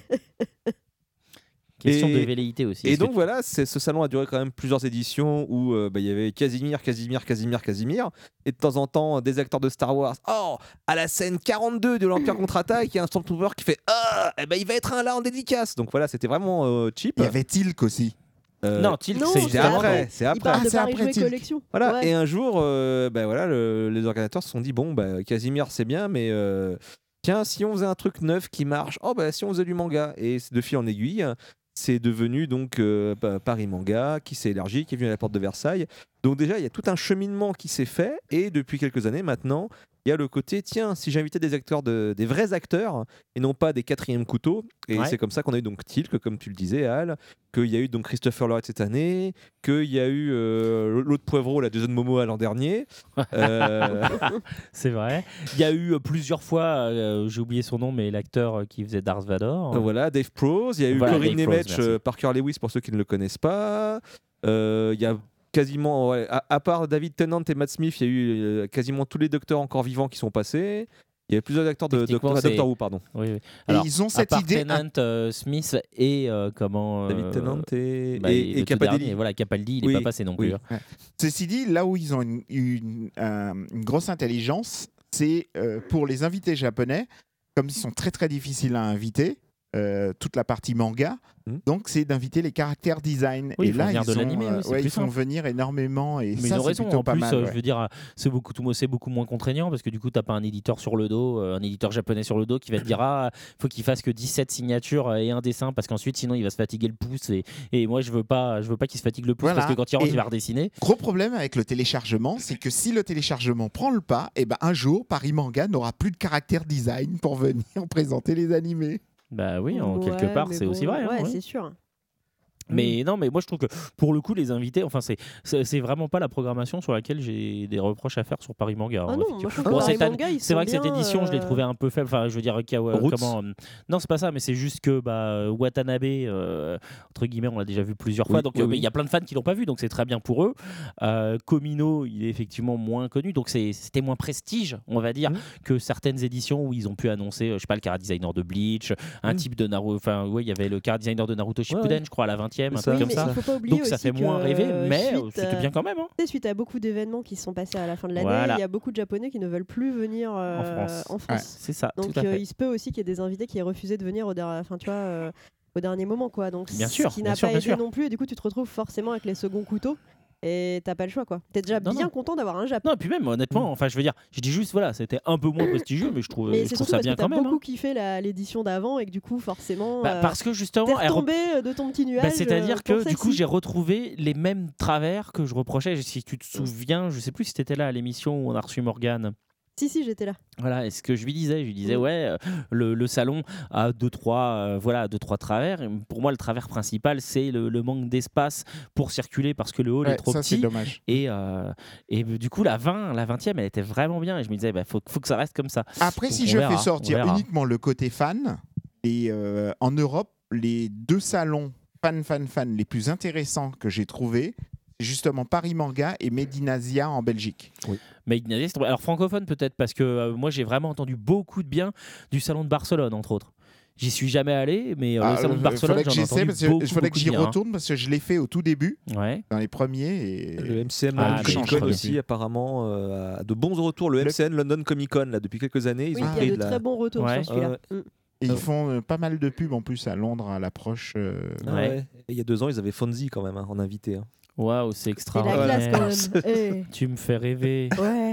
Question de velléité aussi. Et donc voilà, ce salon a duré quand même plusieurs éditions où il y avait Casimir. Et de temps en temps, des acteurs de Star Wars. Oh, à la scène 42 de l'Empire contre-attaque, il y a un Stormtrooper qui fait il va être un là en dédicace. Donc voilà, c'était vraiment cheap. Il y avait Tilk aussi. Non, Tilk, c'est après. C'est Il parle de c'est Paris après Jouet Tilk. Collection. Voilà. Ouais. Et un jour, les organisateurs se sont dit Casimir c'est bien, mais tiens, si on faisait un truc neuf qui marche, si on faisait du manga. Et de fil en aiguille, c'est devenu donc Paris Manga qui s'est élargi, qui est venu à la porte de Versailles. Donc déjà, il y a tout un cheminement qui s'est fait. Et depuis quelques années maintenant, il y a le côté, tiens, si j'invitais des vrais acteurs et non pas des quatrièmes couteaux. Et c'est comme ça qu'on a eu donc Tilk, comme tu le disais, Al, qu'il y a eu donc Christopher Lloyd cette année, qu'il y a eu l'autre Poivreau, la Jason Momoa l'an dernier. C'est vrai. Il y a eu plusieurs fois, j'ai oublié son nom, mais l'acteur qui faisait Darth Vader. Voilà, Dave Prose. Il y a eu Corinne Nemec, Parker Lewis pour ceux qui ne le connaissent pas. Il y a quasiment, à part David Tennant et Matt Smith, il y a eu quasiment tous les docteurs encore vivants qui sont passés. Il y a plusieurs acteurs de Doctor Who, pardon. Oui. Et Alors, ils ont cette idée. Tennant, Smith et David Tennant et Capaldi. Voilà, Capaldi, il n'est pas passé non plus. Ouais. Ceci dit, là où ils ont une grosse intelligence, c'est pour les invités japonais, comme ils sont très très difficiles à inviter. Toute la partie manga, donc c'est d'inviter les caractères design. Oui, et là, de l'animé, ils font venir énormément. Et mais ça, ils ont c'est raison. plutôt En pas plus, mal. je veux dire, c'est beaucoup moins contraignant parce que du coup, tu n'as pas un éditeur sur le dos, un éditeur japonais sur le dos qui va te dire faut qu'il fasse que 17 signatures et un dessin parce qu'ensuite, sinon, il va se fatiguer le pouce. Et moi, je veux pas qu'il se fatigue le pouce parce que quand il rentre, il va redessiner. Gros problème avec le téléchargement, c'est que si le téléchargement prend le pas, un jour, Paris Manga n'aura plus de caractère design pour venir présenter les animés. Bah oui, en quelque part, c'est aussi vrai. Ouais, c'est sûr. Mais non, mais moi je trouve que pour le coup, les invités, c'est vraiment pas la programmation sur laquelle j'ai des reproches à faire sur Paris Manga. Ah non, moi, je trouve que Paris Manga, c'est vrai que cette édition, je l'ai trouvée un peu faible. Enfin, je veux dire, non, c'est pas ça, mais c'est juste que Watanabe, entre guillemets, on l'a déjà vu plusieurs fois. Donc il y a plein de fans qui l'ont pas vu, donc c'est très bien pour eux. Komino, il est effectivement moins connu, donc c'était moins prestige, on va dire, que certaines éditions où ils ont pu annoncer, je sais pas, le cara designer de Bleach, un type de Naruto. Enfin, il y avait le cara designer de Naruto Shippuden, je crois, à la 20e. Un truc comme ça. Donc ça fait moins rêver, mais c'était bien quand même. Suite à beaucoup d'événements qui se sont passés à la fin de l'année, il y a beaucoup de Japonais qui ne veulent plus venir en France. Ouais, c'est ça. Donc il se peut aussi qu'il y ait des invités qui aient refusé de venir au dernier moment, quoi. Donc bien sûr, ce qui n'a pas aidé non plus, et du coup tu te retrouves forcément avec les seconds couteaux. Et t'as pas le choix, quoi. T'es déjà bien content d'avoir un Japon. Non, et puis même honnêtement, enfin je veux dire, je dis juste voilà, c'était un peu moins prestigieux, mais je trouve ça bien quand même. T'as beaucoup kiffé l'édition d'avant et que du coup forcément. Parce que justement, t'es retombé de ton petit nuage. C'est-à-dire que du coup j'ai retrouvé les mêmes travers que je reprochais. Si tu te souviens, je sais plus si t'étais là à l'émission où on a reçu Morgane. Si, j'étais là. Voilà, et ce que je lui disais, le salon a deux, trois travers. Et pour moi, le travers principal, c'est le manque d'espace pour circuler parce que le hall est trop petit. C'est dommage. Et du coup, la 20e, elle était vraiment bien. Et je me disais, faut que ça reste comme ça. Après, donc, si je fais sortir uniquement le côté fan, et en Europe, les deux salons fan les plus intéressants que j'ai trouvés, c'est justement Paris Manga et Made in Asia en Belgique. Oui. Made in Asia, alors francophone peut-être, parce que moi j'ai vraiment entendu beaucoup de bien du salon de Barcelone, entre autres. J'y suis jamais allé, mais le salon de Barcelone, j'en ai entendu beaucoup. Il faudrait que j'y bien, retourne parce que je l'ai fait au tout début, dans les premiers. Et... Le MCM Comic Con aussi, apparemment, a de bons retours. Le MCN London Comic Con, là, depuis quelques années, il y a de très bons retours sur celui-là. Et ils font pas mal de pubs en plus à Londres à l'approche. Il y a 2 ans, ils avaient Fonzie quand même en invité. Waouh, c'est extraordinaire. C'est la classe quand même. Tu me fais rêver.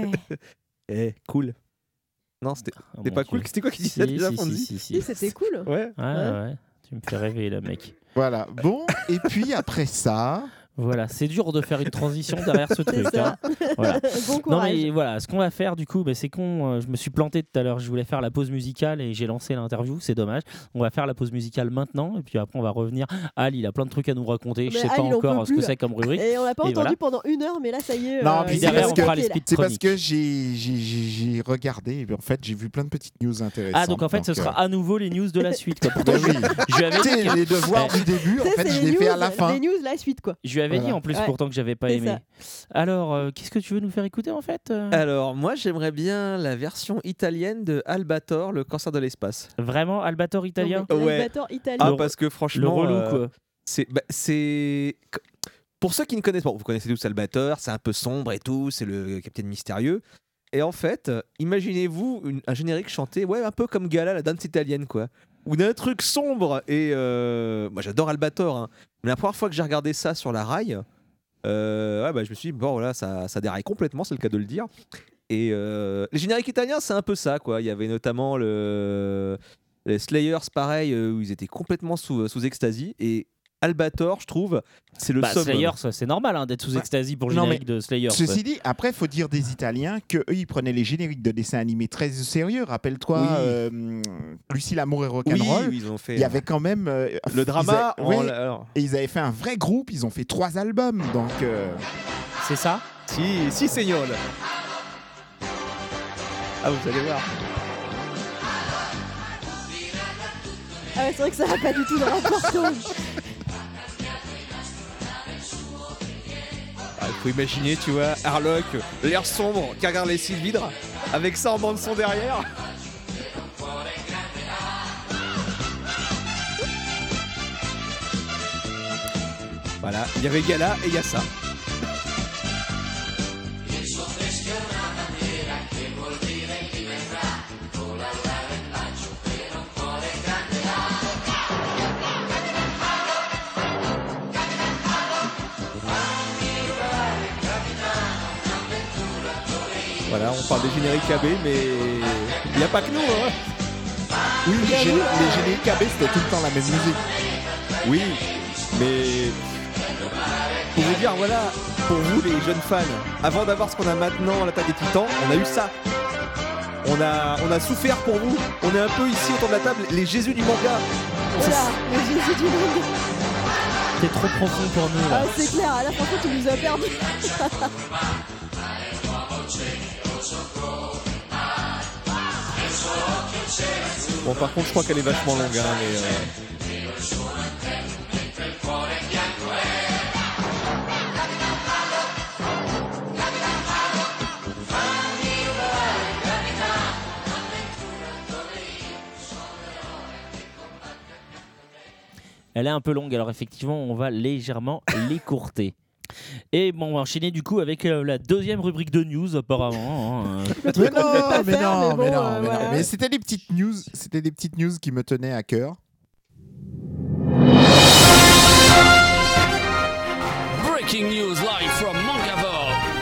Ouais. Cool. Non, c'était pas cool. C'était quoi qui disait déjà Fonzie? Si, c'était cool. Ouais. Tu me fais rêver, le mec. Voilà. Bon, et puis après ça. Voilà, c'est dur de faire une transition derrière ce truc. ça. Voilà. Bon Non courage. mais voilà, ce qu'on va faire du coup, c'est con, je me suis planté tout à l'heure, je voulais faire la pause musicale et j'ai lancé l'interview, c'est dommage. On va faire la pause musicale maintenant et puis après on va revenir. Al, il a plein de trucs à nous raconter, je Mais sais Al, pas il en encore peut ce que plus, c'est comme rubrique. Et on l'a pas Et entendu voilà. pendant 1 heure, mais là, ça y est. Non, puis derrière, on fera les là. speed C'est parce chroniques. que j'ai regardé et en fait j'ai vu plein de petites news intéressantes. Ah donc en fait ce sera à nouveau les news de la suite. Quoi. Pourtant, Ben oui. je lui avais Tu sais, dit, les devoirs du début, en Tu sais, fait, c'est je les fais à la news, fin. Les news, la suite, quoi. je lui avais dit Voilà. en plus Ouais. pourtant que j'avais pas C'est aimé. Alors qu'est-ce que tu veux nous faire écouter en fait Alors, moi, j'aimerais bien la version italienne de Albator, le cancer de l'espace. Vraiment Albator italien Non, mais Ouais. l'Albator italien. Ah, Le- parce que Le franchement. relou quoi. C'est. Pour ceux qui ne connaissent pas, vous connaissez tous Albator, c'est un peu sombre et tout, c'est le capitaine mystérieux. Et en fait, imaginez-vous un générique chanté, ouais, un peu comme Gala, la danse italienne, quoi. Ou d'un truc sombre. Et moi, j'adore Albator, hein. Mais la première fois que j'ai regardé ça sur la rail, ouais, bah, je me suis dit, bon, voilà, ça déraille complètement, c'est le cas de le dire. Et les génériques italiens, c'est un peu ça, quoi. Il y avait notamment les Slayers, pareil, où ils étaient complètement sous ecstasy. Et Albator, je trouve, c'est le summum. Slayer, ça, c'est normal hein, d'être sous Ouais. ecstasy pour le Non, générique de Slayer. Ceci dit, après, il faut dire des Italiens qu'eux, ils prenaient les génériques de dessins animés très au sérieux. Rappelle-toi, Lucie, l'amour et Oui, rock'n'roll. ils ont fait Il y avait quand même le drama. ils avaient- ouais, alors, et ils avaient fait un vrai groupe. Ils ont fait 3 albums. Donc, C'est ça si, Seignol. Ah, vous allez voir. Ah ouais, c'est vrai que ça va pas du tout dans rapport. Il faut imaginer, tu vois, Harlock, l'air sombre, qui regarde les cylindres, avec ça en bande son derrière. Voilà, il y avait Gala et il y a ça. Voilà, on parle des génériques KB, mais il n'y a pas que nous, hein. oui, les génériques KB, c'était tout le temps la même musique. Oui, mais pour vous dire, voilà, pour vous les jeunes fans, avant d'avoir ce qu'on a maintenant, l'attaque des Titans, on a eu ça. On a souffert pour vous. On est un peu ici autour de la table, les Jésus du manga. Voilà, le Jésus du monde. T'es trop profond pour nous Ah, là. c'est clair, là, franchement, tu nous as perdu. Bon, par contre, je crois qu'elle est vachement longue, hein, mais Elle est un peu longue, alors effectivement, on va légèrement l'écourter. Et bon, on va enchaîner du coup avec la deuxième rubrique de news, apparemment. hein. Le truc qu'on ne veut pas mais faire, non, mais mais bon, non, mais voilà. non. Mais c'était des petites news. C'était des petites news qui me tenaient à cœur. Breaking news live from Mangavore.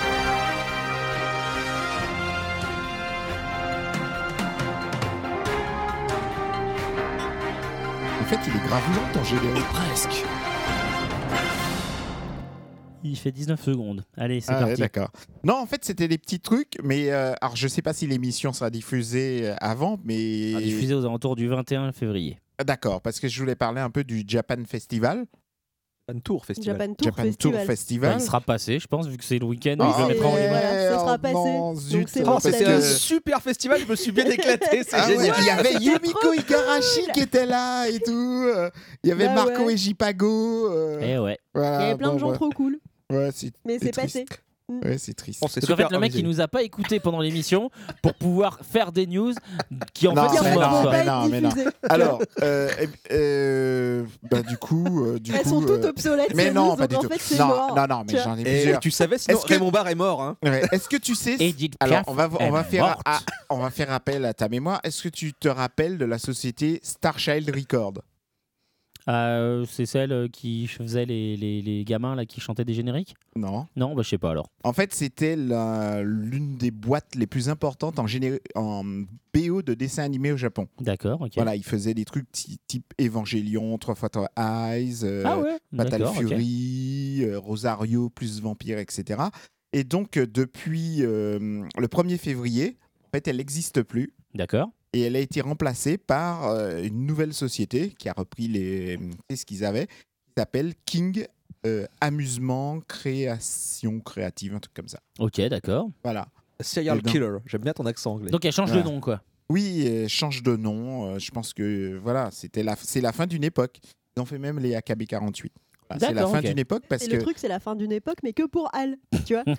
En fait, il est grave long ton générique. Presque. Il fait 19 secondes. Allez, c'est Ah ouais, parti. d'accord. Non, en fait, c'était des petits trucs, mais alors je sais pas si l'émission sera diffusée avant, mais On va diffuser aux alentours du 21 février. D'accord, parce que je voulais parler un peu du Japan Festival, Japan Tour Festival. Japan Tour Japan Festival. Tour Festival. Il sera passé, je pense, vu que c'est le week-end. Oui, je le c'est- mettrai en ligne. voilà, ça sera Oh passé. non, Donc zut. c'est Oh, bon, parce c'était ça un y est. super festival, je me suis bien éclaté, c'est Ah ouais, génial. il y avait C'était Yumiko trop Igarashi cool. qui était là et tout. Il y avait Bah Marco ouais. Ejipago. Eh ouais. Voilà, Il y avait plein de gens bon, trop cool, Ouais, c'est mais c'est triste. passé. Ouais, c'est triste. Oh, c'est Donc en super fait, le mec, organisé. il nous a pas écouté pendant l'émission pour pouvoir faire des news qui en Non, fait Qui en sont fait mais ne non, vont mortes. pas mais non, être mais non. diffusées. Alors, bah, du coup, Elles sont toutes obsolètes, mais ces non, news, pas donc du en tout. fait, c'est Non, mort. non, non, mais Tu vois. j'en ai Et plusieurs. tu savais, sinon Est-ce que- Raymond Barre est mort. Hein. Ouais, est-ce que tu sais Edith Alors, Piaf, on va elle est faire morte. on va faire appel à ta mémoire. Est-ce que tu te rappelles de la société Starchild Record? C'est celle qui faisait les gamins là, qui chantaient des génériques? Non. Non, bah, je sais pas alors. En fait, c'était l'une des boîtes les plus importantes en BO de dessins animés au Japon. D'accord, ok. Voilà, ils faisaient des trucs type Evangelion, 3 fois Eyes, Fatal d'accord, ok. Fury, Rosario plus Vampire, etc. Et donc, depuis le 1er février, en fait, elle n'existe plus. D'accord. Et elle a été remplacée par une nouvelle société qui a repris ce qu'ils avaient, qui s'appelle King Amusement Création Créative, un truc comme ça. Ok, d'accord. Voilà. Serial Killer, j'aime bien ton accent anglais. Donc elle change de nom, quoi. Oui, elle change de nom. Je pense que voilà, c'est la fin d'une époque. Ils ont fait même les AKB 48. Voilà, c'est la fin d'une époque parce que. Le truc, c'est la fin d'une époque, mais que pour Al, tu vois.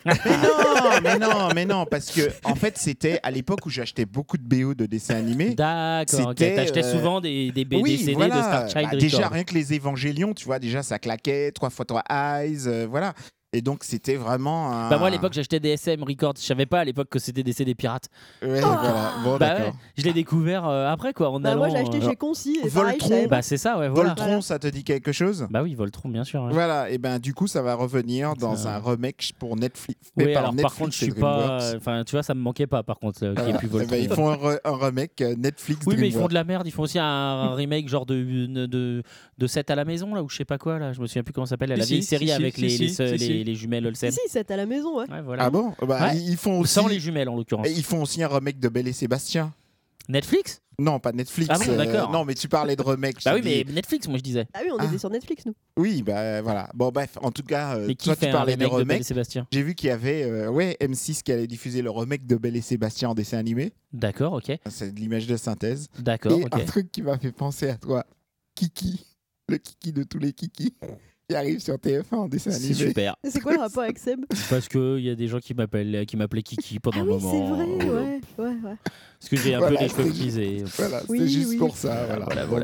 mais non, parce que en fait, c'était à l'époque où j'achetais beaucoup de BO de dessins animés. D'accord, ok. T'achetais souvent des CD de Star Child déjà, Records. rien que les Évangélions, tu vois, déjà ça claquait, 3 fois 3 Eyes, voilà. Et donc, c'était vraiment un... Bah moi, à l'époque, j'achetais des SM Records. Je savais pas à l'époque que c'était des CD pirates. Ouais, voilà. Bon, bah d'accord. ouais, je l'ai découvert après, quoi. Moi, j'ai acheté chez Concy. Et Voltron. Bah, c'est ça, ouais, voilà. Voltron, ça te dit quelque chose? Bah oui, Voltron, bien sûr. Ouais. Voilà, et ben du coup, ça va revenir dans un remake pour Netflix. Oui, alors par contre, je suis pas... Enfin, tu vois, ça me manquait pas, par contre, qu'il n'y ait plus Voltron. Ils font un remake Netflix. Oui, mais ils font de la merde. Ils font aussi un remake genre de 7 à la maison, là, ou je sais pas quoi, là. Je me souviens plus comment ça s'appelle. La vieille série avec les jumelles Olsen. Si, 7 à la maison, ouais. Voilà. Ah bon? Bah, ils font aussi... Sans les jumelles, en l'occurrence. Ils font aussi un remake de Belle et Sébastien. Netflix? Non, pas Netflix. Ah bon, d'accord. Non, mais tu parlais de remake. Bah oui, mais Netflix, moi je disais. Ah oui, on était sur Netflix, nous. Oui, bah voilà. Bon, bref, en tout cas, toi tu parlais de remake. Sébastien. J'ai vu qu'il y avait M6 qui allait diffuser le remake de Belle et Sébastien en dessin animé. D'accord, ok. C'est de l'image de synthèse. D'accord, Et ok. un truc qui m'a fait penser à toi, Kiki, le Kiki de tous les Kiki, qui arrive sur TF1 en dessin animé. C'est super. C'est quoi le rapport avec Seb? Parce qu'il y a des gens qui m'appelaient Kiki pendant un moment. C'est vrai, ouais. Parce que j'ai un peu les cheveux frisés. Voilà, c'est juste pour ça. Voilà.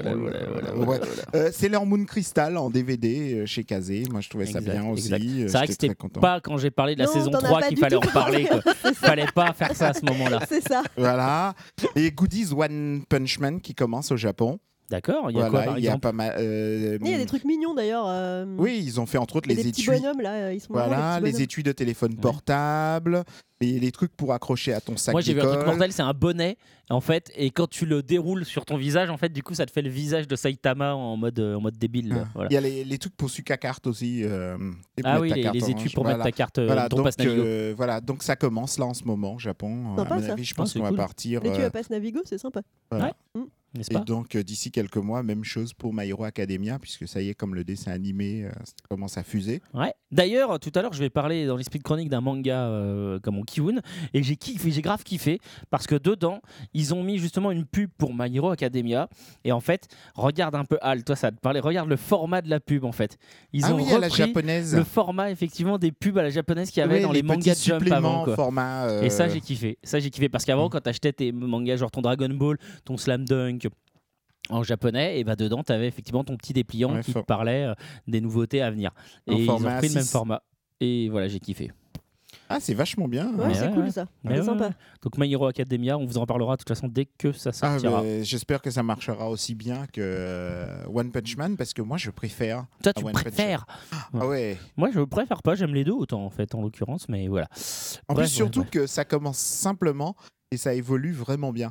C'est leur Moon Crystal en DVD chez Kazé. Moi, je trouvais ça bien aussi. C'est vrai que c'était pas quand j'ai parlé de la saison 3 qu'il fallait en parler. Il fallait pas faire ça à ce moment-là. C'est ça. Voilà. Et Goodies One Punch Man qui commence au Japon. D'accord, il y a quoi par exemple? Pas mal. Il y a des trucs mignons d'ailleurs. Oui, ils ont fait entre autres les petits étuis. bonhommes là, ils sont voilà, les étuis de téléphone portable, les trucs pour accrocher à ton sac. Moi j'ai vu un truc d'école. mortel, c'est un bonnet en fait, et quand tu le déroules sur ton visage, en fait, du coup, ça te fait le visage de Saitama en mode débile. Là. Voilà. Il y a les trucs pour suivre ta carte aussi. Ah oui, les étuis pour mettre ta carte. Voilà, ton passe Navigo. Voilà, donc ça commence là en ce moment au Japon. Sympa, à mon avis, je pense qu'on va partir. Les tu passe Navigo, c'est sympa. Voilà. Ouais. N'est-ce Et pas? donc d'ici quelques mois, même chose pour My Hero Academia, puisque ça y est, comme le dessin animé ça commence à fuser. Ouais. D'ailleurs, tout à l'heure, je vais parler dans l'esprit de chronique d'un manga comme mon Kiwun, et j'ai grave kiffé parce que dedans, ils ont mis justement une pub pour My Hero Academia. Et en fait, regarde un peu Al, toi ça te parlait, regarde le format de la pub en fait. Ils ont repris à la japonaise. le format effectivement des pubs à la japonaise qu'il y avait dans les mangas de Jump avant. Quoi. Format, Et ça j'ai kiffé. Parce qu'avant, quand t'achetais tes mangas genre ton Dragon Ball, ton Slam Dunk en japonais, et bah dedans tu avais effectivement ton petit dépliant qui te parlait des nouveautés à venir. Et ils ont pris le même format. Et voilà, j'ai kiffé. Ah, c'est vachement bien. Ouais, c'est cool ça. C'est sympa. Donc My Hero Academia, on vous en parlera de toute façon dès que ça sortira. J'espère que ça marchera aussi bien que One Punch Man, parce que moi je préfère. Toi tu préfères? Ah ouais. Moi je préfère pas, j'aime les deux autant en fait en l'occurrence, mais voilà. En plus surtout que ça commence simplement et ça évolue vraiment bien.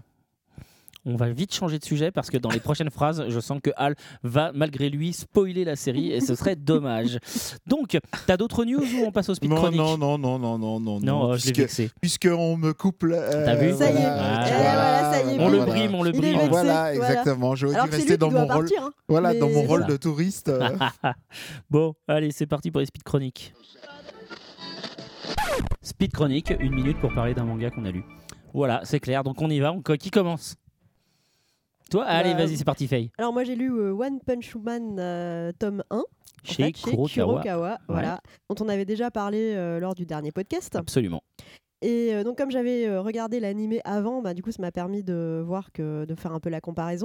On va vite changer de sujet parce que dans les prochaines phrases, je sens que Al va malgré lui spoiler la série et ce serait dommage. Donc, t'as d'autres news ou on passe au speed chronique? Non, je l'ai vexé. Puisqu'on me coupe. T'as vu? Ça y est. Ça y est. On le brime, on le brime. Voilà, exactement. J'aurais dû rester dans mon rôle. Voilà, dans mon rôle de touriste. Bon, allez, c'est parti pour les speed chroniques. Speed chronique, 1 minute pour parler d'un manga qu'on a lu. Voilà, c'est clair. Donc on y va. Qui commence? Toi, allez, vas-y, c'est parti, Faye. Alors moi j'ai lu One Punch Man tome 1 chez Kurokawa, voilà, dont on avait déjà parlé lors du dernier podcast. Absolument. Et donc comme j'avais regardé l'animé avant, du coup ça m'a permis de voir de faire un peu la comparaison.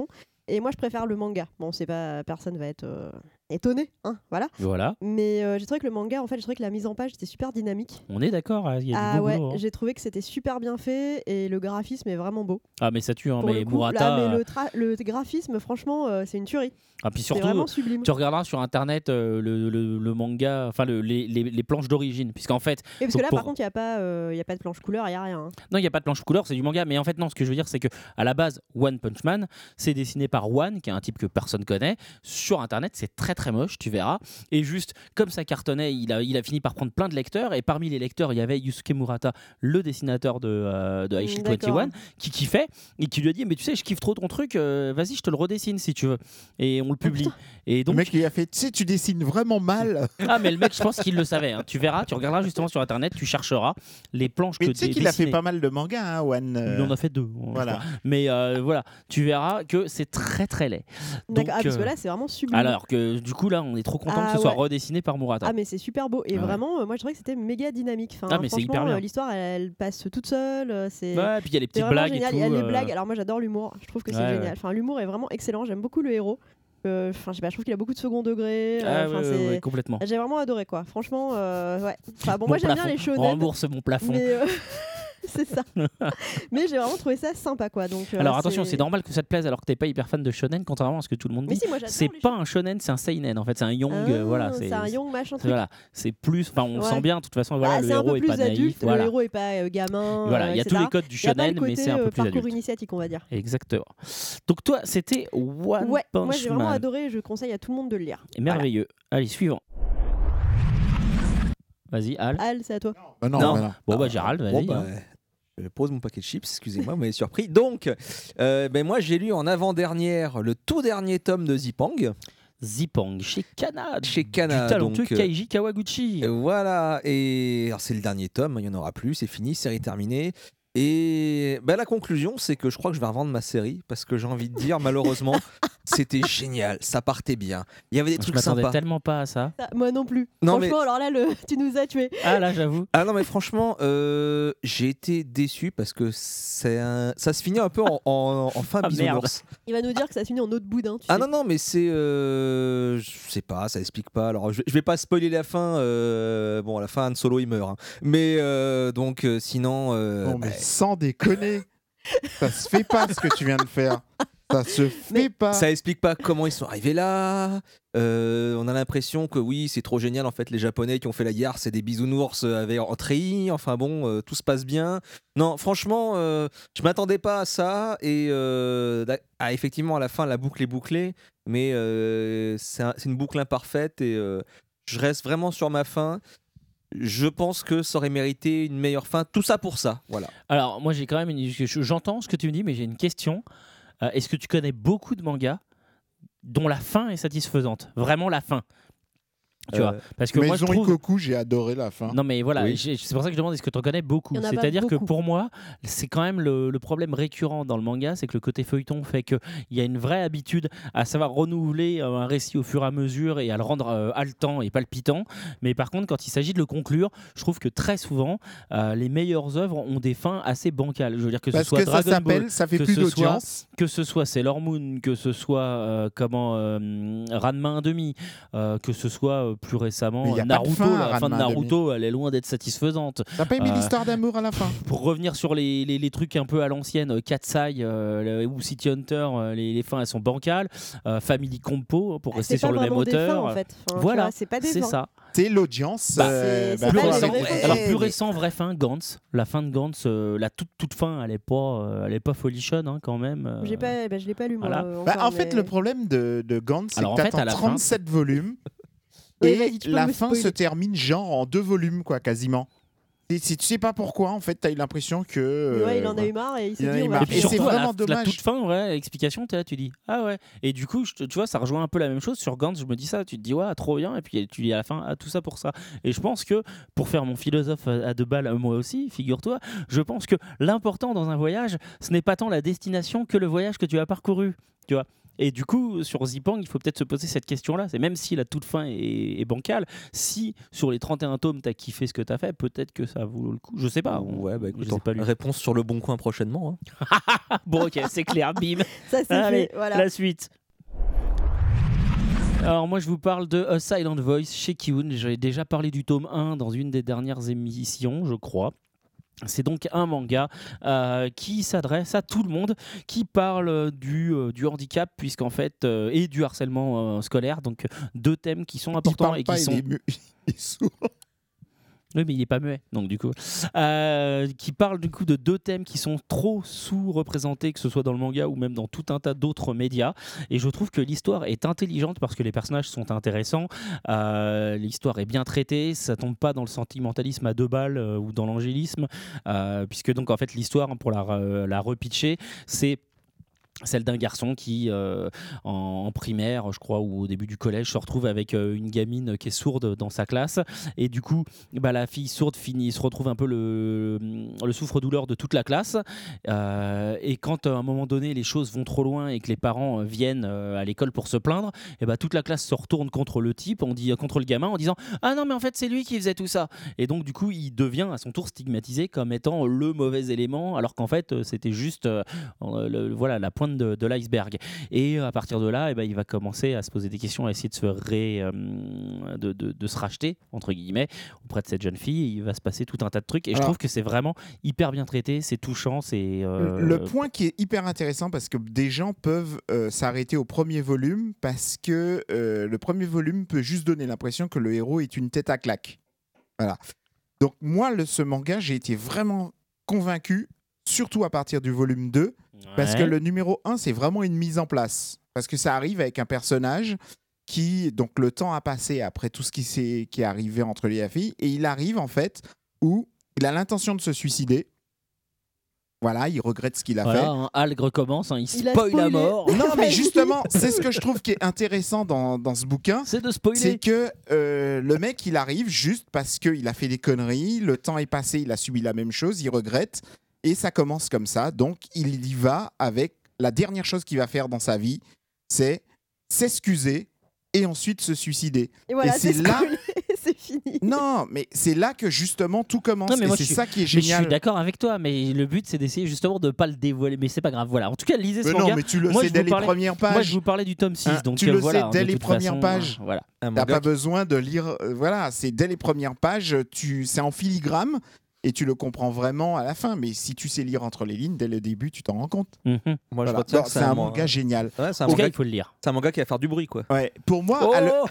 Et moi, je préfère le manga. Bon, c'est pas, personne va être étonné, hein, voilà. Mais j'ai trouvé que le manga, en fait, j'ai trouvé que la mise en page était super dynamique. On est d'accord, il y a du beau boulot, hein. J'ai trouvé que c'était super bien fait et le graphisme est vraiment beau. Ah, mais ça tue, hein, Pour mais le coup, Murata. là, mais le graphisme, franchement, c'est une tuerie. Ah, puis C'est surtout, vraiment sublime. tu regarderas sur internet le manga, enfin les planches d'origine, puisqu'en fait. Et parce que là, par contre, il n'y a pas de planche couleur, il n'y a rien. Hein. Non, il n'y a pas de planche couleur, c'est du manga. Mais en fait, non, ce que je veux dire, c'est que à la base, One Punch Man, c'est dessiné par One, qui est un type que personne connaît. Sur internet, c'est très très moche, tu verras. Et juste, comme ça cartonnait, il a fini par prendre plein de lecteurs. Et parmi les lecteurs, il y avait Yusuke Murata, le dessinateur de Aichi 21, qui kiffait et qui lui a dit mais tu sais, je kiffe trop ton truc, vas-y, je te le redessine si tu veux. Et on le publie. Et donc, le mec, il a fait, tu sais, tu dessines vraiment mal. Ah, mais le mec, je pense qu'il le savait. Hein. Tu verras, tu regarderas justement sur internet, tu chercheras les planches mais que tu sais qu'il a fait pas mal de mangas, hein, One. Il en a fait 2. Voilà. Mais voilà, tu verras que c'est très très laid. Donc, parce que là, c'est vraiment sublime. Alors que du coup, là, on est trop content que ce soit redessiné par Murata. Ah, mais c'est super beau. Et vraiment, moi, je trouvais que c'était méga dynamique. Enfin, mais c'est hyper bien. L'histoire, elle passe toute seule. C'est ouais, puis il y a les petites blagues génial. et tout. Il y a les blagues. Alors moi, j'adore l'humour. Je trouve que c'est génial. Enfin, l'humour est vraiment excellent. J'aime beaucoup le héros. Enfin, je sais pas, je trouve qu'il a beaucoup de second degré. Ouais, complètement. J'ai vraiment adoré, quoi. Franchement, ouais. Enfin, bon, moi, j'aime bien les shonen. Rembourse mon plafond. Mais, c'est ça. Mais j'ai vraiment trouvé ça sympa, quoi. Donc, alors attention, c'est normal que ça te plaise alors que t'es pas hyper fan de shonen, contrairement à ce que tout le monde dit. Mais si, moi, j'adore c'est pas un shonen, c'est un seinen en fait, c'est un young. Voilà, c'est un young machin truc. Voilà, c'est plus. Enfin, on sent bien. De toute façon, voilà, le héros est pas adulte, naïf. Voilà. Le héros est pas gamin. Voilà, il y a tous les codes du shonen, mais c'est un peu plus adulte. Parcours initiatique, on va dire. Exactement. Donc toi, c'était One Punch Man. Moi, j'ai vraiment adoré. Je conseille à tout le monde de le lire. Merveilleux. Allez, suivant. Vas-y, Al. Al, c'est à toi. Non. Bon, bah, Gérald, vas-y. Je pose mon paquet de chips, excusez-moi, vous m'avez surpris. Donc, moi j'ai lu en avant-dernière le tout dernier tome de Zipang. Zipang, chez Kana. Chez Kana. Du talentueux Kaiji Kawaguchi. Voilà, et alors, c'est le dernier tome, il n'y en aura plus, c'est fini, série terminée. Et la conclusion, c'est que je crois que je vais revendre ma série parce que j'ai envie de dire, malheureusement, c'était génial, ça partait bien. Il y avait des trucs sympas. Je m'attendais tellement pas à ça. Moi non plus. Non, franchement, alors là, tu nous as tués. Ah là, j'avoue. Ah non, mais franchement, j'ai été déçu parce que ça se finit un peu en fin bisounours. Il va nous dire que ça se finit en autre boudin. Ah non, mais c'est. Je sais pas, ça explique pas. Alors, je vais pas spoiler la fin. Bon, à la fin, Han Solo il meurt. Hein. Mais donc, sinon. Non, mais sans déconner, ça se fait pas ce que tu viens de faire. Ça se fait pas. Ça explique pas comment ils sont arrivés là. On a l'impression que oui, c'est trop génial. En fait, les Japonais qui ont fait la guerre, c'est des bisounours avec en treillis. Enfin bon, tout se passe bien. Non, franchement, je m'attendais pas à ça. Et effectivement, à la fin, la boucle est bouclée. Mais c'est une boucle imparfaite. Et je reste vraiment sur ma fin. Je pense que ça aurait mérité une meilleure fin. Tout ça pour ça. Voilà. Alors, moi, j'ai quand même j'entends ce que tu me dis, mais j'ai une question. Est-ce que tu connais beaucoup de mangas dont la fin est satisfaisante? Vraiment la fin, tu vois, parce que Maison moi je trouve Ikoku, j'ai adoré la fin. Non mais voilà, oui. C'est pour ça que je demande est-ce que tu en connais beaucoup. C'est-à-dire que pour moi, c'est quand même le problème récurrent dans le manga, c'est que le côté feuilleton fait qu'il y a une vraie habitude à savoir renouveler un récit au fur et à mesure et à le rendre haletant et palpitant. Mais par contre, quand il s'agit de le conclure, je trouve que très souvent, les meilleures œuvres ont des fins assez bancales. Je veux dire que ce soit Dragon Ball, ça fait plus d'audience. Que ce soit Sailor Moon, que ce soit Ranma 1/2, que ce soit plus récemment Naruto, la fin de Naruto, elle est loin d'être satisfaisante. T'as pas aimé l'histoire d'amour à la fin? Pour revenir sur les trucs un peu à l'ancienne, Katsai ou City Hunter, les fins elles sont bancales. Family Compo, pour rester sur le même auteur. En fait. Enfin, voilà, c'est ça. C'est l'audience. Plus récent, vraie fin, Gantz. La fin de Gantz, la toute fin, elle est pas folichonne hein, quand même. Je l'ai pas lu moi. Voilà. En fait, le problème de Gantz, c'est que t'attends 37 volumes. Et la fin se termine genre en 2 volumes, quoi, quasiment. Et tu sais pas pourquoi, en fait, t'as eu l'impression que. Ouais, il en a eu marre et il s'est dit. Et puis surtout, c'est vraiment dommage. La toute fin, ouais, l'explication, t'es là, tu dis ah ouais. Et du coup, tu vois, ça rejoint un peu la même chose sur Gantz. Je me dis ça, tu te dis ouais, trop bien. Et puis tu dis à la fin, ah, tout ça pour ça. Et je pense que pour faire mon philosophe à 2 balles, moi aussi, figure-toi, je pense que l'important dans un voyage, ce n'est pas tant la destination que le voyage que tu as parcouru. Tu vois. Et du coup, sur Zipang, il faut peut-être se poser cette question-là. C'est même si la toute fin est bancale, si sur les 31 tomes, t'as kiffé ce que t'as fait, peut-être que ça vaut le coup. Je sais pas. Ouais, bah écoute, je sais pas lu. réponse sur le bon coin prochainement. Bon, ok, c'est clair, bim. Ça c'est Allez, fait. Voilà. la suite. Alors moi je vous parle de A Silent Voice chez Kiun. J'avais déjà parlé du tome 1 dans une des dernières émissions, je crois. C'est donc un manga qui s'adresse à tout le monde, qui parle du handicap, puisqu'en fait, et du harcèlement scolaire. Donc deux thèmes qui sont importants et qui sont... Il est sourd. Oui, mais il n'est pas muet, donc du coup. Qui parle du coup de deux thèmes qui sont trop sous-représentés, que ce soit dans le manga ou même dans tout un tas d'autres médias. Et je trouve que l'histoire est intelligente parce que les personnages sont intéressants. L'histoire est bien traitée, ça tombe pas dans le sentimentalisme à deux balles ou dans l'angélisme, puisque donc en fait l'histoire, pour la repitcher, c'est celle d'un garçon qui, en primaire, je crois, ou au début du collège, se retrouve avec une gamine qui est sourde dans sa classe. Et du coup, la fille sourde se retrouve un peu le souffre-douleur de toute la classe. Et quand, à un moment donné, les choses vont trop loin et que les parents viennent à l'école pour se plaindre, et toute la classe se retourne contre le type, contre le gamin, en disant « Ah non, mais en fait, c'est lui qui faisait tout ça !» Et donc, du coup, il devient à son tour stigmatisé comme étant le mauvais élément, alors qu'en fait, c'était juste la pointe de l'iceberg. Et à partir de là, il va commencer à se poser des questions, à essayer de se racheter, entre guillemets, auprès de cette jeune fille. Et il va se passer tout un tas de trucs. Et je trouve que c'est vraiment hyper bien traité, c'est touchant. Le point qui est hyper intéressant, parce que des gens peuvent s'arrêter au premier volume, parce que le premier volume peut juste donner l'impression que le héros est une tête à claque. Voilà. Donc moi, ce manga, j'ai été vraiment convaincu, surtout à partir du volume 2, parce que le numéro 1, c'est vraiment une mise en place. Parce que ça arrive avec un personnage qui, donc le temps a passé après tout ce qui est arrivé entre les filles, et il arrive en fait où il a l'intention de se suicider. Voilà, il regrette ce qu'il a fait. Alg recommence, il spoil à mort. Non, mais justement, c'est ce que je trouve qui est intéressant dans ce bouquin. C'est de spoiler. C'est que le mec, il arrive juste parce qu'il a fait des conneries, le temps est passé, il a subi la même chose, il regrette. Et ça commence comme ça. Donc, il y va avec la dernière chose qu'il va faire dans sa vie, c'est s'excuser et ensuite se suicider. Et voilà, c'est là... c'est fini. Non, mais c'est là que justement tout commence. Non, et c'est ça qui est mais génial. je suis d'accord avec toi, mais le but c'est d'essayer justement de ne pas le dévoiler. Mais c'est pas grave. Voilà. En tout cas, lisez ce manga. Non, mais tu le sais dès les premières pages. Moi, je vous parlais du tome 6. Donc, tu le sais dès de les toute premières façon, pages. Voilà. T'as pas besoin de lire. Voilà, c'est dès les premières pages. C'est en filigrane. Et tu le comprends vraiment à la fin. Mais si tu sais lire entre les lignes, dès le début, tu t'en rends compte. Mm-hmm. Moi, je voilà. retiens que c'est un manga génial. Ouais, c'est un en tout manga, cas, il faut le lire. C'est un manga qui va faire du bruit, quoi. Ouais. Pour moi,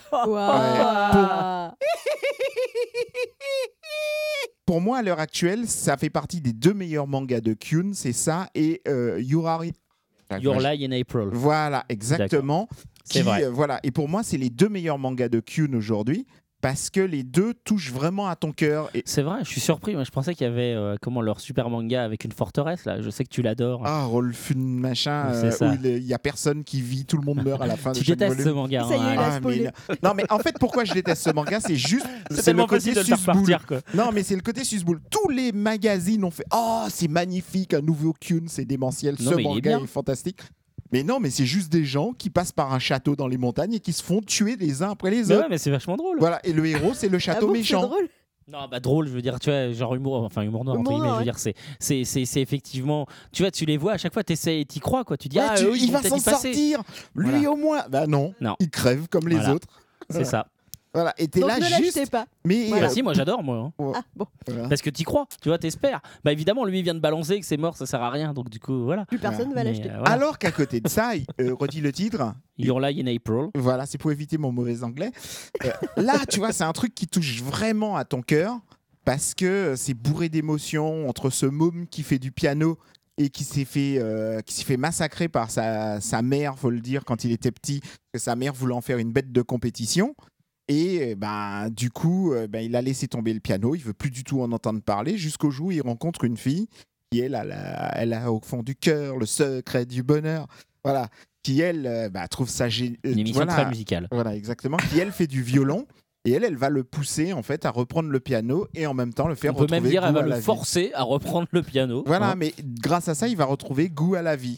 pour moi, à l'heure actuelle, ça fait partie des deux meilleurs mangas de Kyun. C'est ça et Your Lie in April. Voilà, exactement. C'est vrai. Voilà. Et pour moi, c'est les deux meilleurs mangas de Kyun aujourd'hui. Parce que les deux touchent vraiment à ton cœur. Et... C'est vrai, je suis surpris. Moi, je pensais qu'il y avait leur super manga avec une forteresse. Là. Je sais que tu l'adores. Ah, Rolfun machin, où il n'y a personne qui vit, tout le monde meurt à la fin de chaque volume. Tu détestes ce manga. Ça y est, il a spoilé. Non, mais en fait, pourquoi je déteste ce manga, c'est juste... C'est tellement facile de le faire partir. Quoi. Non, mais c'est le côté susboule. Tous les magazines ont fait « Oh, c'est magnifique, un nouveau Kyun, c'est démentiel, ce manga est fantastique ». Mais non, mais c'est juste des gens qui passent par un château dans les montagnes et qui se font tuer les uns après les autres. Ouais, mais c'est vachement drôle. Voilà, et le héros, c'est le château méchant. C'est drôle. Non, drôle, je veux dire, tu vois, genre humour noir, entre guillemets, je veux dire, c'est effectivement, tu vois, tu les vois à chaque fois, t'essaies et t'y crois, quoi. Tu dis, il va s'en sortir, lui au moins. Bah non, il crève comme les autres. C'est ça. Voilà, et t'es donc là ne juste. Pas. Mais si, moi j'adore, moi. Ah bon. Voilà. Parce que t'y crois, tu vois, t'espères. Bah évidemment, lui il vient de balancer que c'est mort, ça sert à rien, donc du coup, voilà. Plus personne va l'acheter. Voilà. Alors qu'à côté de ça, redis le titre. Your Lie in April. Voilà, c'est pour éviter mon mauvais anglais. Là, tu vois, c'est un truc qui touche vraiment à ton cœur parce que c'est bourré d'émotions entre ce môme qui fait du piano et qui s'est fait massacrer par sa mère, faut le dire, quand il était petit, que sa mère voulait en faire une bête de compétition. Et du coup, il a laissé tomber le piano, il veut plus du tout en entendre parler, jusqu'au jour où il rencontre une fille qui, elle a au fond du cœur le secret du bonheur. Voilà. Qui, elle, trouve ça génial. Une émission très musicale. Voilà, exactement. Qui, elle, fait du violon. Et elle va le pousser en fait à reprendre le piano et en même temps le faire retrouver goût à la vie. On peut même dire elle va le forcer à reprendre le piano. Voilà, mais grâce à ça, il va retrouver goût à la vie.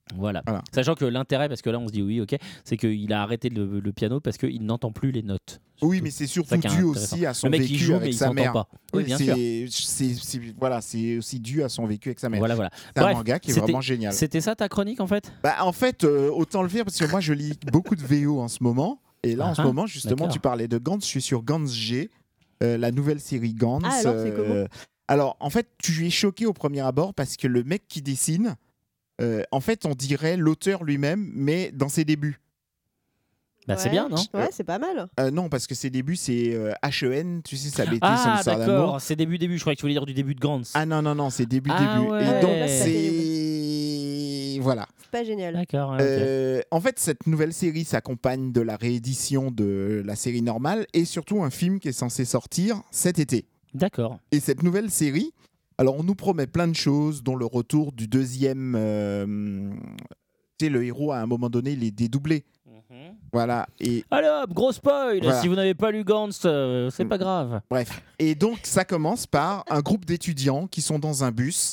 Voilà. Sachant que l'intérêt, parce que là on se dit oui, ok, c'est qu'il a arrêté le piano parce qu'il n'entend plus les notes. Oui, mais c'est surtout dû aussi à son le mec, vécu il joue, avec mais sa il mère. s'entend pas. Oui, bien sûr. Voilà, c'est aussi dû à son vécu avec sa mère. Voilà. C'est un manga qui est vraiment génial. C'était ça ta chronique en fait? En fait, autant le faire parce que moi je lis beaucoup de VO en ce moment. Et là, en ce moment, justement, tu parlais de Gantz. Je suis sur Gantz G, la nouvelle série Gantz. Ah, alors, c'est comment ? Alors, en fait, tu es choqué au premier abord parce que le mec qui dessine, en fait, on dirait l'auteur lui-même, mais dans ses débuts. C'est bien, non? Ouais, c'est pas mal. Non, parce que ses débuts, c'est HEN, tu sais, ça bêtise, Ah, son histoire d'amour. c'est début, je croyais que tu voulais dire du début de Gantz. Ah non, c'est début. Ouais. Et donc, c'est... Voilà. C'est pas génial. D'accord. En fait, cette nouvelle série s'accompagne de la réédition de la série normale et surtout un film qui est censé sortir cet été. D'accord. Et cette nouvelle série, alors on nous promet plein de choses, dont le retour du deuxième... tu sais, le héros, à un moment donné, il est dédoublé. Voilà. Et... Allez hop, gros spoil. Voilà. Si vous n'avez pas lu Gantz, c'est pas grave. Bref. Et donc, ça commence par un groupe d'étudiants qui sont dans un bus.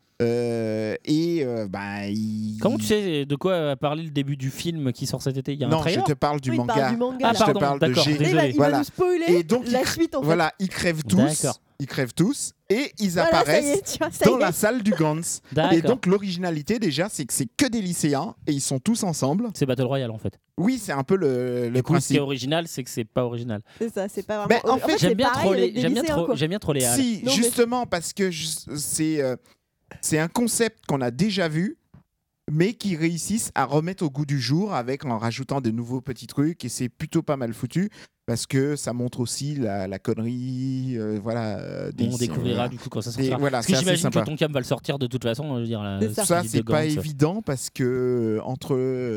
Comment tu sais de quoi va parler le début du film qui sort cet été? Il y a un trailer? Non, je te parle du manga. Parle du manga. Ah, je pardon, te parle de d'accord, G. désolé. Il va nous spoiler Et donc, la suite en fait. Voilà, ils crèvent tous. D'accord. Ils crèvent tous et ils Voilà, apparaissent ça y est, tu vois, ça dans y est. la salle du Gantz. D'accord. Et donc l'originalité déjà, c'est que c'est que des lycéens et ils sont tous ensemble. C'est Battle Royale en fait. Oui, c'est un peu le Du coup, ce qui principe. est original, c'est que c'est pas original. C'est ça, c'est pas vraiment. Mais en fait, J'aime bien pareil troller. avec des lycéens, quoi. J'aime bien troller. Al. Si, Non, mais- justement parce que c'est un concept qu'on a déjà vu, mais qui réussissent à remettre au goût du jour en rajoutant de nouveaux petits trucs et c'est plutôt pas mal foutu parce que ça montre aussi la connerie, On découvrira du coup quand ça sortira. Voilà, Parce que c'est assez j'imagine que sympa. ton cam va le sortir de toute façon. Je veux dire, C'est ça. Ça, suite c'est de pas Gantz. évident parce que entre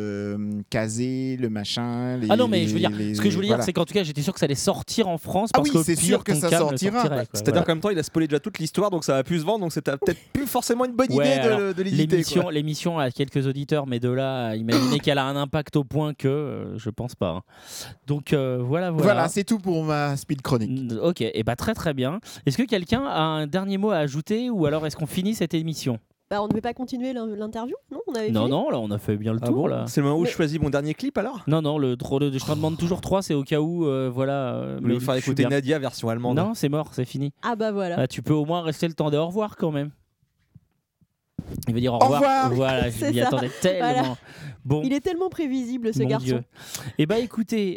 Kazé, le machin. Ah non, mais je veux dire, ce que je voulais dire, c'est qu'en tout cas, j'étais sûr que ça allait sortir en France. Ah Parce oui, que c'est sûr que ça sortira. C'est-à-dire qu'en même temps, il a spoilé déjà toute l'histoire, donc ça va plus se vendre, donc c'était peut-être plus forcément une bonne idée de l'éditer. L'émission a quelques auditeurs, mais de là à imaginer qu'elle a un impact au point que je pense pas. Hein. Donc voilà. Voilà, c'est tout pour ma speed chronique. Ok, et bah très bien. Est-ce que quelqu'un a un dernier mot à ajouter ou alors est-ce qu'on finit cette émission? On ne devait pas continuer l'interview, non? On avait Non, fini là on a fait bien le tour. Là. C'est le moment où je choisis mon dernier clip alors? Non, je t'en demande toujours 3, c'est au cas où, voilà. Mais il faut faire écouter Nadia version allemande. Non, c'est mort, c'est fini. Ah bah voilà. Tu peux au moins rester le temps de au revoir quand même. Il veut dire au revoir. Voilà, je m'y attendais tellement. Voilà. Bon. Il est tellement prévisible ce Mon garçon. Dieu. Eh bien écoutez,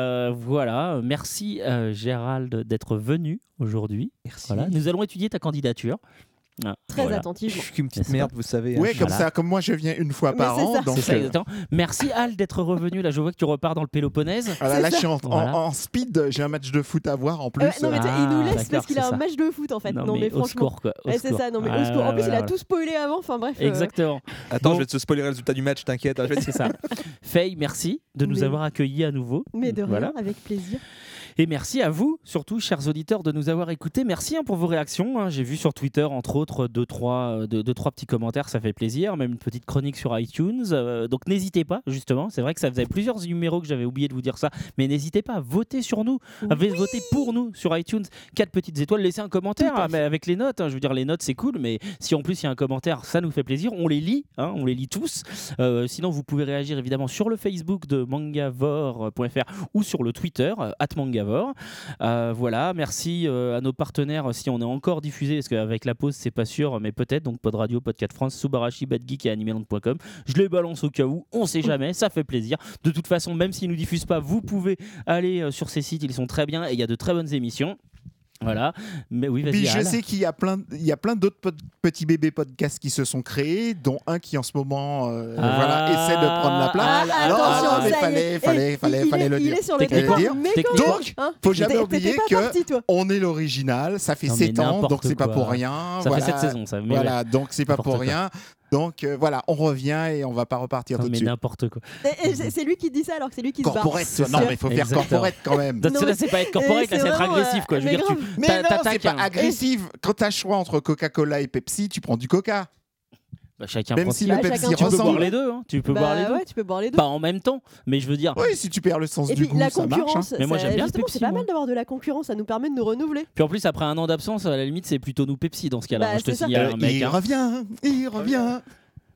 voilà, merci Gérald d'être venu aujourd'hui. Merci. Voilà. Nous allons étudier ta candidature. Très Voilà. attentif. Je suis une petite merde, vous savez. Ouais, comme Voilà. ça, comme moi je viens une fois Mais par c'est an. ça. Donc, C'est ça, exactement. Merci Al d'être revenu. Là, je vois que tu repars dans le Péloponnèse. voilà, là, je suis Voilà. en speed, j'ai un match de foot à voir en plus. Non mais tu sais, il nous laisse d'accord, parce qu'il a c'est un ça. match de foot en fait. Non mais au franchement. secours quoi. Au Ouais, c'est secours. ça, non mais au Ah, secours. En plus, il a voilà. tout spoilé avant. Enfin bref. Exactement. Attends, Bon. je vais te spoiler le résultat du match, t'inquiète. C'est ça. Faye, merci de nous Mais- avoir accueillis à nouveau. Mais de rien, Voilà. avec plaisir. Et merci à vous, surtout, chers auditeurs, de nous avoir écoutés. Merci pour vos réactions. Hein. J'ai vu sur Twitter, entre autres, deux, trois petits commentaires. Ça fait plaisir. Même une petite chronique sur iTunes. Donc, n'hésitez pas, justement. C'est vrai que ça faisait plusieurs numéros que j'avais oublié de vous dire ça. Mais n'hésitez pas à voter sur nous. À voter pour nous sur iTunes. 4 petites étoiles. Laissez un commentaire mais avec les notes. Hein. Je veux dire, les notes, c'est cool. Mais si en plus, il y a un commentaire, ça nous fait plaisir. On les lit. Hein. On les lit tous. Sinon, vous pouvez réagir évidemment sur le Facebook de mangavore.fr ou sur le Twitter @mangavore. Voilà, merci à nos partenaires si on est encore diffusé, parce qu'avec la pause c'est pas sûr, mais peut-être, donc Pod Radio, Podcast France, Subarashi, Bad Geek et Animeland.com. Je les balance au cas où, on sait jamais, ça fait plaisir. De toute façon, même s'ils nous diffusent pas, vous pouvez aller sur ces sites, ils sont très bien et il y a de très bonnes émissions. Voilà, mais oui, vas-y. Puis je Al. sais qu'il y a plein d'autres petits bébés podcasts qui se sont créés, dont un qui en ce moment essaie de prendre la place. Attention, mais ça y est. fallait le Il dire. est sur le Techniquement, départ, mais quand techniquement. même, hein. Faut jamais T'étais oublier pas que parti, toi. on est l'original, ça fait Non, mais 7 ans, donc n'importe c'est pas quoi. pour rien. Ça voilà. fait 7 saisons, ça. Mais Voilà, donc c'est pas N'importe pour quoi. rien. Donc voilà, on revient et on va pas repartir non, tout de mais suite. n'importe quoi. Et c'est lui qui dit ça alors que c'est lui qui se barre. Corporate, C'est non ça. mais il faut faire Exactement. corporate quand même. Donc, Non, là, mais- c'est pas être corporate, là, c'est c'est être vraiment, agressif, quoi. Je veux mais dire, tu grave. Mais non, c'est t'attaques pas un- agressif. Quand t'as le choix entre Coca-Cola et Pepsi, tu prends du Coca. Bah, chacun Même prend si ce le qu'il veut. Pepsi chacun Tu peux ressemble. boire les deux, hein. Tu peux boire les deux. Ouais, tu peux boire les deux. Pas en même temps, mais je veux dire. Oui, si tu perds le sens Et du puis goût, la ça marche. concurrence, Mais moi, j'aime bien le justement, Pepsi, c'est pas moi. mal d'avoir de la concurrence, ça nous permet de nous renouveler. Puis en plus, après un an d'absence, à la limite, c'est plutôt nous Pepsi dans ce cas-là. Bah, Moi, je te c'est ça. signale un mec. Il Hein. revient, il revient.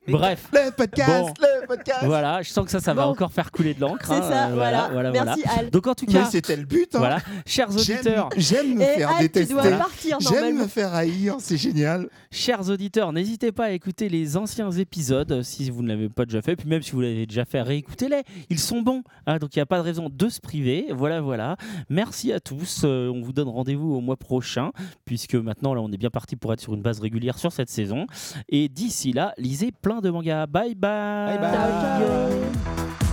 Bref. Le podcast, Bon. le podcast. Voilà, je sens que ça va Bon. encore faire couler de l'encre. C'est ça, voilà. voilà. Merci Al. Donc en tout Mais cas, c'était le but. Hein. voilà, chers auditeurs, J'aime me Et faire Al, tu détester. dois partir J'aime normalement. me faire haïr, c'est génial. chers auditeurs, n'hésitez pas à écouter les anciens épisodes si vous ne l'avez pas déjà fait, puis même si vous l'avez déjà fait, réécoutez-les. Ils sont bons, hein, donc il n'y a pas de raison de se priver. Voilà. Merci à tous. On vous donne rendez-vous au mois prochain, puisque maintenant là, on est bien parti pour être sur une base régulière sur cette saison. Et d'ici là, lisez plein de mangas. Bye bye. Bye bye. Ciao, ciao.